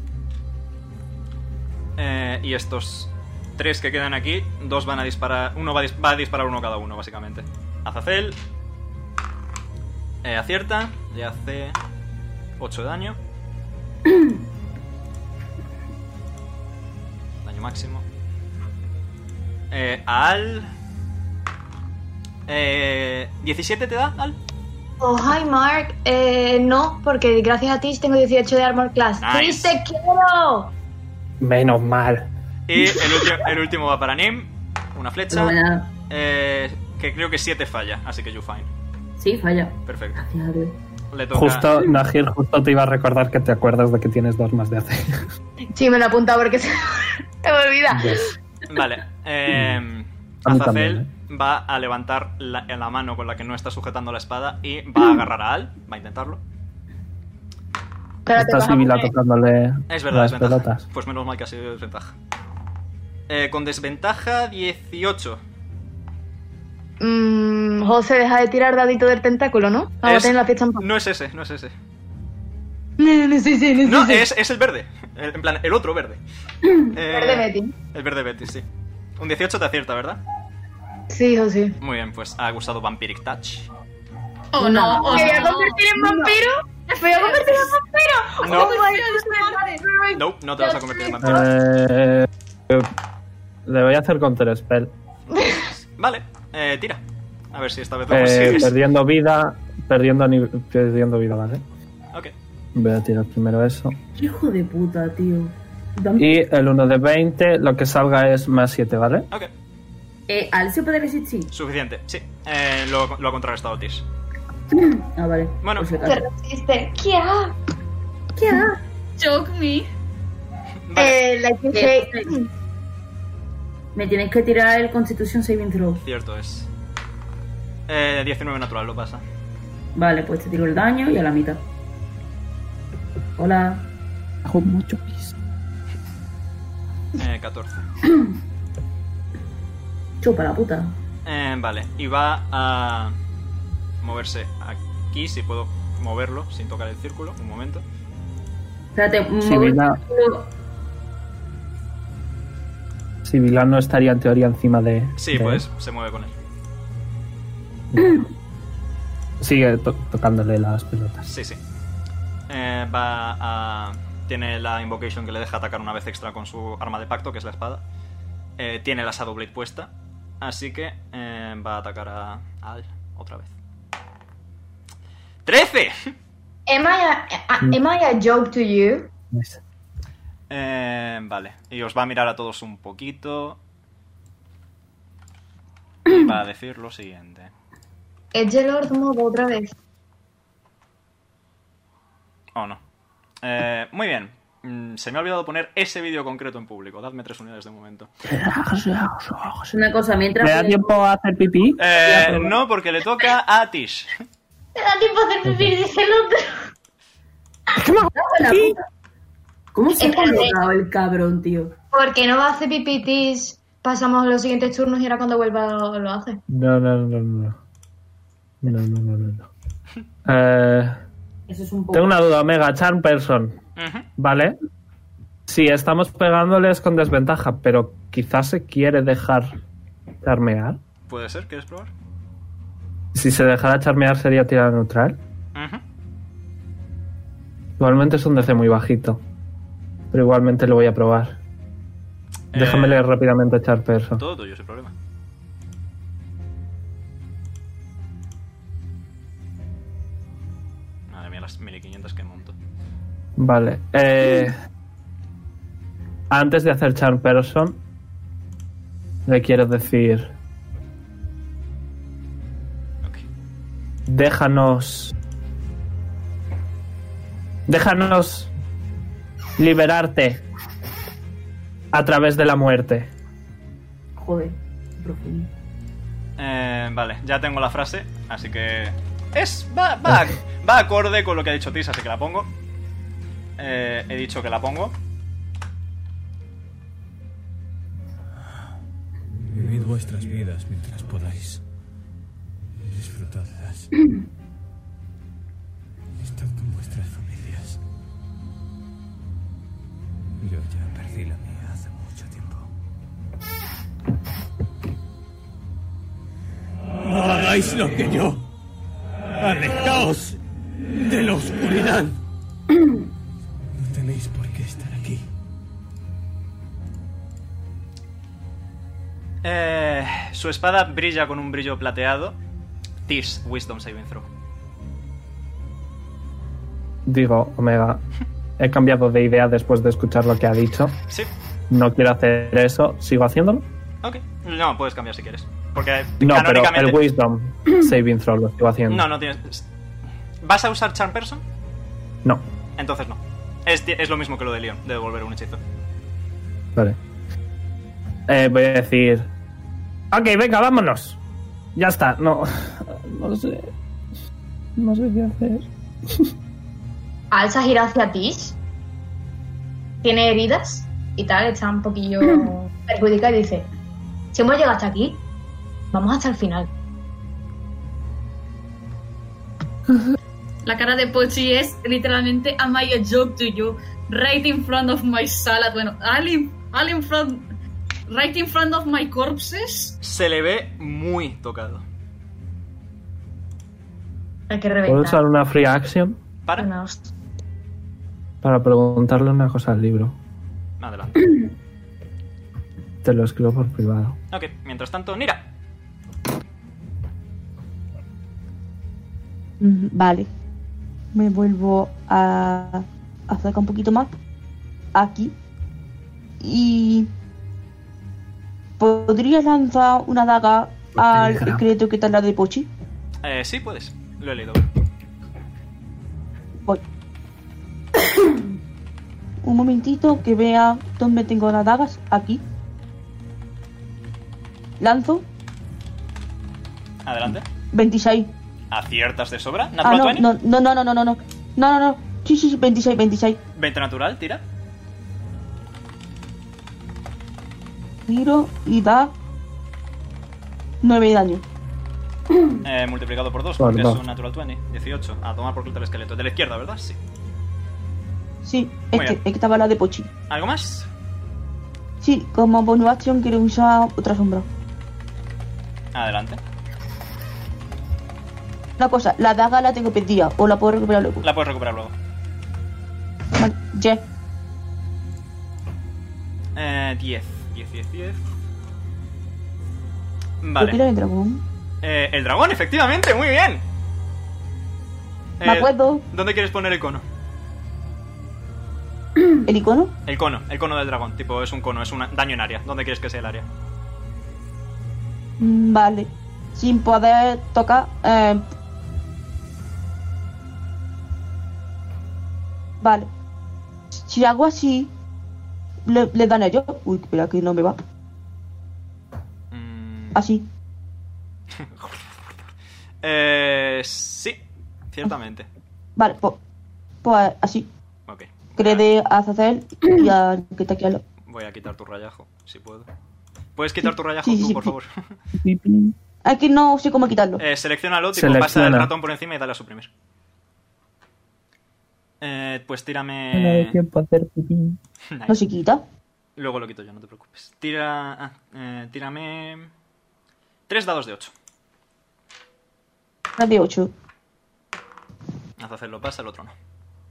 Y estos 3 que quedan aquí, 2 van a disparar. Uno va a disparar uno cada uno, básicamente. Azazel acierta, le hace 8 de daño. Daño máximo. A Al. 17 te da, Al. Oh, hi Mark. No, porque gracias a ti tengo 18 de Armor Class. Nice. ¡Chris, te quiero! Menos mal. Y el último va para Nim. Una flecha. Hola, buenas. Que creo que 7 falla, así que you fine. Sí, falla. Perfecto. Gracias a Dios. Le toca. Justo, Nahir, justo te iba a recordar que te acuerdas de que tienes 2 más de AC. Sí, me lo he apuntado porque se me olvida. Yes. Vale. A mí Azazel también, va a levantar la mano con la que no está sujetando la espada y va a agarrar a Al. Va a intentarlo. Espérate, Está vas a Sibila poner- tocándole Es verdad, las desventaja. pelotas. Pues menos mal que ha sido desventaja. Con desventaja 18. José, deja de tirar dadito del tentáculo, ¿no? Vamos a tener la fiesta en paz. No es ese, no es ese. Sí, No, es el verde. En plan, el otro verde. Verde Betty. El verde Betty, sí. Un 18 te acierta, ¿verdad? Sí, José. Muy bien, pues ha usado Vampiric Touch. Oh no, oh ¿Me voy a no. convertir en vampiro? ¿Me voy a convertir en vampiro? No. Oh my God. No, no te vas a convertir en vampiro. Le voy a hacer counter spell. Vale, tira. A ver si esta vez lo consigues. Perdiendo vida, perdiendo vida, ¿vale? Ok. Voy a tirar primero eso. Hijo de puta, tío. Y el 1 de 20, lo que salga es más 7, ¿vale? Ok. ¿Al se puede resistir? Suficiente, sí. Lo ha contrarrestado Tish. Ah, vale. Bueno. Por si Se acaso. resiste. ¿Qué ha? ¿Qué ha? Choke me. Vale, Like you say. Me tienes que tirar el Constitution Saving Throw. cierto es. 19 natural, lo pasa. Vale, pues te tiro el daño y a la mitad. Hola. Hago mucho pis. 14. Chupa la puta. Vale, y va a moverse aquí, si puedo moverlo sin tocar el círculo. Un momento. Espérate, Sibila no estaría en teoría encima de... Sí, de pues él. se mueve con él. Sigue tocándole las pelotas. Sí. Tiene la invocation que le deja atacar una vez extra con su arma de pacto, que es la espada. Tiene la Shadow Blade puesta. Así que va a atacar a Al otra vez. ¡13! Am I a joke to you? Nice. Vale. Y os va a mirar a todos un poquito. Y va a decir lo siguiente. Edgelord modo otra vez. Oh, no. Muy bien. Se me ha olvidado poner ese vídeo concreto en público. Dadme 3 unidades de momento. Una cosa, mientras... ¿Me da tiempo a hacer pipí? No, porque le toca a Tish. Te da tiempo a hacer pipí, dice el otro. ¿Cómo se ha Espérate. colocado el cabrón, tío? Porque no va a hacer pipitis. Pasamos los siguientes turnos y ahora cuando vuelva lo hace. No. Eso es un poco... Tengo una duda, Omega, Charm Person. ¿Vale? Sí, estamos pegándoles con desventaja, pero quizás se quiere dejar charmear. ¿Puede ser? ¿Quieres probar? Si se dejara charmear sería tirada neutral. Igualmente es un DC muy bajito. Pero igualmente lo voy a probar. Déjame leer rápidamente Charm Person. Todo tuyo, sin problema. Madre mía, las 1500 que monto. Vale. Antes de hacer Charm Person, le quiero decir... Déjanos liberarte a través de la muerte. Joder, profundo. Vale, ya tengo la frase, así que... Va acorde con lo que ha dicho Tis, así que la pongo. He dicho que la pongo. Vivid vuestras vidas mientras podáis. Disfrutadlas. Estad con vuestras familias. Yo ya perdí la mía hace mucho tiempo. No hagáis lo que yo. Alejaos de la oscuridad. No tenéis por qué estar aquí. Su espada brilla con un brillo plateado. Tis, Wisdom Saving Throw. Digo, Omega, he cambiado de idea después de escuchar lo que ha dicho. Sí. No quiero hacer eso. ¿Sigo haciéndolo? Ok. No, puedes cambiar si quieres. Porque No, pero canónicamente... el Wisdom Saving Throw lo sigo haciendo. No tienes... ¿Vas a usar Charm Person? No. Entonces no. Es lo mismo que lo de Leon, de devolver un hechizo. Vale. Voy a decir... Ok, venga, vámonos. Ya está. No sé. No sé qué hacer. Alza gira hacia Tish. Tiene heridas y tal, está un poquillo perjudicada y dice: si hemos llegado hasta aquí, vamos hasta el final. La cara de Pochi es literalmente am I a joke to you? Right in front of my salad. Bueno, right in front of my corpses. Se le ve muy tocado. Hay que ¿Puedo reventar. usar una free action ¿Para? para preguntarle una cosa al libro? Adelante. Te lo escribo por privado. Ok, mientras tanto, Nira. Vale. Me vuelvo a acercar un poquito más. Aquí. Y... ¿podrías lanzar una daga al esqueleto que está al lado de Pochi? Sí, puedes. Lo he leído. Voy. Un momentito que vea dónde tengo las dagas. Aquí. Lanzo. Adelante. 26. ¿Aciertas de sobra? Ah, ¿Natural no, 20? no. Sí, 26. 20 natural, tira. Tiro y da 9 de daño. Multiplicado por 2, Por porque dos. es un natural 20. 18. A tomar por culo el esqueleto. De la izquierda, ¿verdad? Sí. Sí, Muy bien. es que estaba la de Pochi. ¿Algo más? Sí, como bonus action quiero usar otra sombra. Adelante. Una cosa, la daga la tengo perdida, o la puedo recuperar luego. La puedes recuperar luego. Vale, ya. 10. Vale. Vale. El dragón. El dragón, efectivamente, muy bien. Me acuerdo. ¿Dónde quieres poner el cono? ¿El icono? El cono del dragón. Tipo, es un cono, es un daño en área. ¿Dónde quieres que sea el área? Vale. Sin poder tocar. Vale. Si hago así, le dan a ellos. Uy, espera que no me va. Así. Sí, ciertamente. Vale, pues así. Ok. Que le dé a Azazel y a que te quiera. Voy a quitar tu rayajo, si puedo. ¿Puedes quitar tu rayajo Sí, tú, sí, por sí. favor? Es que no sé cómo quitarlo. Selecciónalo, tipo, Selecciona. pasa el ratón por encima y dale a suprimir. Pues tírame... tiempo a hacer pipí. Nice. No se quita. Luego lo quito yo, no te preocupes. Tírame... 3 dados de 8. La de 8. Haz hacerlo pasa, el otro no.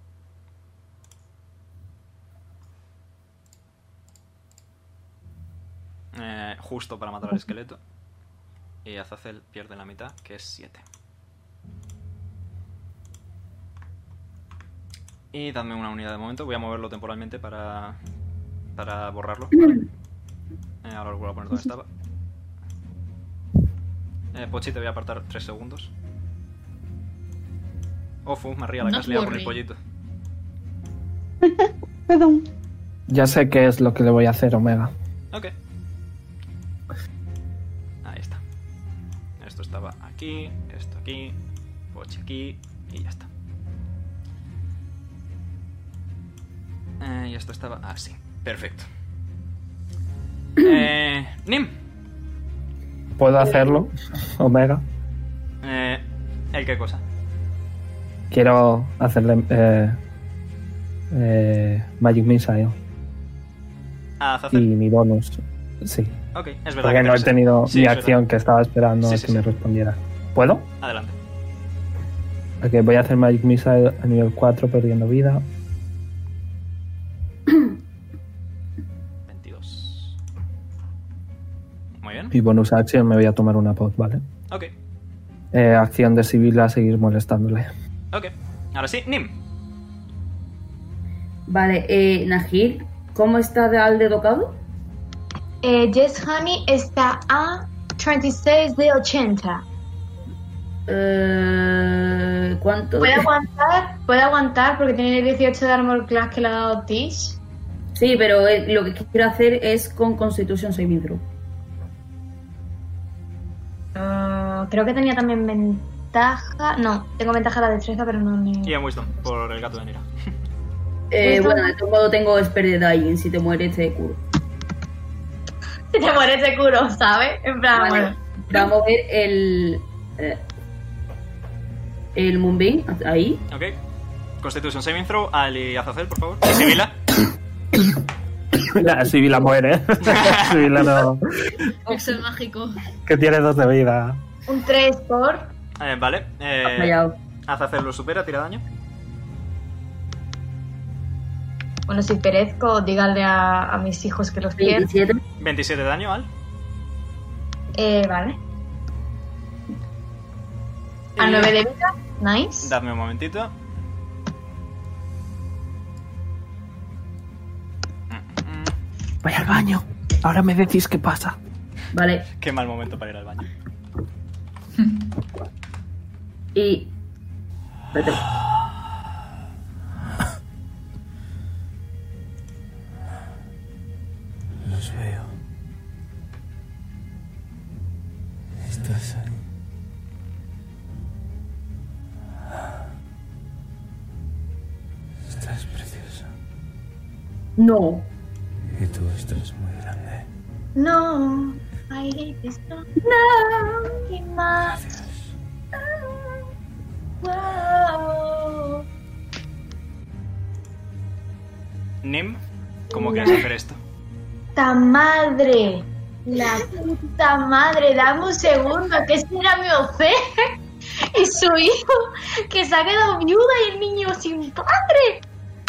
Justo para matar al esqueleto. Y Azazel pierde la mitad, que es 7. Y dadme una unidad de momento. Voy a moverlo temporalmente para borrarlo. Ahora lo vuelvo a poner donde estaba. Pochi, te voy a apartar 3 segundos. Ofu, me ría la No que has liado con el worry. pollito. Perdón. Ya sé qué es lo que le voy a hacer, Omega. Ok. Ahí está. Esto estaba aquí, esto aquí, Pochi aquí y ya está. Y esto estaba así. Perfecto. Nim. ¿Puedo hacerlo, Omega? ¿El qué cosa? Quiero hacerle Magic Missile. Ah, Y Azazel. mi bonus, sí. Ok, es verdad. Porque que no he tienes- tenido Sí, mi es acción verdad. que estaba esperando Sí, a sí, que me sí. respondiera. ¿Puedo? Adelante. Ok, voy a hacer Magic Missile a nivel 4 perdiendo vida. 22. Muy bien. Y bonus action me voy a tomar una pot, ¿vale? Ok. Acción de civil a seguir molestándole. Ok. Ahora sí, Nim. Vale, Nahir, ¿cómo está al dedo caldo? Jess Honey está a 36 de 80. ¿Cuánto? Puede aguantar porque tiene 18 de armor class que le ha dado Tish. Sí, pero lo que quiero hacer es con Constitution Saving Throw. Creo que tenía también ventaja. No, tengo ventaja a la destreza, pero no ni. Y en Wisdom, por el gato de Nira. Bueno, de todo modo tengo Spare the Dying. Si te mueres, te curo. Si te mueres de curo, ¿sabes? En plan, Vale, bueno. vamos a ver el Moonbeam. Ahí. Ok. Constitution Saving Throw, Ali y Azazel, por favor. Y Sibila. La Sibila muere. Sibila no. Pixel mágico. Que tiene 2 de vida. Un 3 por. Vale. Ha fallado. Azazel lo supera, tira daño. Bueno, si perezco, díganle a mis hijos que los quiero. 27. 27 de daño, Al. Vale. A 9 de vida. Nice. Dadme un momentito. Voy al baño. Ahora me decís qué pasa. Vale. Qué mal momento para ir al baño. Y. Espérate. Los veo. Estás ahí. Estás preciosa. No. Y tú estás muy grande. No. I hate this song. No, in my... Wow. Nim, ¿cómo quieres hacer esto? ¡Ta madre! La puta madre, dame un segundo, que ese era mi OC. Y su hijo, que se ha quedado viuda y el niño sin padre.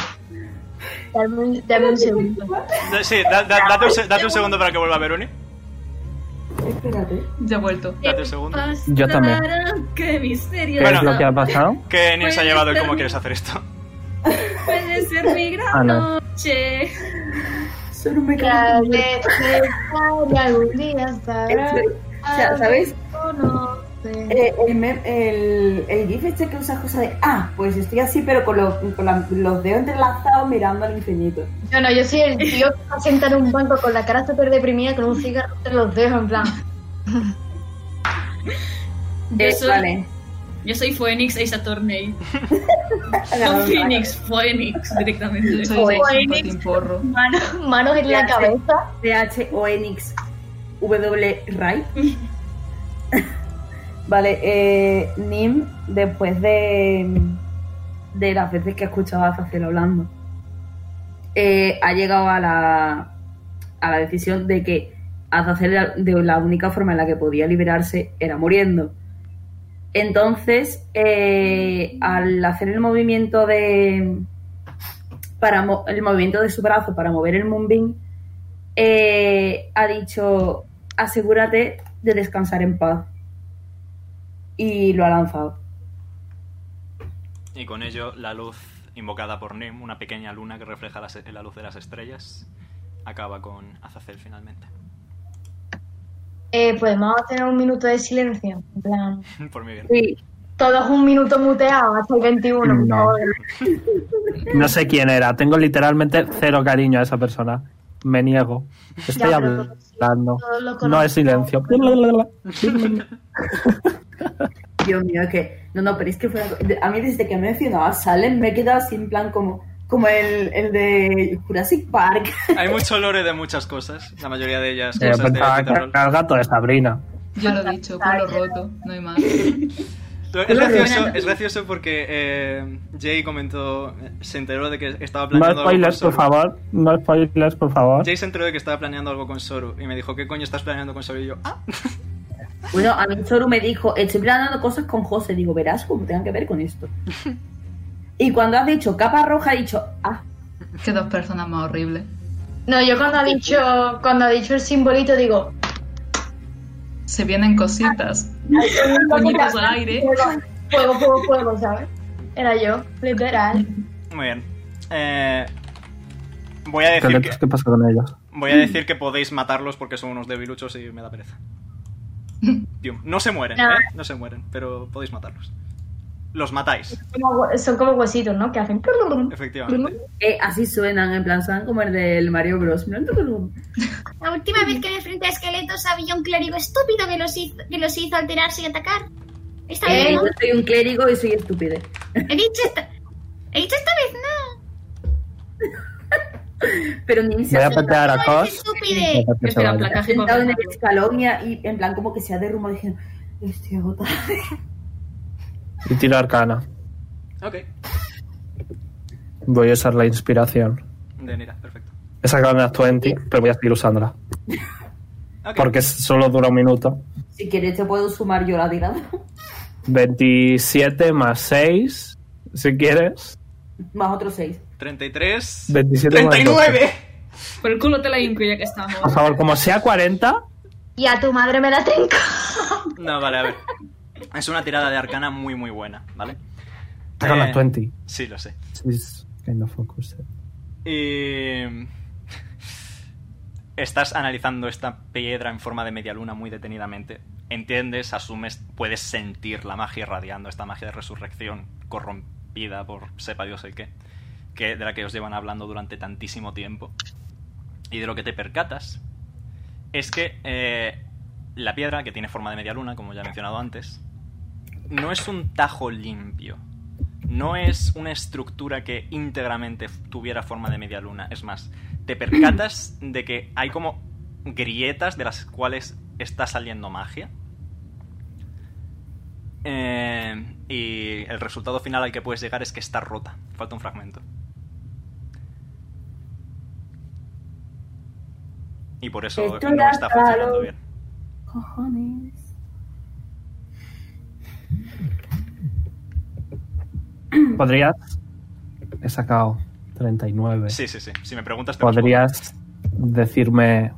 Dame un segundo. Sí, date un segundo para que vuelva Veroni. Espérate. Ya he vuelto. Date un segundo. Yo también. ¡Qué misterio! ¿Qué Bueno. es lo que ha pasado? ¿Qué Nim se ha llevado y cómo quieres hacer esto? Puede ser mi gran Ana. noche. Solo me Ya quedo. de algún día sabrás. O sea, ¿sabes? Conocer. El GIF este que usa cosa de pues estoy así, pero con los dedos entrelazados mirando al infinito. Yo soy el tío que está sentado en un banco con la cara súper deprimida con un cigarro entre los dedos, en plan. Vale. Yo soy Phoenix Ace Attorney. No Phoenix, Phoenix directamente. Soy Phoenix. Sin porro. Manos en la cabeza. THONX W Right. Vale, Nim, después de las veces que ha escuchado a Azazel hablando, ha llegado a la decisión de que Azazel de la única forma en la que podía liberarse era muriendo. Entonces, al hacer el movimiento el movimiento de su brazo para mover el Moonbeam, ha dicho: asegúrate de descansar en paz. Y lo ha lanzado. Y con ello, la luz invocada por Nim, una pequeña luna que refleja la luz de las estrellas, acaba con Azazel finalmente. Podemos tener un minuto de silencio. En plan. Por mi bien. Sí. Todos un minuto muteado hasta el 21. por No. favor. No sé quién era. Tengo literalmente cero cariño a esa persona. Me niego. Estoy Ya, pero hablando. todos lo conocemos. No es silencio. Dios mío, es que... No, pero es que a mí desde que me mencionaba Salem me he quedado así en plan como el de Jurassic Park. Hay mucho lore de muchas cosas, la mayoría de ellas Yo cosas de pensaba que terror. era el gato de Sabrina. Yo lo he dicho, culo roto, no hay más. Es gracioso porque Jay comentó, se enteró de que estaba planeando No algo con spoilers, por Soru. favor. No spoilers, por favor. Jay se enteró de que estaba planeando algo con Soru y me dijo: ¿qué coño estás planeando con Soru? Y yo, Bueno, a mí Soru me dijo: estoy planeando cosas con José. Digo, verás cómo tengan que ver con esto. Y cuando has dicho capa roja, he dicho, Qué dos personas más horribles. No, yo cuando ha dicho el simbolito digo... Se vienen cositas. Puñitos al aire. Fuego, ¿sabes? Era yo, literal. muy bien. Voy a decir ¿Qué pasa con ellos? Voy a decir que podéis matarlos porque son unos debiluchos y me da pereza. Pium. No se mueren, No. No se mueren, pero podéis matarlos. Los matáis, Son como huesitos, ¿no? Que hacen... efectivamente. así suenan, en plan, suenan como el del Mario Bros. La última vez que me enfrenté a esqueletos había un clérigo estúpido que los hizo alterarse y atacar. Esta vez no. Yo soy un clérigo y soy estúpido. He dicho esta vez no. Pero ni se Voy ha a patear a No Cos. eres estúpide. Espera, placaje por sentado en el escalón y en plan como que se ha derrumbado diciendo: estoy agotada. Y tiro arcana. Ok, Voy a usar la inspiración. de Nira, perfecto. He sacado una 20, pero voy a seguir usándola. Ok. Porque solo dura un minuto. Si quieres te puedo sumar yo la tirada. 27 más 6, si quieres. Más otros 6. 33... 27 más 39. Por el culo te la inco ya que estamos. Por favor, como sea 40, Y a tu madre me la trinco. No, vale, a ver. Es una tirada de arcana muy muy buena, ¿vale? saca la 20. Sí, lo sé. She's kind of focused. Y... Estás analizando esta piedra en forma de media luna muy detenidamente. Entiendes, asumes, puedes sentir la magia irradiando, esta magia de resurrección corrompida por sepa Dios el qué, que de la que os llevan hablando durante tantísimo tiempo. Y de lo que te percatas es que la piedra, que tiene forma de media luna, como ya he mencionado antes, no es un tajo limpio. No es una estructura que íntegramente tuviera forma de media luna. Es más, te percatas de que hay como grietas de las cuales está saliendo magia. Y el resultado final al que puedes llegar es que está rota. Falta un fragmento. Y por eso Esto no ya está está funcionando lo- bien. Cojones. ¿Podrías? He sacado 39. Sí. Si me preguntas, te ¿Podrías decirme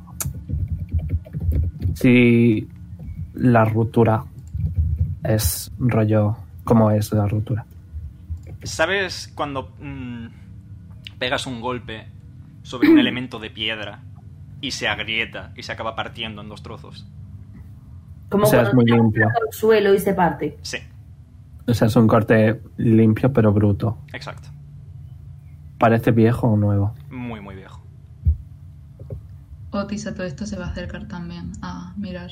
si la ruptura es rollo? ¿Cómo es la ruptura? ¿Sabes cuando pegas un golpe sobre un elemento de piedra y se agrieta y se acaba partiendo en 2 trozos? Como O sea, es cuando muy tiras limpio. al suelo y se parte. Sí, O sea, es un corte limpio pero bruto. exacto. ¿Parece viejo o nuevo? Muy, muy viejo. Otis a todo esto se va a acercar también a mirar.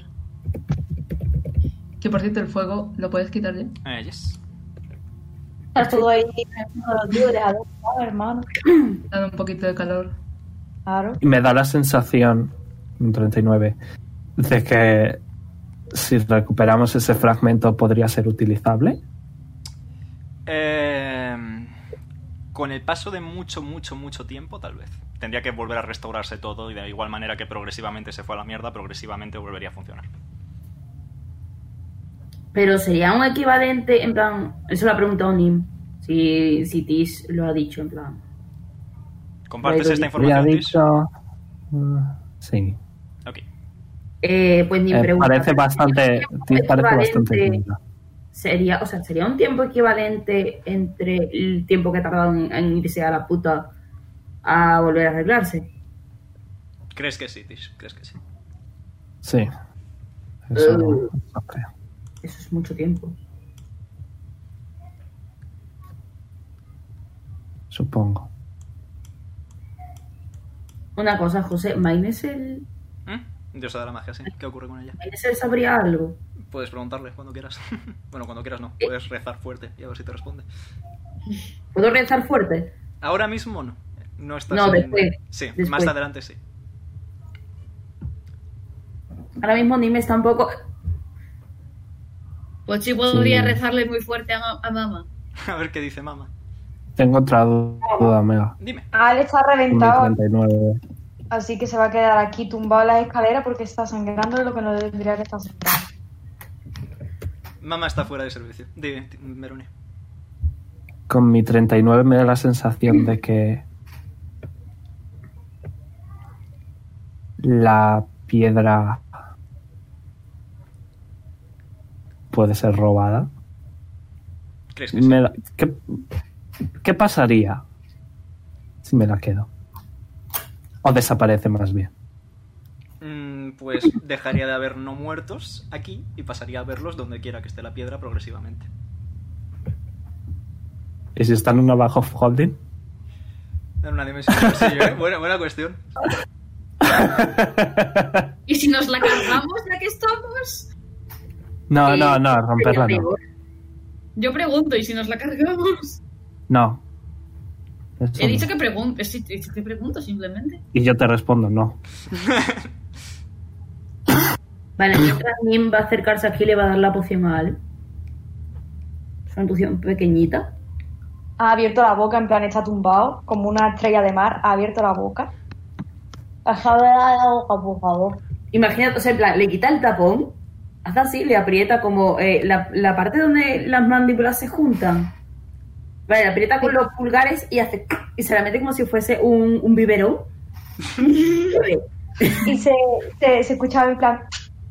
Que por cierto, el fuego, ¿lo puedes quitar ya? Yes. Estás todo ahí, tío, déjalo, hermano. Dando un poquito de calor. Claro. Y me da la sensación, un 39, de que si recuperamos ese fragmento podría ser utilizable. Con el paso de mucho tiempo, tal vez. Tendría que volver a restaurarse todo y de igual manera que progresivamente se fue a la mierda, progresivamente volvería a funcionar. Pero sería un equivalente, en plan, eso lo ha preguntado Nim. Si Tish lo ha dicho, en plan. ¿Compartes esta Había información, Tish? dicho... sí. Ok. Pues Nim pregunta. Parece bastante... Parece bastante equivalente- linda. sería un tiempo equivalente entre el tiempo que ha tardado en irse a la puta a volver a arreglarse. ¿Crees que sí, Tish? ¿Crees que sí? Sí. Eso no creo. Eso es mucho tiempo. Supongo. Una cosa, José, ¿Maines el Diosa de la magia, sí. ¿Qué ocurre con ella? sabría algo? Puedes preguntarle cuando quieras. Bueno, cuando quieras no. Puedes rezar fuerte y a ver si te responde. ¿Puedo rezar fuerte? Ahora mismo no. No estás No, en- después. Sí, Después. más adelante sí. Ahora mismo Nim está un poco... Pues sí podría Sí. rezarle muy fuerte a mamá. A ver qué dice mamá. Tengo otra duda, Mega. Dime. Ah, él está Con mi reventado, 39. así que se va a quedar aquí tumbado en las escaleras porque está sangrando de lo que no debería que estar sangrando. Mamá está fuera de servicio. Dime, Verone. Con mi 39 me da la sensación de que la piedra puede ser robada. ¿Crees que sí? ¿Qué pasaría si me la quedo? O desaparece más bien. Pues dejaría de haber no muertos aquí y pasaría a verlos donde quiera que esté la piedra progresivamente. ¿Y si están en una bajo holding? En una dimensión del bolsillo, ¿eh? Buena cuestión. ¿Y si nos la cargamos ya que estamos? No, Sí, romperla sería no. peor. Yo pregunto, ¿y si nos la cargamos? No. Eso He dicho no. que pregunto, sí, te pregunto simplemente. Y yo te respondo no. Vale, mientras Nim va a acercarse aquí y le va a dar la poción a Al. Es una poción pequeñita. Ha abierto la boca, en plan está tumbado, como una estrella de mar, ha abierto la boca. Déjame dar la boca, por favor. Imagínate, o sea, en plan, le quita el tapón, hace así, le aprieta como la parte donde las mandíbulas se juntan. Vale, le aprieta con los pulgares y hace... Y se la mete como si fuese un biberón. Y se escuchaba en plan...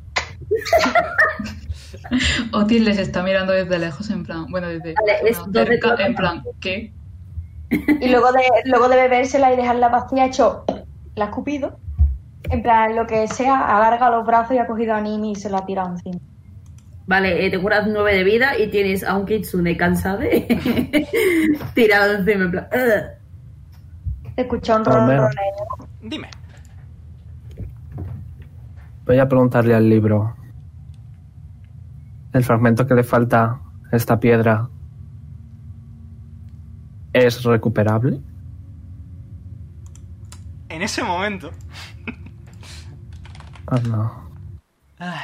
Otis les está mirando desde lejos, en plan, bueno, desde Vale, es donde cerca, toca. en plan, ¿qué? Y luego de bebérsela y dejarla vacía, ha hecho... La ha escupido. En plan, lo que sea, ha alargado los brazos y ha cogido a Nimi y se la ha tirado encima. Vale, te curas 9 de vida y tienes a un Kitsune cansado tirado encima, en plan... He escuchado un Romero. ronroneo. Dime. Voy a preguntarle al libro. El fragmento que le falta a esta piedra ¿es recuperable? En ese momento, Oh, no. Ay.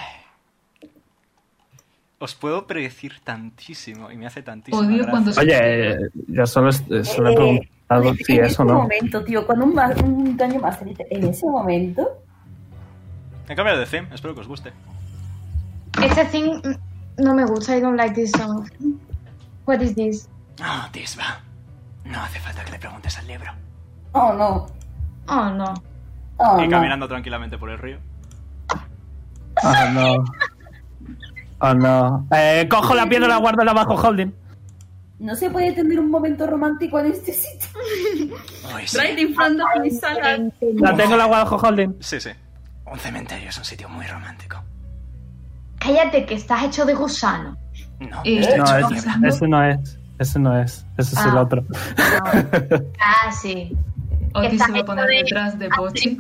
Os puedo predecir tantísimo y me hace tantísimo. Odio gracia. cuando se... Oye, yo solo he preguntado si en eso ese no. momento, tío, cuando un daño más dice, en ese momento, He cambiado de theme, espero que os guste. Este thing no me gusta. I don't like this song. What is this? Oh, Tisba. No hace falta que le preguntes al libro. oh no, Oh, no. oh Y no. caminando tranquilamente por el río. Oh, no. Oh, no. Cojo la piedra y la guardo en la bajo holding. No se puede tener un momento romántico en este sitio. Uy, sí. Right in front of my salad. La tengo en la bajo holding. Sí, sí. Un cementerio es un sitio muy romántico. Cállate, que estás hecho de gusano. No, Y- estoy No, hecho de piedra. ese no es. Ese no es. Ese es el Ah. otro. Ah, sí. Otis Está se va a poner hecho de- detrás de Pochi.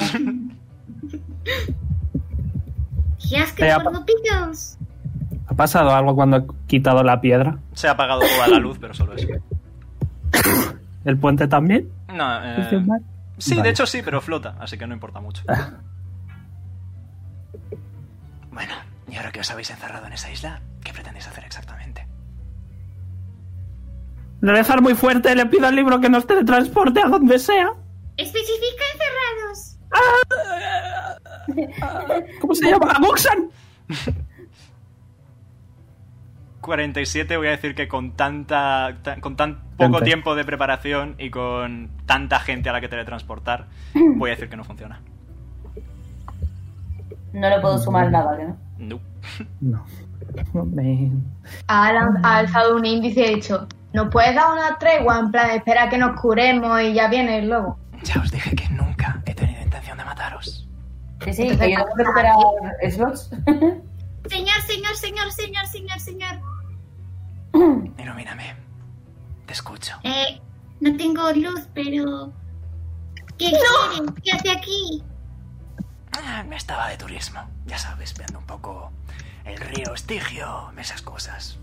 He asked Ella- for the pickles. ¿Ha pasado algo cuando he quitado la piedra? Se ha apagado toda la luz, pero solo eso. ¿El puente también? No, sí, Vale. de hecho sí, pero flota, así que no importa mucho. Bueno, y ahora que os habéis encerrado en esa isla, ¿qué pretendéis hacer exactamente? Rezar muy fuerte, le pido al libro que nos teletransporte a donde sea. Especifica encerrados. ¿Cómo se llama? ¡A Buxan! 47 voy a decir que con tan poco Gente. tiempo de preparación y con tanta gente a la que teletransportar, voy a decir que no funciona. No le puedo sumar nada, ¿no? No. No. No me... Ha alzado un índice y ha dicho: ¿nos puedes dar una tregua? En plan, espera que nos curemos y ya viene el lobo. Ya os dije que nunca he tenido intención de mataros. Sí, sí, Entonces, que yo tengo que recuperar slots. Señor. Ilumíname. Te escucho. No tengo luz, pero... ¿Qué quiere? ¿Qué hace aquí? Me estaba de turismo. Ya sabes, viendo un poco el río Estigio, esas cosas.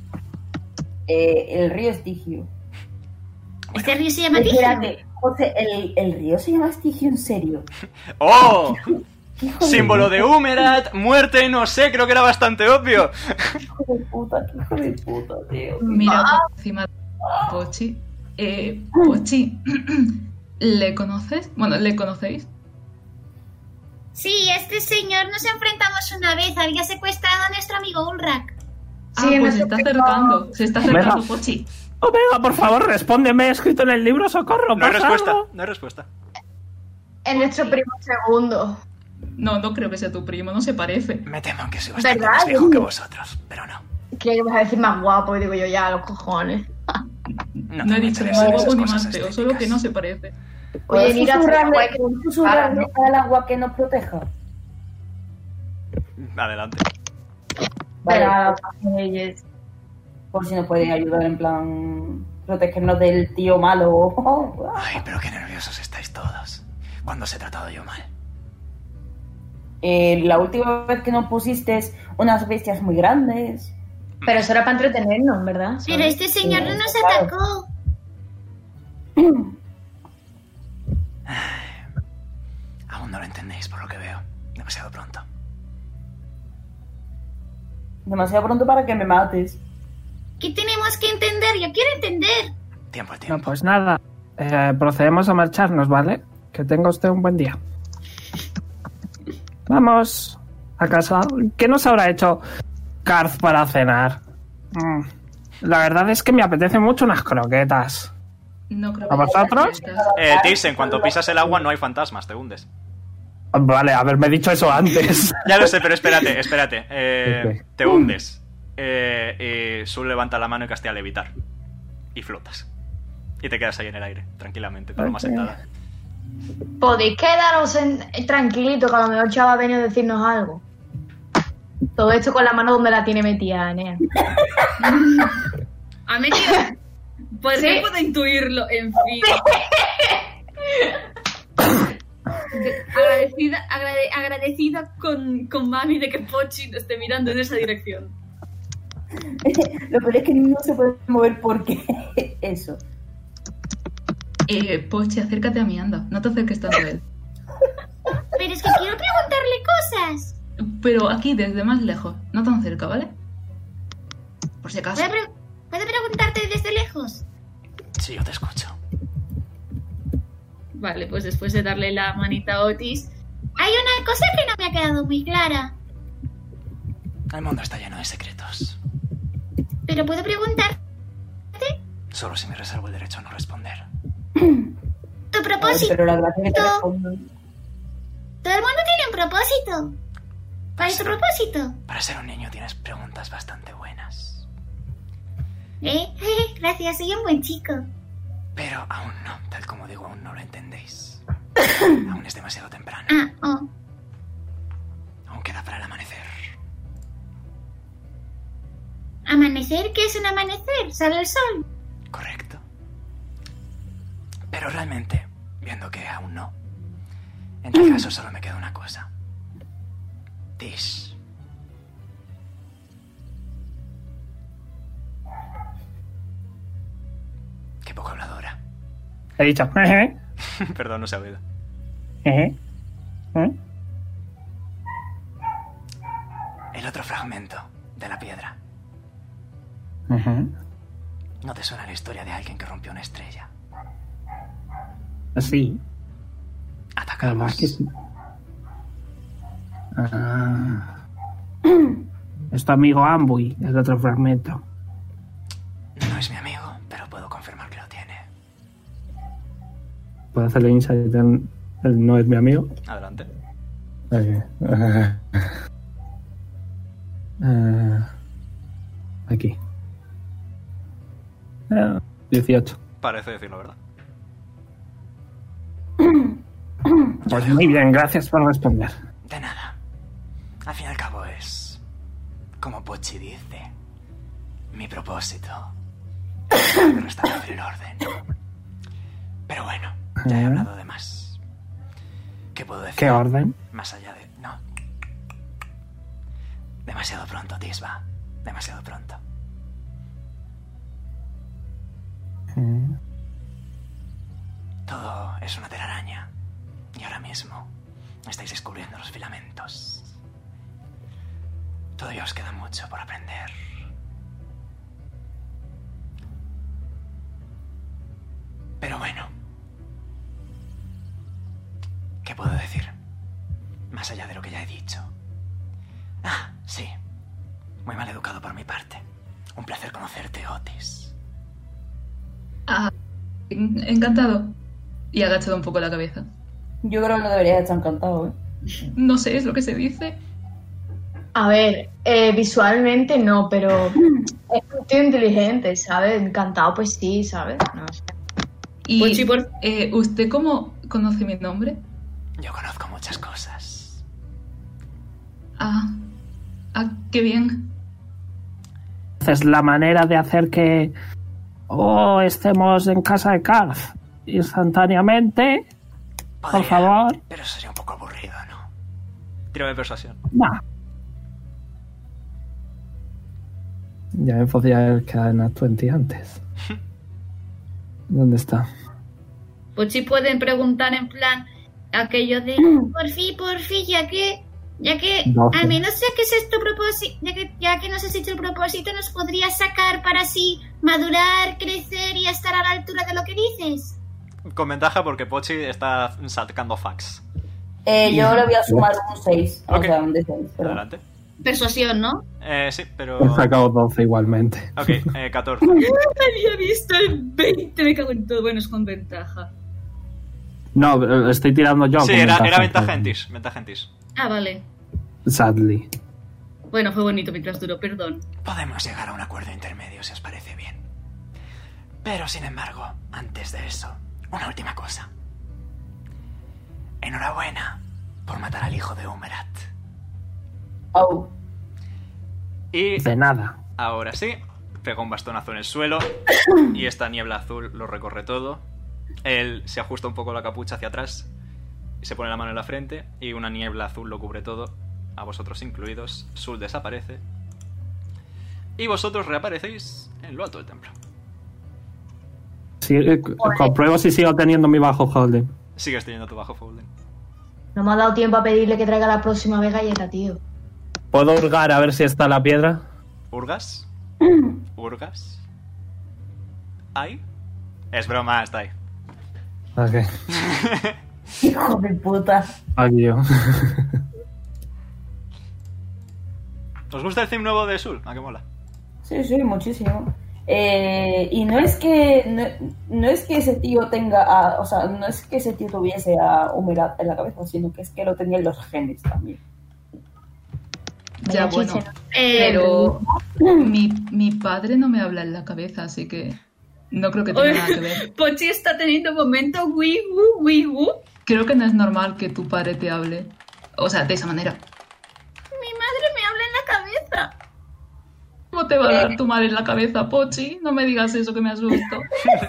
El río Estigio. ¿Este río se llama Tigio? Espérate, José, ¿el río se llama Estigio en serio? ¡Oh! ¿Qué hijo de Símbolo de Humerat, muerte y no sé, creo que era bastante obvio. hijo de puta, qué hijo de puta, tío. Mira por encima de Pochi. Pochi, ¿le conoces? Bueno, ¿le conocéis? Sí, este señor nos enfrentamos una vez. Había secuestrado a nuestro amigo Ulrak. Ah, pues se está acercando. Se está acercando Pochi. Omega, por favor, respóndeme. He escrito en el libro socorro. No hay pasa respuesta, algo. no hay respuesta. Es nuestro primo segundo. No, no creo que sea tu primo, no se parece. Me temo que soy bastante ¿Verdad? más viejo que vosotros, pero no. Creo que vas a decir más guapo y digo yo ya, los cojones. No, No he tengo dicho ni interés en más esas guapo ni cosas más feo, solo estéticas. que no se parece. Oye, mira, susurrarle para, ¿no? al agua que nos proteja. Adelante. Vale, Para por si nos pueden ayudar en plan protegernos del tío malo. Ay, pero qué nerviosos estáis todos. ¿Cuándo os he tratado yo mal? La última vez que nos pusiste unas bestias muy grandes. Pero eso era para entretenernos, ¿verdad? Pero este señor no nos claro. atacó. Aún no lo entendéis por lo que veo. Demasiado pronto. Demasiado pronto para que me mates. ¿Qué tenemos que entender? Yo quiero entender. Tiempo al No, tiempo. pues nada. Procedemos a marcharnos, ¿vale? Que tenga usted un buen día. Vamos a casa. ¿Qué nos habrá hecho Karth para cenar? La verdad es que me apetece mucho unas croquetas. No creo ¿A vosotros? Tis, en cuanto pisas el agua no hay fantasmas, te hundes. Vale, haberme dicho eso antes. Ya lo sé, pero espérate. Ok. Te hundes. Y Sul levanta la mano y castea levitar. Y flotas. Y te quedas ahí en el aire, tranquilamente, paloma Ok. sentada. Podéis quedaros tranquilito, que a lo mejor Chava ha venido a decirnos algo. Todo esto con la mano donde la tiene metida, Nea. Ha metido. Pues Sí. yo puedo intuirlo, en fin. Agradecida con Mami de que Pochi no esté mirando en esa dirección. Lo peor es que no se puede mover porque eso. Pochi, acércate a mí, anda. No te acerques tanto a él. Pero es que quiero preguntarle cosas. pero aquí desde más lejos, no tan cerca, ¿vale? Por si acaso. ¿Puedo preguntarte desde lejos? Sí, yo te escucho. Vale, pues después de darle la manita a Otis... Hay una cosa que no me ha quedado muy clara. El mundo está lleno de secretos. ¿Pero puedo preguntarte? Solo si me reservo el derecho a no responder. Tu propósito. Pero la gracia es que te respondan. Todo el mundo tiene un propósito. ¿Cuál es tu propósito? Para ser un niño tienes preguntas bastante buenas. Gracias, soy un buen chico. Pero aún no, tal como digo, aún no lo entendéis. Aún es demasiado temprano. Aún queda para el amanecer. ¿Amanecer? ¿Qué es un amanecer? ¿Sale el sol? Correcto. Pero realmente, viendo que aún no, en tal caso solo me queda una cosa. Tish. Qué poco habladora. He dicho, Perdón, no se ha oído. El otro fragmento de la piedra. ¿No te suena la historia de alguien que rompió una estrella? Sí. Atacamos. Además que sí. Es tu amigo Ambuy, el otro fragmento. No es mi amigo, pero puedo confirmar que lo tiene. ¿Puedo hacerle insight en el no es mi amigo? Adelante. Aquí. 18. Parece decirlo, ¿verdad? Pues muy bien, gracias por responder. De nada. Al fin y al cabo es... como Pochi dice. Mi propósito. Es restablecer el orden. Pero bueno, ya he hablado de más. ¿Qué puedo decir? ¿Qué orden? Más allá de... No. Demasiado pronto, Tisba. Demasiado pronto. Todo es una telaraña. Y ahora mismo estáis descubriendo los filamentos. Todavía os queda mucho por aprender. Pero bueno. ¿Qué puedo decir? Más allá de lo que ya he dicho. Ah, sí. Muy mal educado por mi parte. Un placer conocerte, Otis. Encantado. Y ha agachado un poco la cabeza. Yo creo que no deberías estar encantado, No sé, es lo que se dice. A ver, visualmente no, pero es un tío inteligente, ¿sabes? Encantado, pues sí, ¿sabes? No sé. Y Pochi, ¿usted cómo conoce mi nombre? Yo conozco muchas cosas. Qué bien. Es la manera de hacer que estemos en casa de Karth instantáneamente. Podría, por favor. Pero eso sería un poco aburrido, ¿no? Tírame persuasión. Nah. Ya me podía haber quedado en Nat 20 antes. ¿Dónde está? Pochi pueden preguntar en plan aquello de Por fin, ya que 12. al menos ya que es tu propósito, ya que nos has hecho el propósito, nos podrías sacar para así madurar, crecer y estar a la altura de lo que dices. Con ventaja porque Pochi está sacando fax. Yo le voy a sumar un 6. Ok. O sea, un D6. Pero... Adelante. persuasión, ¿no? Sí, pero... He sacado 12 igualmente. Ok, 14. Había visto el 20, me cago en todo. Bueno, es con ventaja. No, estoy tirando yo. Sí, con era ventaja pero- en Tish. Ventaja en Tish. Ah, vale. Sadly. Bueno, fue bonito mientras duró, perdón. Podemos llegar a un acuerdo intermedio si os parece bien. Pero, sin embargo, antes de eso, una última cosa. Enhorabuena por matar al hijo de Umerat. Oh. Y De nada. ahora sí, pega un bastonazo en el suelo y esta niebla azul lo recorre todo. Él se ajusta un poco la capucha hacia atrás y se pone la mano en la frente y una niebla azul lo cubre todo, a vosotros incluidos. Sul desaparece y vosotros reaparecéis en lo alto del templo. Sí, compruebo si sigo teniendo mi bajo holding. Sigues teniendo tu bajo Foulden. No me ha dado tiempo a pedirle que traiga la próxima vez galleta, tío. ¿Puedo hurgar a ver si está la piedra? ¿Hurgas? ¿Hurgas? ¿Ahí? Es broma, está ahí. Ok. Hijo de puta. Aquí yo. ¿Os gusta el theme nuevo de Sul? ¿A qué mola? Sí, muchísimo. Y no es que no es que ese tío tenga, o sea, no es que ese tío tuviese a humedad en la cabeza, sino que es que lo tenía en los genes también. Ya, Vaya bueno, chiste, ¿no? pero mi padre no me habla en la cabeza, así que no creo que tenga nada que ver. Pochi está teniendo un momento wigu. Creo que no es normal que tu padre te hable, o sea, de esa manera. Mi madre me habla en la cabeza. ¿Cómo te va a dar tu madre en la cabeza, Pochi? No me digas eso, que me asusto.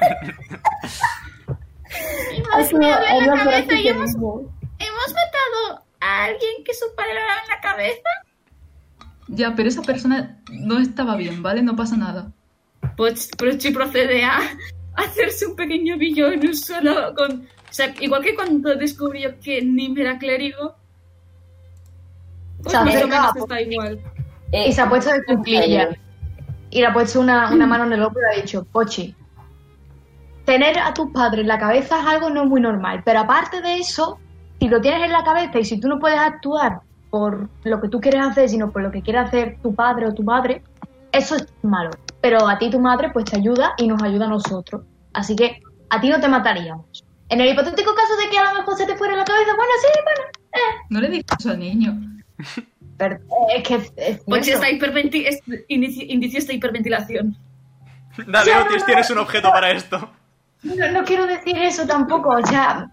Mi madre me habla en la cabeza y hemos mismo. matado a alguien que su padre le habla en la cabeza. Ya, pero esa persona no estaba bien, ¿vale? No pasa nada. Pochi procede a hacerse un pequeño billo en un suelo con... O sea, igual que cuando descubrió que Nim era clérigo, pues Se ha más o acercado, menos está igual. Y se ha puesto de cuclillas. Y le ha puesto una mano en el hombro y le ha dicho, Pochi, tener a tus padres en la cabeza es algo no muy normal. Pero aparte de eso, si lo tienes en la cabeza y si tú no puedes actuar por lo que tú quieres hacer, sino por lo que quiere hacer tu padre o tu madre, eso es malo. Pero a ti tu madre pues te ayuda y nos ayuda a nosotros. Así que a ti no te mataríamos. En el hipotético caso de que a lo mejor se te fuera la cabeza, bueno, sí, bueno, No le digas eso al niño. Pero es que es Pochi cierto. está inició esta hiperventilación. Dale, Ya, Otis, no. tienes un objeto para esto. No quiero decir eso tampoco, o sea...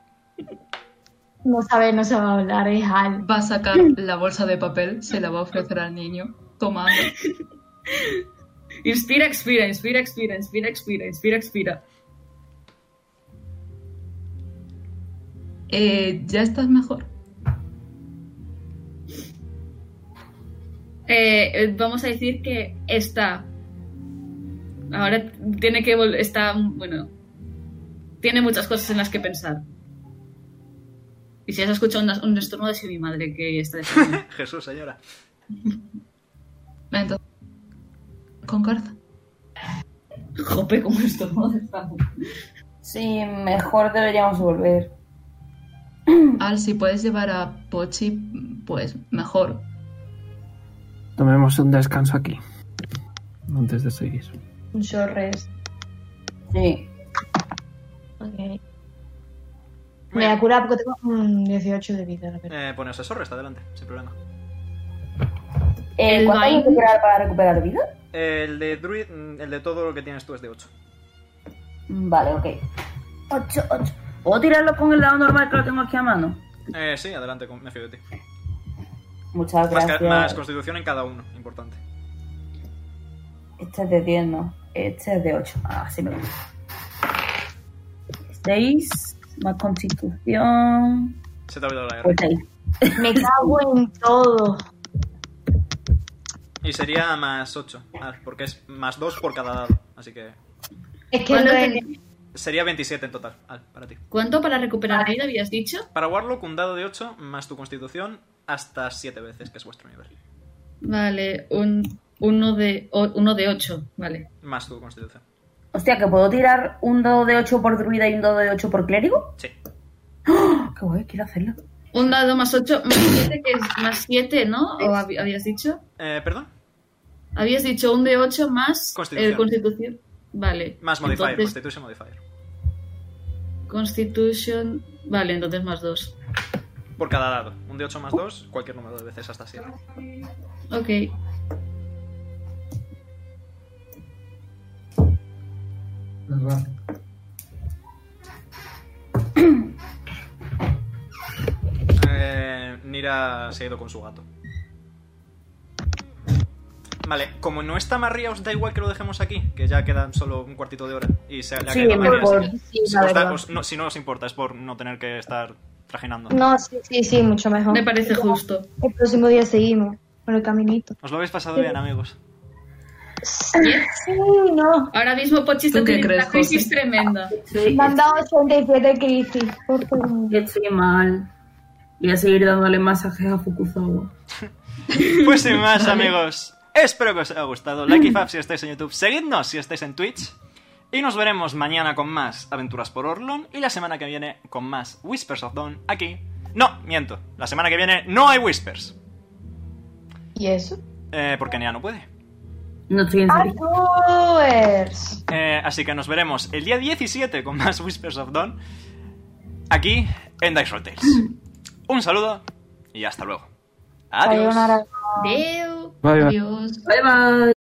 No se va a hablar, es Al. Va a sacar la bolsa de papel, se la va a ofrecer al niño. Tomando. Inspira, expira, inspira, expira, inspira, expira, inspira, expira. ¿Ya estás mejor? Vamos a decir que está. Ahora tiene que está, bueno, tiene muchas cosas en las que pensar. Y si has escuchado un estornudo, es mi madre que está diciendo. Jesús, señora. Entonces, con Garza. Jope, como estornudo estamos. Sí, mejor deberíamos volver. Al, si puedes llevar a Pochi, pues mejor. Tomemos un descanso aquí. Antes de seguir. Un short rest. Sí. Ok. Me voy a curar porque tengo 18 de vida, la verdad. Poneos eso, resta adelante, sin problema. El ¿Cuánto hay que vain- recuperar para recuperar vida? El de Druid, el de todo lo que tienes tú es de 8. Vale, ok. 8. ¿Puedo tirarlo con el dado normal que lo tengo aquí a mano? Sí, adelante, me fío de ti. Muchas Más, gracias. más constitución en cada uno, importante. Este es de 10, ¿no? Este es de 8. Ah, sí me gusta. 6 más constitución. Se te ha olvidado la R. Pues 6. Me cago en todo. Y sería más 8, porque es más 2 por cada dado, así que... Es que ¿Cuánto lo tenéis? Sería 27 en total, para ti. ¿Cuánto para recuperar vida habías dicho? Para Warlock, un dado de 8 más tu constitución hasta 7 veces, que es vuestro nivel. Vale, uno de 8, vale. Más tu constitución. Hostia, ¿que puedo tirar un dado de 8 por druida y un dado de 8 por clérigo? Sí. ¡Oh! ¡Qué guay! Quiero hacerlo. Un dado más 8, más 7, que es más 7, ¿no? ¿O habías dicho? ¿Perdón? Habías dicho un de 8 más Constitución. Constitución. Vale. Más modifier, Entonces, Constitution modifier. Constitution. Vale, entonces más 2. Por cada dado. Un de 8 más 2, cualquier número de veces hasta 7. Ok. Nira se ha ido con su gato. Vale, como no está María, ¿os da igual que lo dejemos aquí? Que ya quedan solo un cuartito de hora. Y se le ha Sí, caído María, mejor. así que- Sí, si, la os da- verdad. si no os importa, es por no tener que estar trajinando. No, sí, mucho mejor. Me parece justo. El próximo día seguimos con el caminito. ¿Os lo habéis pasado bien, amigos? Sí, no. Ahora mismo Pochi está ¿Tú qué teniendo crees, una crisis José? tremenda. Sí, Me han dado 87 crisis. Por favor. estoy mal. Voy a seguir dándole masajes a Fukuzawa. Pues sin más, amigos, espero que os haya gustado. Like y fab si estáis en YouTube, seguidnos si estáis en Twitch. Y nos veremos mañana con más Aventuras por Orlon. Y la semana que viene con más Whispers of Dawn aquí. No, miento. La semana que viene no hay Whispers. ¿Y eso? Porque Nea no puede. No estoy en serio. Arthurs. Así que nos veremos el día 17 con más Whispers of Dawn. Aquí en Dice Roll Tales. Un saludo y hasta luego. Adiós. Sayonara. Adeu. Bye, bye. Adiós. Bye bye.